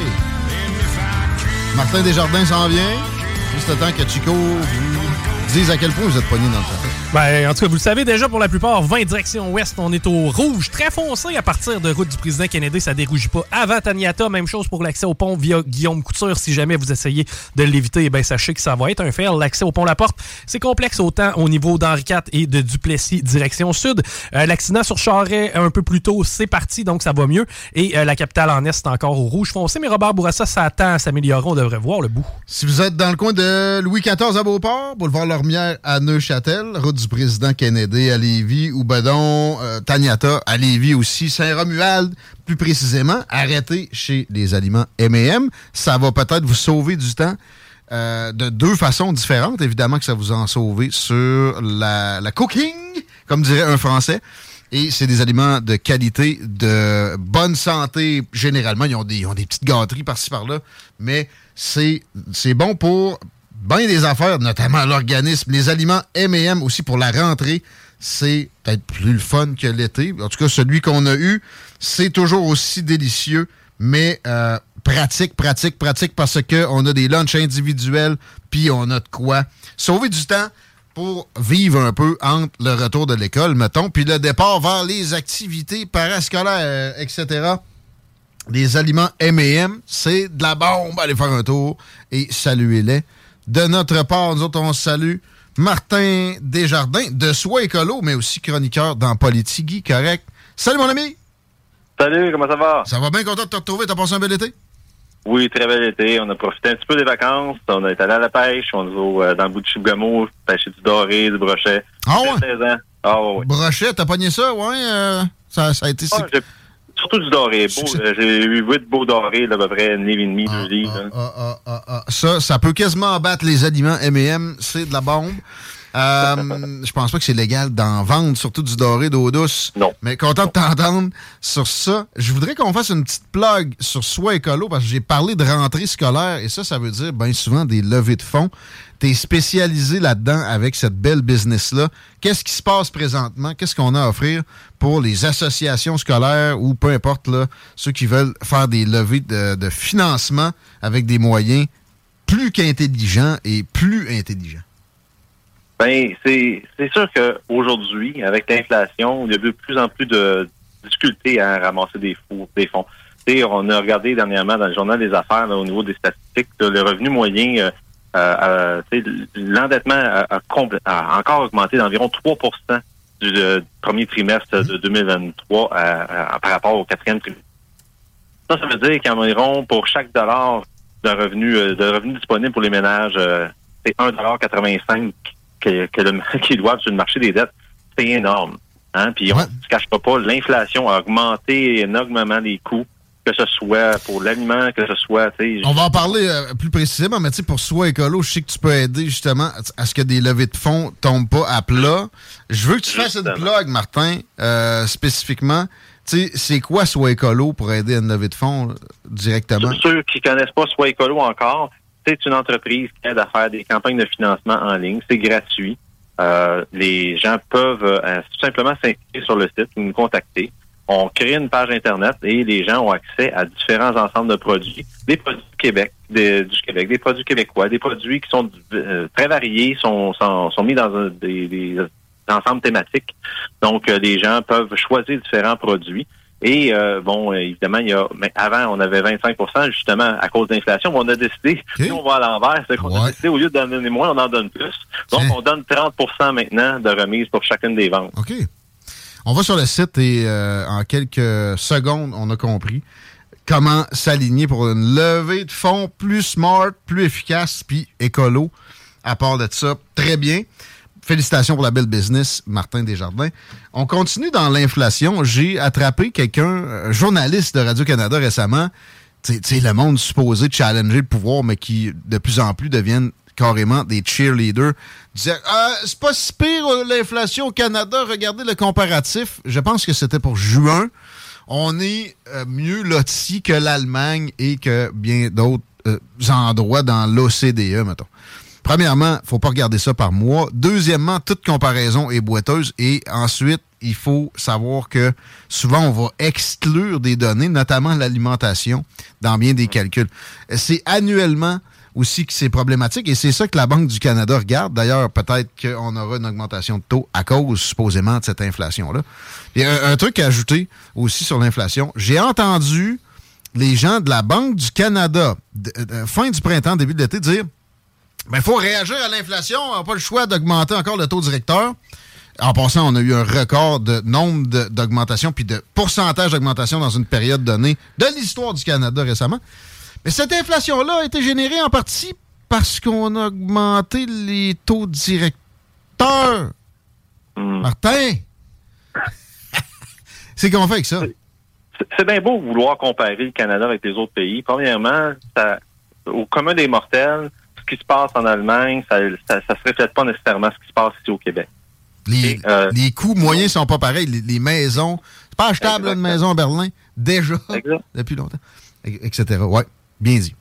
Martin Desjardins s'en vient. Juste le temps que Chico vous dise à quel point vous êtes pognés dans le trafic. Ben, en tout cas, vous le savez déjà, pour la plupart, 20 direction ouest, on est au rouge, très foncé à partir de route du président Kennedy, ça dérougit pas. Avant Taniata, même chose pour l'accès au pont via Guillaume Couture. Si jamais vous essayez de l'éviter, eh ben, sachez que ça va être un fail. L'accès au pont La Porte, c'est complexe autant au niveau d'Henri IV et de Duplessis, direction sud. L'accident sur Charest, un peu plus tôt, c'est parti, donc ça va mieux. Et la capitale en est, c'est encore au rouge foncé. Mais Robert Bourassa, ça attend à s'améliorer, on devrait voir le bout. Si vous êtes dans le coin de Louis XIV à Beauport, boulevard Lormière à Neuchâtel, route du président Kennedy à Lévis, ou bedon Taniata à Lévis aussi, Saint-Romuald, plus précisément, arrêtez chez les aliments M&M. Ça va peut-être vous sauver du temps de deux façons différentes. Évidemment que ça vous en sauve sur la cooking, comme dirait un Français. Et c'est des aliments de qualité, de bonne santé. Généralement, ils ont des petites gâteries par-ci par-là, mais c'est bon pour bien des affaires, notamment l'organisme. Les aliments M&M aussi pour la rentrée, c'est peut-être plus le fun que l'été. En tout cas, celui qu'on a eu, c'est toujours aussi délicieux, mais pratique, parce qu'on a des lunchs individuels, puis on a de quoi sauver du temps pour vivre un peu entre le retour de l'école, mettons, puis le départ vers les activités parascolaires, etc. Les aliments M&M, c'est de la bombe. Allez faire un tour et saluez-les. De notre part, nous autres, on salue Martin Desjardins, de Soi Écolo, mais aussi chroniqueur dans Politigui, correct. Salut, mon ami! Salut, comment ça va? Ça va bien, content de te retrouver. T'as passé un bel été? Oui, très bel été. On a profité un petit peu des vacances. On est allé à la pêche. On est dans le bout de Chibougamau, pêcher du doré, du brochet. Ah ouais? 16 ans. Ah ouais. Brochet, t'as pogné ça, ouais? Ça a été... Surtout du doré. J'ai eu 8 beaux dorés, là, à peu près 1,5 livre, 2 livres. Ça peut quasiment battre les aliments M&M. C'est de la bombe. Je pense pas que c'est légal d'en vendre, surtout du doré d'eau douce. Non. Mais content de t'entendre sur ça. Je voudrais qu'on fasse une petite plug sur Soi Écolo parce que j'ai parlé de rentrée scolaire et ça veut dire bien souvent des levées de fonds. T'es spécialisé là-dedans avec cette belle business-là. Qu'est-ce qui se passe présentement? Qu'est-ce qu'on a à offrir pour les associations scolaires ou peu importe, là, ceux qui veulent faire des levées de financement avec des moyens plus qu'intelligents et plus intelligents? Ben, c'est sûr qu'aujourd'hui, avec l'inflation, il y a de plus en plus de difficultés à ramasser des fonds. T'sais, on a regardé dernièrement dans le Journal des Affaires, là, au niveau des statistiques, le revenu moyen, l'endettement a encore augmenté d'environ 3% du premier trimestre de 2023 par rapport au quatrième trimestre. Ça veut dire qu'environ pour chaque dollar de revenu disponible pour les ménages, c'est 1,85 $. Qu'ils doivent sur le marché des dettes, c'est énorme. Hein? Puis on ne se cachera pas, l'inflation a augmenté énormément les coûts, que ce soit pour l'aliment, que ce soit... On va en parler plus précisément, mais pour Soi Écolo, je sais que tu peux aider justement à ce que des levées de fonds tombent pas à plat. Je veux que tu fasses une plug, Martin, spécifiquement. C'est quoi Soi Écolo pour aider à une levée de fonds directement? Pour ceux qui ne connaissent pas Soi Écolo encore, c'est une entreprise qui aide à faire des campagnes de financement en ligne. C'est gratuit. Les gens peuvent tout simplement s'inscrire sur le site ou nous contacter. On crée une page Internet et les gens ont accès à différents ensembles de produits. Des produits du Québec, des produits québécois, des produits qui sont très variés, sont mis dans des ensembles thématiques. Donc, les gens peuvent choisir différents produits. Et évidemment, mais avant, on avait 25% justement à cause d'inflation. On a décidé, nous, on va à l'envers. C'est qu'on a décidé, au lieu de donner moins, on en donne plus. Donc, on donne 30% maintenant de remise pour chacune des ventes. OK. On va sur le site et en quelques secondes, on a compris comment s'aligner pour une levée de fonds plus smart, plus efficace, puis écolo. À part de ça, très bien. Félicitations pour la belle business, Martin Desjardins. On continue dans l'inflation. J'ai attrapé quelqu'un, journaliste de Radio-Canada récemment, tu sais, le monde supposé challenger le pouvoir, mais qui de plus en plus deviennent carrément des cheerleaders. Disait, c'est pas si pire l'inflation au Canada, regardez le comparatif. Je pense que c'était pour juin. On est mieux lotis que l'Allemagne et que bien d'autres endroits dans l'OCDE, mettons. Premièrement, il ne faut pas regarder ça par mois. Deuxièmement, toute comparaison est boiteuse. Et ensuite, il faut savoir que souvent, on va exclure des données, notamment l'alimentation, dans bien des calculs. C'est annuellement aussi que c'est problématique et c'est ça que la Banque du Canada regarde. D'ailleurs, peut-être qu'on aura une augmentation de taux à cause, supposément, de cette inflation-là. Et un truc à ajouter aussi sur l'inflation, j'ai entendu les gens de la Banque du Canada, fin du printemps, début de l'été, dire il faut réagir à l'inflation, on n'a pas le choix d'augmenter encore le taux directeur. En passant, on a eu un record de nombre d'augmentations puis de pourcentage d'augmentation dans une période donnée de l'histoire du Canada récemment. Mais cette inflation-là a été générée en partie parce qu'on a augmenté les taux directeurs. Martin! C'est qu'on fait avec ça? C'est bien beau vouloir comparer le Canada avec les autres pays. Premièrement, au commun des mortels, ce qui se passe en Allemagne, ça se reflète pas nécessairement ce qui se passe ici au Québec. Les coûts moyens sont pas pareils. Les maisons, c'est pas achetable là, une maison à Berlin, déjà, depuis longtemps, etc. Oui, bien dit.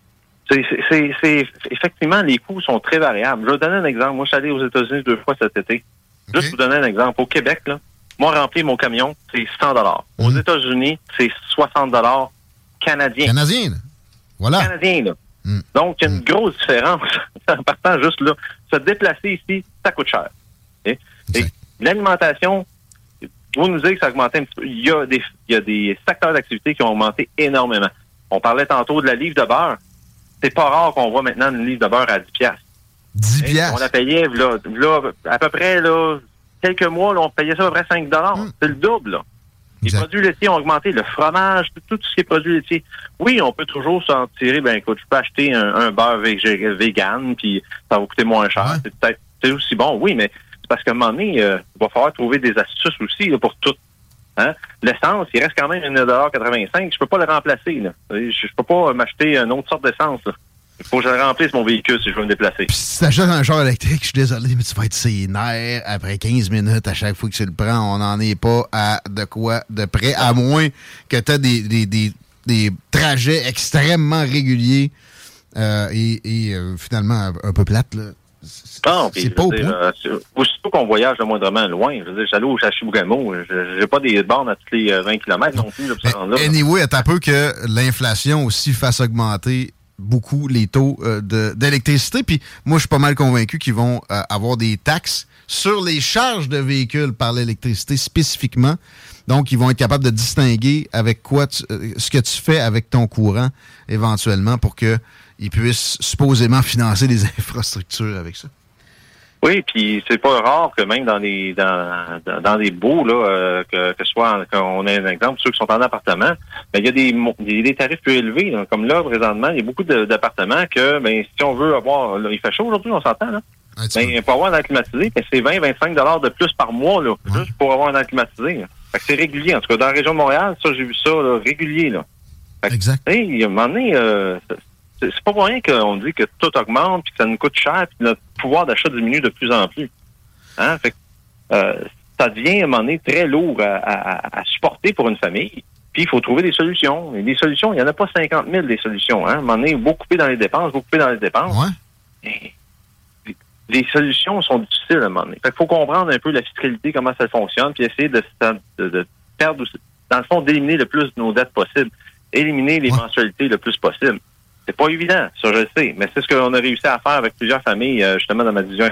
C'est effectivement, les coûts sont très variables. Je vais vous donner un exemple. Moi, je suis allé aux États-Unis 2 fois cet été. Juste vous donner un exemple. Au Québec, là, moi, remplir mon camion, c'est 100 $. Aux États-Unis, c'est 60 $ canadiens. Canadiens, là. Voilà. Canadiens, là. Donc, il y a une grosse différence. En partant juste là, se déplacer ici, ça coûte cher. Et l'alimentation, vous nous dites que ça a augmenté un petit peu. Il y a des secteurs d'activité qui ont augmenté énormément. On parlait tantôt de la livre de beurre. C'est pas rare qu'on voit maintenant une livre de beurre à 10 $. 10 $? On la payait, là, à peu près, là, quelques mois, là, on payait ça à peu près 5 $. C'est le double, là. Les produits laitiers ont augmenté. Le fromage, tout ce qui est produits laitiers. Oui, on peut toujours s'en tirer. Ben, écoute, je peux acheter un beurre vegan, puis ça va coûter moins cher. Ouais. C'est aussi bon, oui, mais c'est parce qu'à un moment donné, il va falloir trouver des astuces aussi là, pour tout. Hein? L'essence, il reste quand même 1,85 $. Je peux pas le remplacer. Là. Je peux pas m'acheter une autre sorte d'essence. Là. Il faut que je remplisse mon véhicule si je veux me déplacer. Puis si tu achètes un char électrique, je suis désolé, mais tu vas être ses nerfs après 15 minutes à chaque fois que tu le prends. On n'en est pas à de quoi de près, à moins que tu aies des trajets extrêmement réguliers et finalement un peu plates. Là. C'est pas au point. Aussitôt qu'on voyage de moindrement loin, je veux dire, j'allais au Chibougamau, j'ai pas des bornes à tous les 20 km non plus. Là, anyway, t'as peu que l'inflation aussi fasse augmenter beaucoup les taux d'électricité. Puis moi, je suis pas mal convaincu qu'ils vont avoir des taxes sur les charges de véhicules par l'électricité spécifiquement. Donc, ils vont être capables de distinguer avec quoi ce que tu fais avec ton courant éventuellement pour qu'ils puissent supposément financer des infrastructures avec ça. Oui, puis c'est pas rare que même dans des baux, là, que ce soit, on a un exemple, ceux qui sont en appartement, ben, il y a des tarifs plus élevés. Là. Comme là, présentement, il y a beaucoup d'appartements que, ben, si on veut avoir, là, il fait chaud aujourd'hui, on s'entend, là. Ben, pour avoir un air climatisé, ben, c'est 20-25 $ de plus par mois, là, juste pour avoir un air climatisé. Là. Fait que c'est régulier. En tout cas, dans la région de Montréal, ça, j'ai vu ça, là, régulier, là. Fait que, exact. Il y a un moment donné, c'est pas pour rien qu'on dit que tout augmente puis que ça nous coûte cher puis que notre pouvoir d'achat diminue de plus en plus. Hein? Fait que, ça devient à un moment donné très lourd à supporter pour une famille. Puis il faut trouver des solutions. Et des solutions, il n'y en a pas 50 000 des solutions. Hein? À un moment donné, beaucoup couper dans les dépenses, Ouais. Et les solutions sont difficiles à un moment donné. Fait qu'il faut comprendre un peu la fiscalité, comment ça fonctionne, puis essayer de perdre, dans le fond, d'éliminer le plus de nos dettes possibles. Éliminer les mensualités le plus possible. C'est pas évident, ça je le sais, mais c'est ce qu'on a réussi à faire avec plusieurs familles, justement dans ma vision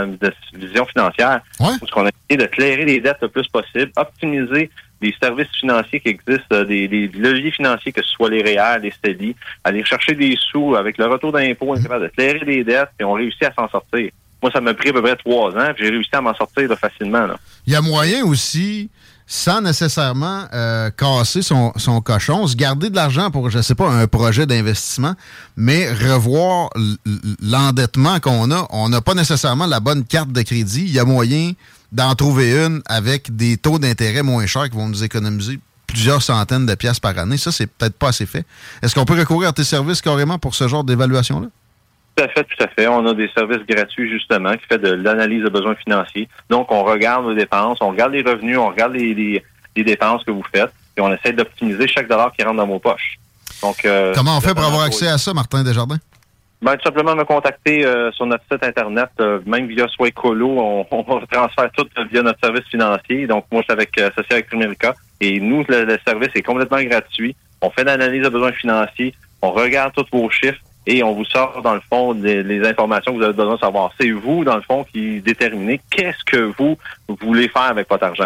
financière, où on a essayé de clairer les dettes le plus possible, optimiser les services financiers qui existent, des leviers financiers, que ce soit les REER, les CELI, aller chercher des sous avec le retour d'impôt, on est capable de clairer les dettes, et on réussit à s'en sortir. Moi, ça m'a pris à peu près 3 ans, puis j'ai réussi à m'en sortir là, facilement. Là. Il y a moyen aussi, sans nécessairement casser son cochon, se garder de l'argent pour, je sais pas, un projet d'investissement, mais revoir l'endettement qu'on a. On n'a pas nécessairement la bonne carte de crédit. Il y a moyen d'en trouver une avec des taux d'intérêt moins chers qui vont nous économiser plusieurs centaines de piastres par année. Ça, c'est peut-être pas assez fait. Est-ce qu'on peut recourir à tes services carrément pour ce genre d'évaluation-là? Tout à fait. On a des services gratuits, justement, qui fait de l'analyse de besoins financiers. Donc, on regarde les dépenses, on regarde les revenus, on regarde les dépenses que vous faites, et on essaie d'optimiser chaque dollar qui rentre dans vos poches. Donc, comment on fait pour avoir accès à ça, Martin Desjardins? Ben, tout simplement me contacter sur notre site Internet, même via Swaycolo, on transfère tout via notre service financier. Donc, moi, je suis associé avec Primerica, et nous, le service est complètement gratuit. On fait l'analyse de besoins financiers, on regarde tous vos chiffres, et on vous sort, dans le fond, les informations que vous avez besoin de savoir. C'est vous, dans le fond, qui déterminez qu'est-ce que vous voulez faire avec votre argent.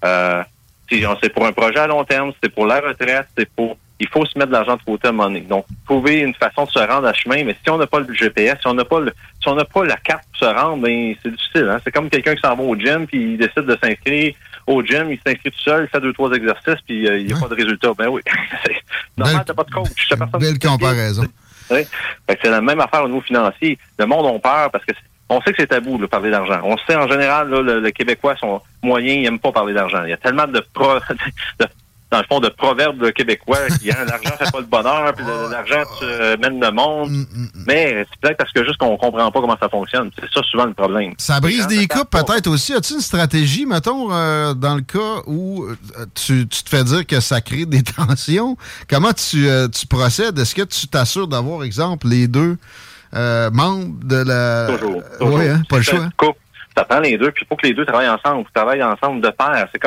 C'est pour un projet à long terme, c'est pour la retraite, il faut se mettre de l'argent de côté à un moment donné. Donc, trouver une façon de se rendre à chemin, mais si on n'a pas le GPS, si on n'a pas la carte pour se rendre, ben c'est difficile. Hein? C'est comme quelqu'un qui s'en va au gym, puis il décide de s'inscrire au gym, il s'inscrit tout seul, il fait 2-3 exercices, puis il n'y a pas de résultat. Ben oui, normal, t'as pas de coach. Belle comparaison. Oui. C'est la même affaire au niveau financier. Le monde a peur parce que on sait que c'est tabou de parler d'argent. On sait en général, là, le Québécois, son moyen, il n'aime pas parler d'argent. Il y a tellement dans le fond, de proverbes québécois qui l'argent fait pas le bonheur, puis l'argent mène le monde. Mais c'est peut-être parce que juste qu'on comprend pas comment ça fonctionne. C'est ça souvent le problème. Ça brise des couples peut-être aussi. As-tu une stratégie, mettons, dans le cas où tu te fais dire que ça crée des tensions? Comment tu procèdes? Est-ce que tu t'assures d'avoir, exemple, les deux membres de la... Toujours. Oui, hein? Pas le choix. Ça prend les deux, puis il faut que les deux travaillent ensemble. Vous travaillez ensemble de pair. C'est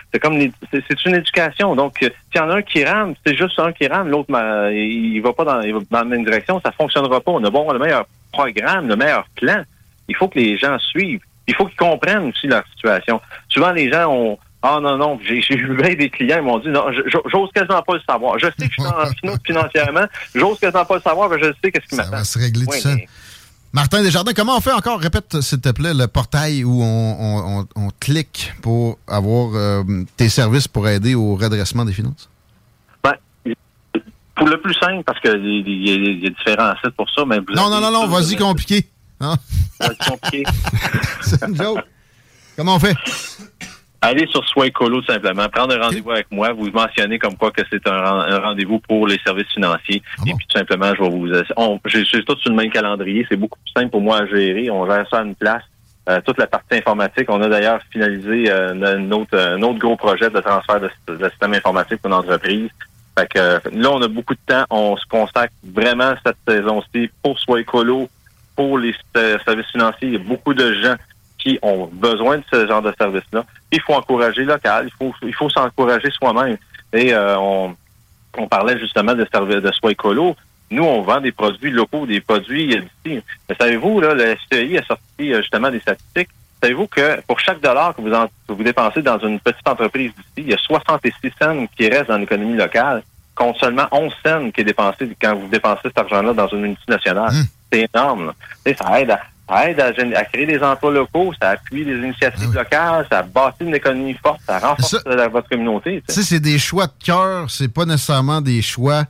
c'est une éducation. Donc, s'il y en a un qui rame, c'est juste un qui rame, l'autre, il va pas dans la même direction, ça fonctionnera pas. On a le meilleur programme, le meilleur plan. Il faut que les gens suivent. Il faut qu'ils comprennent aussi leur situation. Souvent, les gens ont non, j'ai eu bien des clients, ils m'ont dit, non, j'ose quasiment pas le savoir. Je sais que je suis en finance financièrement, j'ose quasiment pas le savoir, mais je sais qu'est-ce qui m'attend. Ça va se régler tout seul. Martin Desjardins, comment on fait encore? Répète, s'il te plaît, le portail où on clique pour avoir tes services pour aider au redressement des finances. Ben, pour le plus simple, parce qu'il y a différents sites pour ça, mais... Non, vas-y, compliqué. Vas-y, compliqué. C'est une joke. Comment on fait? Allez sur Sois Écolo, tout simplement. Prendre un rendez-vous avec moi. Vous mentionnez comme quoi que c'est un rendez-vous pour les services financiers. Et puis, tout simplement, je vais vous... J'ai tout sur le même calendrier. C'est beaucoup plus simple pour moi à gérer. On gère ça à une place. Toute la partie informatique. On a d'ailleurs finalisé un autre gros projet de transfert de système informatique pour une entreprise. Fait que là, on a beaucoup de temps. On se consacre vraiment cette saison-ci pour Sois Écolo, pour les services financiers. Il y a beaucoup de gens qui ont besoin de ce genre de service-là. Il faut encourager local, il faut s'encourager soi-même. Et on parlait justement de Sois Écolo. Nous, on vend des produits locaux, des produits d'ici. Mais savez-vous, là, le STI a sorti justement des statistiques. Savez-vous que pour chaque dollar que vous dépensez dans une petite entreprise d'ici, il y a 66 cents qui restent dans l'économie locale, contre seulement 11 cents qui est dépensé quand vous dépensez cet argent-là dans une multinationale. C'est énorme. Là. Ça aide à créer des emplois locaux, ça appuie les initiatives locales, ça bâtit une économie forte, ça renforce votre communauté. Tu sais, c'est des choix de cœur, c'est pas nécessairement des choix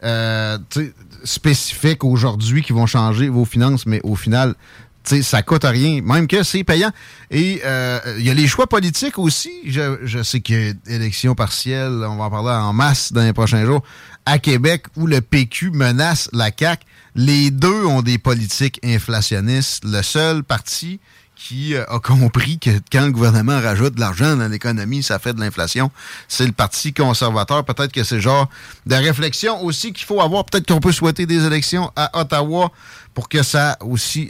spécifiques aujourd'hui qui vont changer vos finances, mais au final, ça coûte rien, même que c'est payant. Et il y a les choix politiques aussi. Je sais qu'il y a une élection partielle, on va en parler en masse dans les prochains jours, à Québec, où le PQ menace la CAQ. Les deux ont des politiques inflationnistes. Le seul parti qui a compris que quand le gouvernement rajoute de l'argent dans l'économie, ça fait de l'inflation, c'est le Parti conservateur. Peut-être que c'est le genre de réflexion aussi qu'il faut avoir. Peut-être qu'on peut souhaiter des élections à Ottawa pour que ça aussi,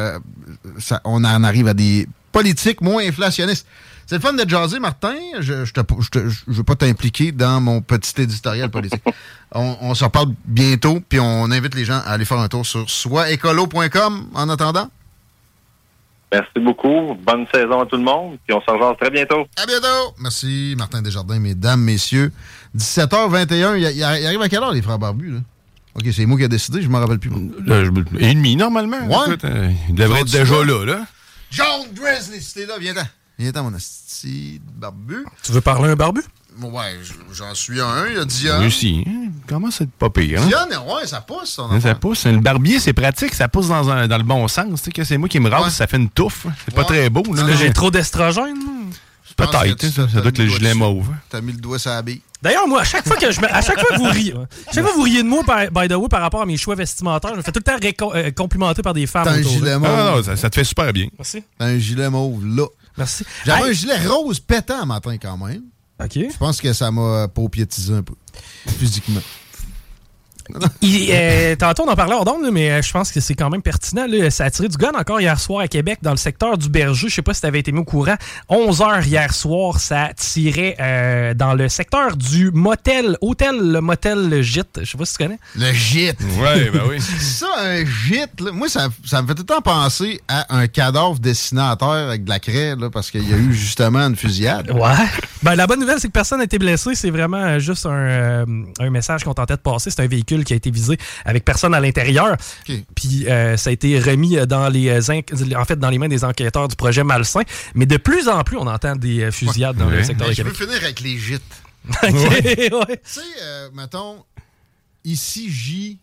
on en arrive à des politiques moins inflationnistes. C'est le fun de jaser, Martin. Je veux pas t'impliquer dans mon petit éditorial politique. On se reparle bientôt, puis on invite les gens à aller faire un tour sur soisécolo.com en attendant. Merci beaucoup. Bonne saison à tout le monde, puis on se revoit très bientôt. À bientôt. Merci, Martin Desjardins, mesdames, messieurs. 17h21, il arrive à quelle heure, les frères barbus, là? OK, c'est moi qui ai décidé, je me rappelle plus. Et demi, normalement. Ouais. Écoute, il devrait être déjà là. John Grizzly, si t'es là, viens-t'en. Viens-t'en, mon asti de barbu. Tu veux parler à un barbu? Ouais, j'en suis un. Il y a Diane. Lui aussi. Comment c'est pas pire, hein? Diane, ouais, ça pousse. Ça pousse. Le barbier, c'est pratique. Ça pousse dans le bon sens. Tu sais que c'est moi qui me rase, ça fait une touffe. C'est pas très beau. Là. J'ai trop d'estrogène. Peut-être. Ça doit être le gilet mauve. T'as mis le doigt sur la bille. D'ailleurs, moi, à chaque fois que vous riez, vous riez de moi, by the way, par rapport à mes choix vestimentaires, je me fais tout le temps complimenter par des femmes. T'as un gilet mauve. Non, ça te fait super bien. Merci. T'as un gilet mauve, là. Merci. J'avais un gilet rose pétant un matin, quand même. OK. Je pense que ça m'a paupiétisé un peu, physiquement. Tantôt, on en parlait hors d'onde, mais je pense que c'est quand même pertinent. Là. Ça a tiré du gun encore hier soir à Québec, dans le secteur du Berger. Je sais pas si tu avais été mis au courant. 11h hier soir, ça tirait dans le secteur du motel, le motel Gîte. Je sais pas si tu connais. Le Gîte. Oui, ben oui. Ça, un gîte, là, moi, ça me fait tout le temps penser à un cadavre dessiné à terre avec de la craie, là, parce qu'il y a eu justement une fusillade. Ouais. Ben, la bonne nouvelle, c'est que personne n'a été blessé. C'est vraiment juste un message qu'on tentait de passer. C'est un véhicule qui a été visé avec personne à l'intérieur. Okay. Puis ça a été remis dans les mains des enquêteurs du projet Malsain. Mais de plus en plus, on entend des fusillades dans le secteur de Québec. Je veux finir avec les gîtes. OK, ouais. Tu sais, mettons, ici,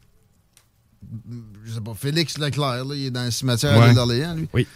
je sais pas, Félix Leclerc, là, il est dans le cimetière à l'île d'Orléans, lui. Oui.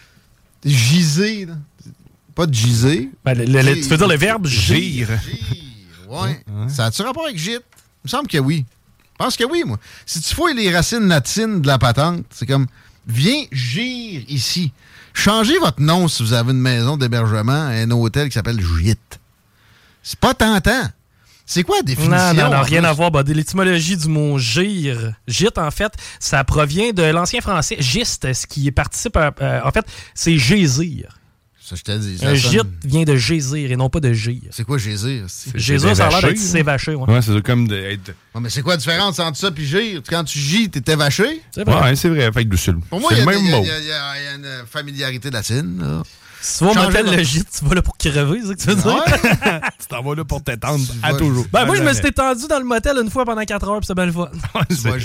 Giser, là. Pas de giser. Ben, tu veux dire le verbe gire? Ouais. Ça a-tu rapport avec gîte? Il me semble que oui. Je pense que oui, moi. Si tu fouilles les racines latines de la patente, c'est comme, viens gire ici. Changez votre nom si vous avez une maison d'hébergement à un hôtel qui s'appelle gîte. C'est pas tentant. C'est quoi la définition? Non, rien à voir. Bah, de l'étymologie du mot gire. Gîte, en fait, ça provient de l'ancien français giste, ce qui participe en fait, c'est gésir. Ça, je t'ai dit. Un gîte vient de gésir et non pas de gire. C'est quoi gésir? Gésir, ça a l'air d'être s'évacher. Ouais, c'est comme d'être. Ouais, mais c'est quoi la différence entre ça et gire? Quand tu gis, t'es évaché? C'est vrai. Ouais, c'est vrai. Fait que pour moi, c'est le même mot. Il y a une familiarité latine, là. Si tu vas au motel le gîte, tu vas là pour crever, c'est ce que tu veux dire? Ouais. Tu t'en vas là pour t'étendre à toujours. Ben, moi, je me suis étendu dans le motel une fois pendant 4 heures, puis c'est bien le fun. Tu vas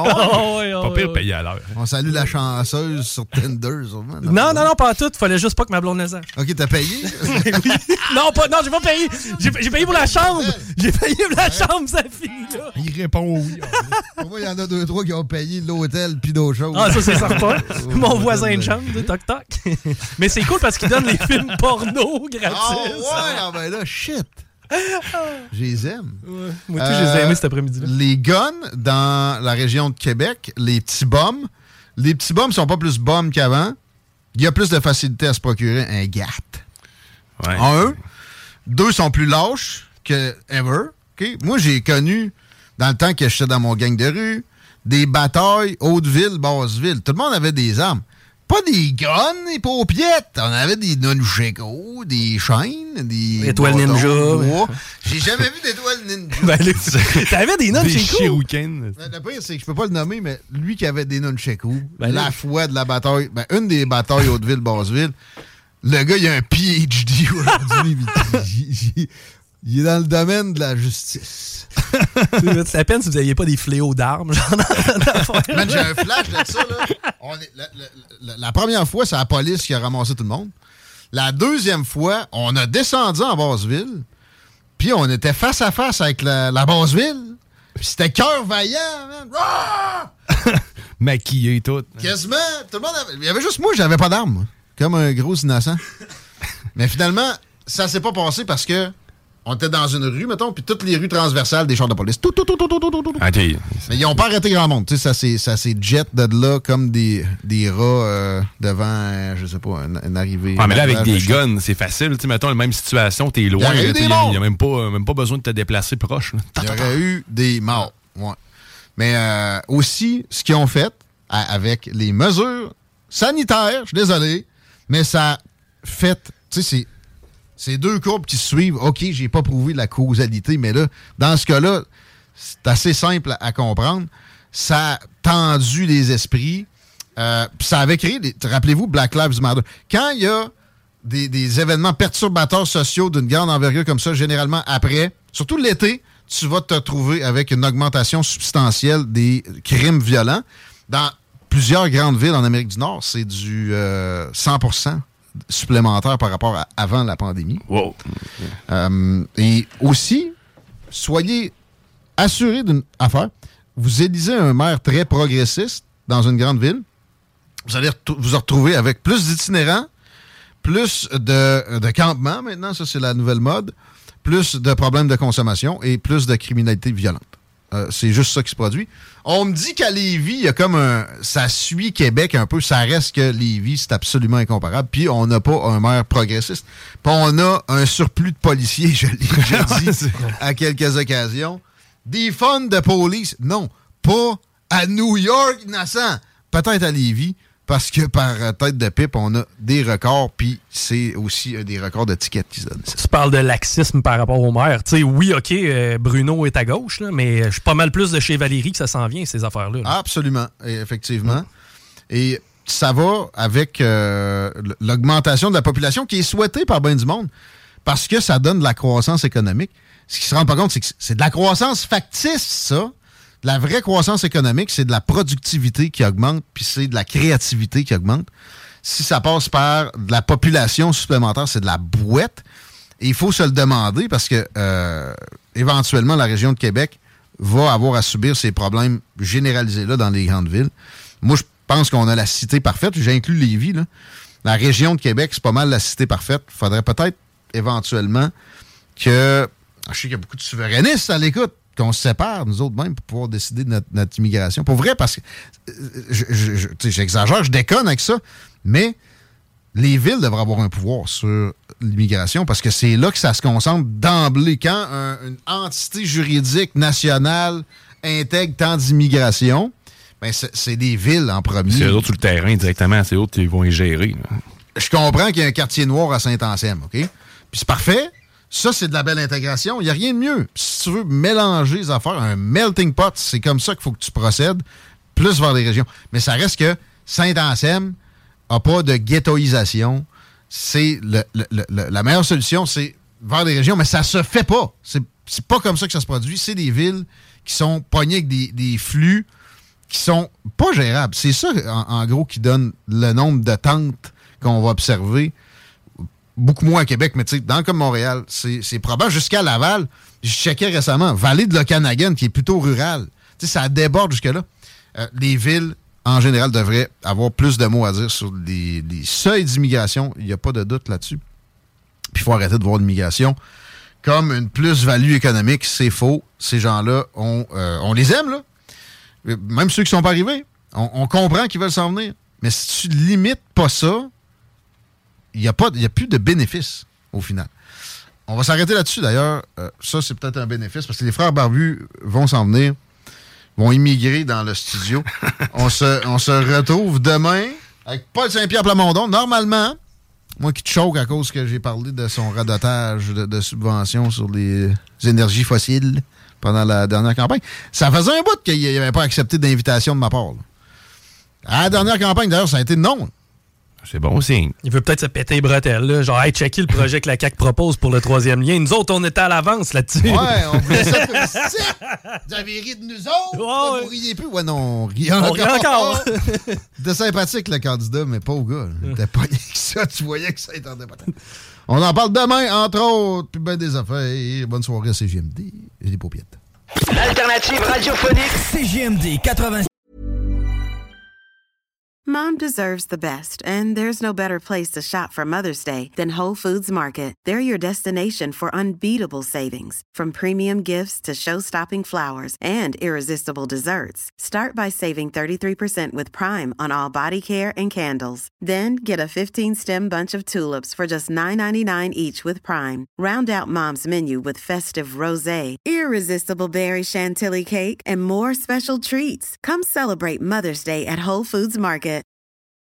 pas pire payer à l'heure. On salue la chanceuse sur Tinder, sûrement. Non, pas tout. Fallait juste pas que ma blonde le sache. OK, t'as payé? Non, j'ai pas payé. J'ai payé pour la chambre. J'ai payé pour la chambre, sa fille-là. Il répond oui. Pour moi, il y en a 2-3 qui ont payé l'hôtel puis d'autres choses. Ah, ça, c'est certain. Mon voisin de chambre, toc-toc. Mais c'est cool parce qu'il donne les films porno gratis. Ah ouais, ben là, shit. Je les aime. Ouais. Moi, je les ai aimés cet après-midi-là. Les guns dans la région de Québec, les petits bums. Les petits bums sont pas plus bums qu'avant. Il y a plus de facilité à se procurer un GAT. Ouais. 2 sont plus lâches que ever. Okay? Moi, j'ai connu, dans le temps que j'étais dans mon gang de rue, des batailles Haute-Ville, Basse-Ville. Tout le monde avait des armes. Pas des guns, des paupiettes. On avait des nunchakus, des chaînes, des étoiles ninja. J'ai jamais vu d'étoiles ninja. Ben, t'avais des nunchakus? Des shurikens. Le pire, c'est que je peux pas le nommer, mais lui qui avait des nunchakus, la fois de la bataille, une des batailles Haute-Ville, Basse-Ville, le gars, il a un PhD aujourd'hui. Il est dans le domaine de la justice. C'est à peine si vous n'aviez pas des fléaux d'armes. Man, j'ai un flash de ça. Là. La première fois, c'est la police qui a ramassé tout le monde. La deuxième fois, on a descendu en Basse-Ville, puis on était face à face avec la Basse-Ville. Puis c'était cœur vaillant, man. Maquillé tout. Quasiment. Tout le monde avait... Il y avait juste moi, j'avais pas d'armes. Comme un gros innocent. Mais finalement, ça s'est pas passé parce que on était dans une rue, mettons, puis toutes les rues transversales des chars de police. Tout. Okay. Mais ils n'ont pas arrêté grand monde. Tu sais, ça s'est jet de là comme des rats devant, je sais pas, une arrivée. Ah, mais là, avec des guns, c'est facile. Tu sais, mettons, la même situation, t'es loin. Il n'y a même pas besoin de te déplacer proche. Il y aurait eu des morts. Ouais. Mais aussi, ce qu'ils ont fait avec les mesures sanitaires, je suis désolé, mais ça fait, tu sais, c'est 2 courbes qui se suivent. OK, j'ai pas prouvé la causalité, mais là, dans ce cas-là, c'est assez simple à comprendre. Ça a tendu les esprits. Puis ça avait créé, rappelez-vous, Black Lives Matter. Quand il y a des événements perturbateurs sociaux d'une grande envergure comme ça, généralement après, surtout l'été, tu vas te trouver avec une augmentation substantielle des crimes violents. Dans plusieurs grandes villes en Amérique du Nord, c'est du 100% supplémentaire par rapport à avant la pandémie. Wow. Et aussi, soyez assurés d'une affaire. Vous élisez un maire très progressiste dans une grande ville, vous allez vous retrouver avec plus d'itinérants, plus de campements maintenant, ça c'est la nouvelle mode, plus de problèmes de consommation et plus de criminalité violente. C'est juste ça qui se produit. On me dit qu'à Lévis, il y a comme ça suit Québec un peu. Ça reste que Lévis, c'est absolument incomparable. Puis on n'a pas un maire progressiste. Puis on a un surplus de policiers, je l'ai déjà dit à quelques occasions. Defund the police. Non, pas à New York, innocent. Peut-être à Lévis, parce que par tête de pipe, on a des records, puis c'est aussi des records de tickets qui se donnent. Tu parles de laxisme par rapport au maire. Tu sais, oui, OK, Bruno est à gauche, là, mais je suis pas mal plus de chez Valérie que ça s'en vient, ces affaires-là. Là. Absolument, effectivement. Et ça va avec l'augmentation de la population qui est souhaitée par bien du monde, parce que ça donne de la croissance économique. Ce qu'ils se rendent pas compte, c'est que c'est de la croissance factice, ça. La vraie croissance économique, c'est de la productivité qui augmente, puis c'est de la créativité qui augmente. Si ça passe par de la population supplémentaire, c'est de la bouette. Et il faut se le demander parce que éventuellement, la région de Québec va avoir à subir ces problèmes généralisés-là dans les grandes villes. Moi, je pense qu'on a la cité parfaite. J'inclus Lévis, là. La région de Québec, c'est pas mal la cité parfaite. Il faudrait peut-être éventuellement que... Je sais qu'il y a beaucoup de souverainistes à l'écoute, qu'on se sépare, nous autres mêmes, pour pouvoir décider de notre immigration. Pour vrai, parce que j'exagère, je déconne avec ça, mais les villes devraient avoir un pouvoir sur l'immigration parce que c'est là que ça se concentre d'emblée. Quand une entité juridique nationale intègre tant d'immigration, ben c'est des villes en premier. C'est eux autres sur le terrain directement, c'est eux qui vont y gérer. Là. Je comprends qu'il y a un quartier noir à Saint-Anselme, OK? Puis c'est parfait. Ça, c'est de la belle intégration. Il n'y a rien de mieux. Si tu veux mélanger les affaires, un melting pot, c'est comme ça qu'il faut que tu procèdes, plus vers les régions. Mais ça reste que Saint-Anselme n'a pas de ghettoisation. C'est la meilleure solution, c'est vers les régions, mais ça se fait pas. C'est pas comme ça que ça se produit. C'est des villes qui sont pognées avec des flux qui sont pas gérables. C'est ça, en gros, qui donne le nombre de tentes qu'on va observer. Beaucoup moins à Québec, mais tu sais, dans le cas de Montréal, c'est probable. Jusqu'à Laval, je checkais récemment, Vallée de l'Okanagan, qui est plutôt rural. Tu sais, ça déborde jusque-là. Les villes, en général, devraient avoir plus de mots à dire sur les seuils d'immigration. Il n'y a pas de doute là-dessus. Puis il faut arrêter de voir l'immigration comme une plus-value économique. C'est faux. Ces gens-là, on les aime, là. Même ceux qui ne sont pas arrivés. On comprend qu'ils veulent s'en venir. Mais si tu limites pas ça, il n'y a plus de bénéfice, au final. On va s'arrêter là-dessus, d'ailleurs. Ça, c'est peut-être un bénéfice, parce que les frères barbus vont s'en venir, vont immigrer dans le studio. On se retrouve demain avec Paul Saint-Pierre Plamondon. Normalement, moi qui te choque à cause que j'ai parlé de son radotage de subventions sur les énergies fossiles pendant la dernière campagne, ça faisait un bout qu'il n'avait pas accepté d'invitation de ma part. Là. À la dernière campagne, d'ailleurs, ça a été non. C'est bon signe. Il veut peut-être se péter les bretelles, là. Genre, hey, checker le projet que la CAQ propose pour le 3e lien. Nous autres, on était à l'avance là-dessus. Ouais, on voulait ça touristique. Vous avez ri de nous autres. Vous riez plus. Ouais, non, on rit encore. C'était sympathique, le candidat, mais pas au gars. Il était pas rien que ça. Tu voyais que ça était peut-être. On en parle demain, entre autres. Puis ben des affaires. Bonne soirée à CGMD. J'ai des paupiètes. L'alternative radiophonique CGMD 80. Mom deserves the best, and there's no better place to shop for Mother's Day than Whole Foods Market. They're your destination for unbeatable savings, from premium gifts to show-stopping flowers and irresistible desserts. Start by saving 33% with Prime on all body care and candles. Then get a 15-stem bunch of tulips for just $9.99 each with Prime. Round out Mom's menu with festive rosé, irresistible berry chantilly cake, and more special treats. Come celebrate Mother's Day at Whole Foods Market.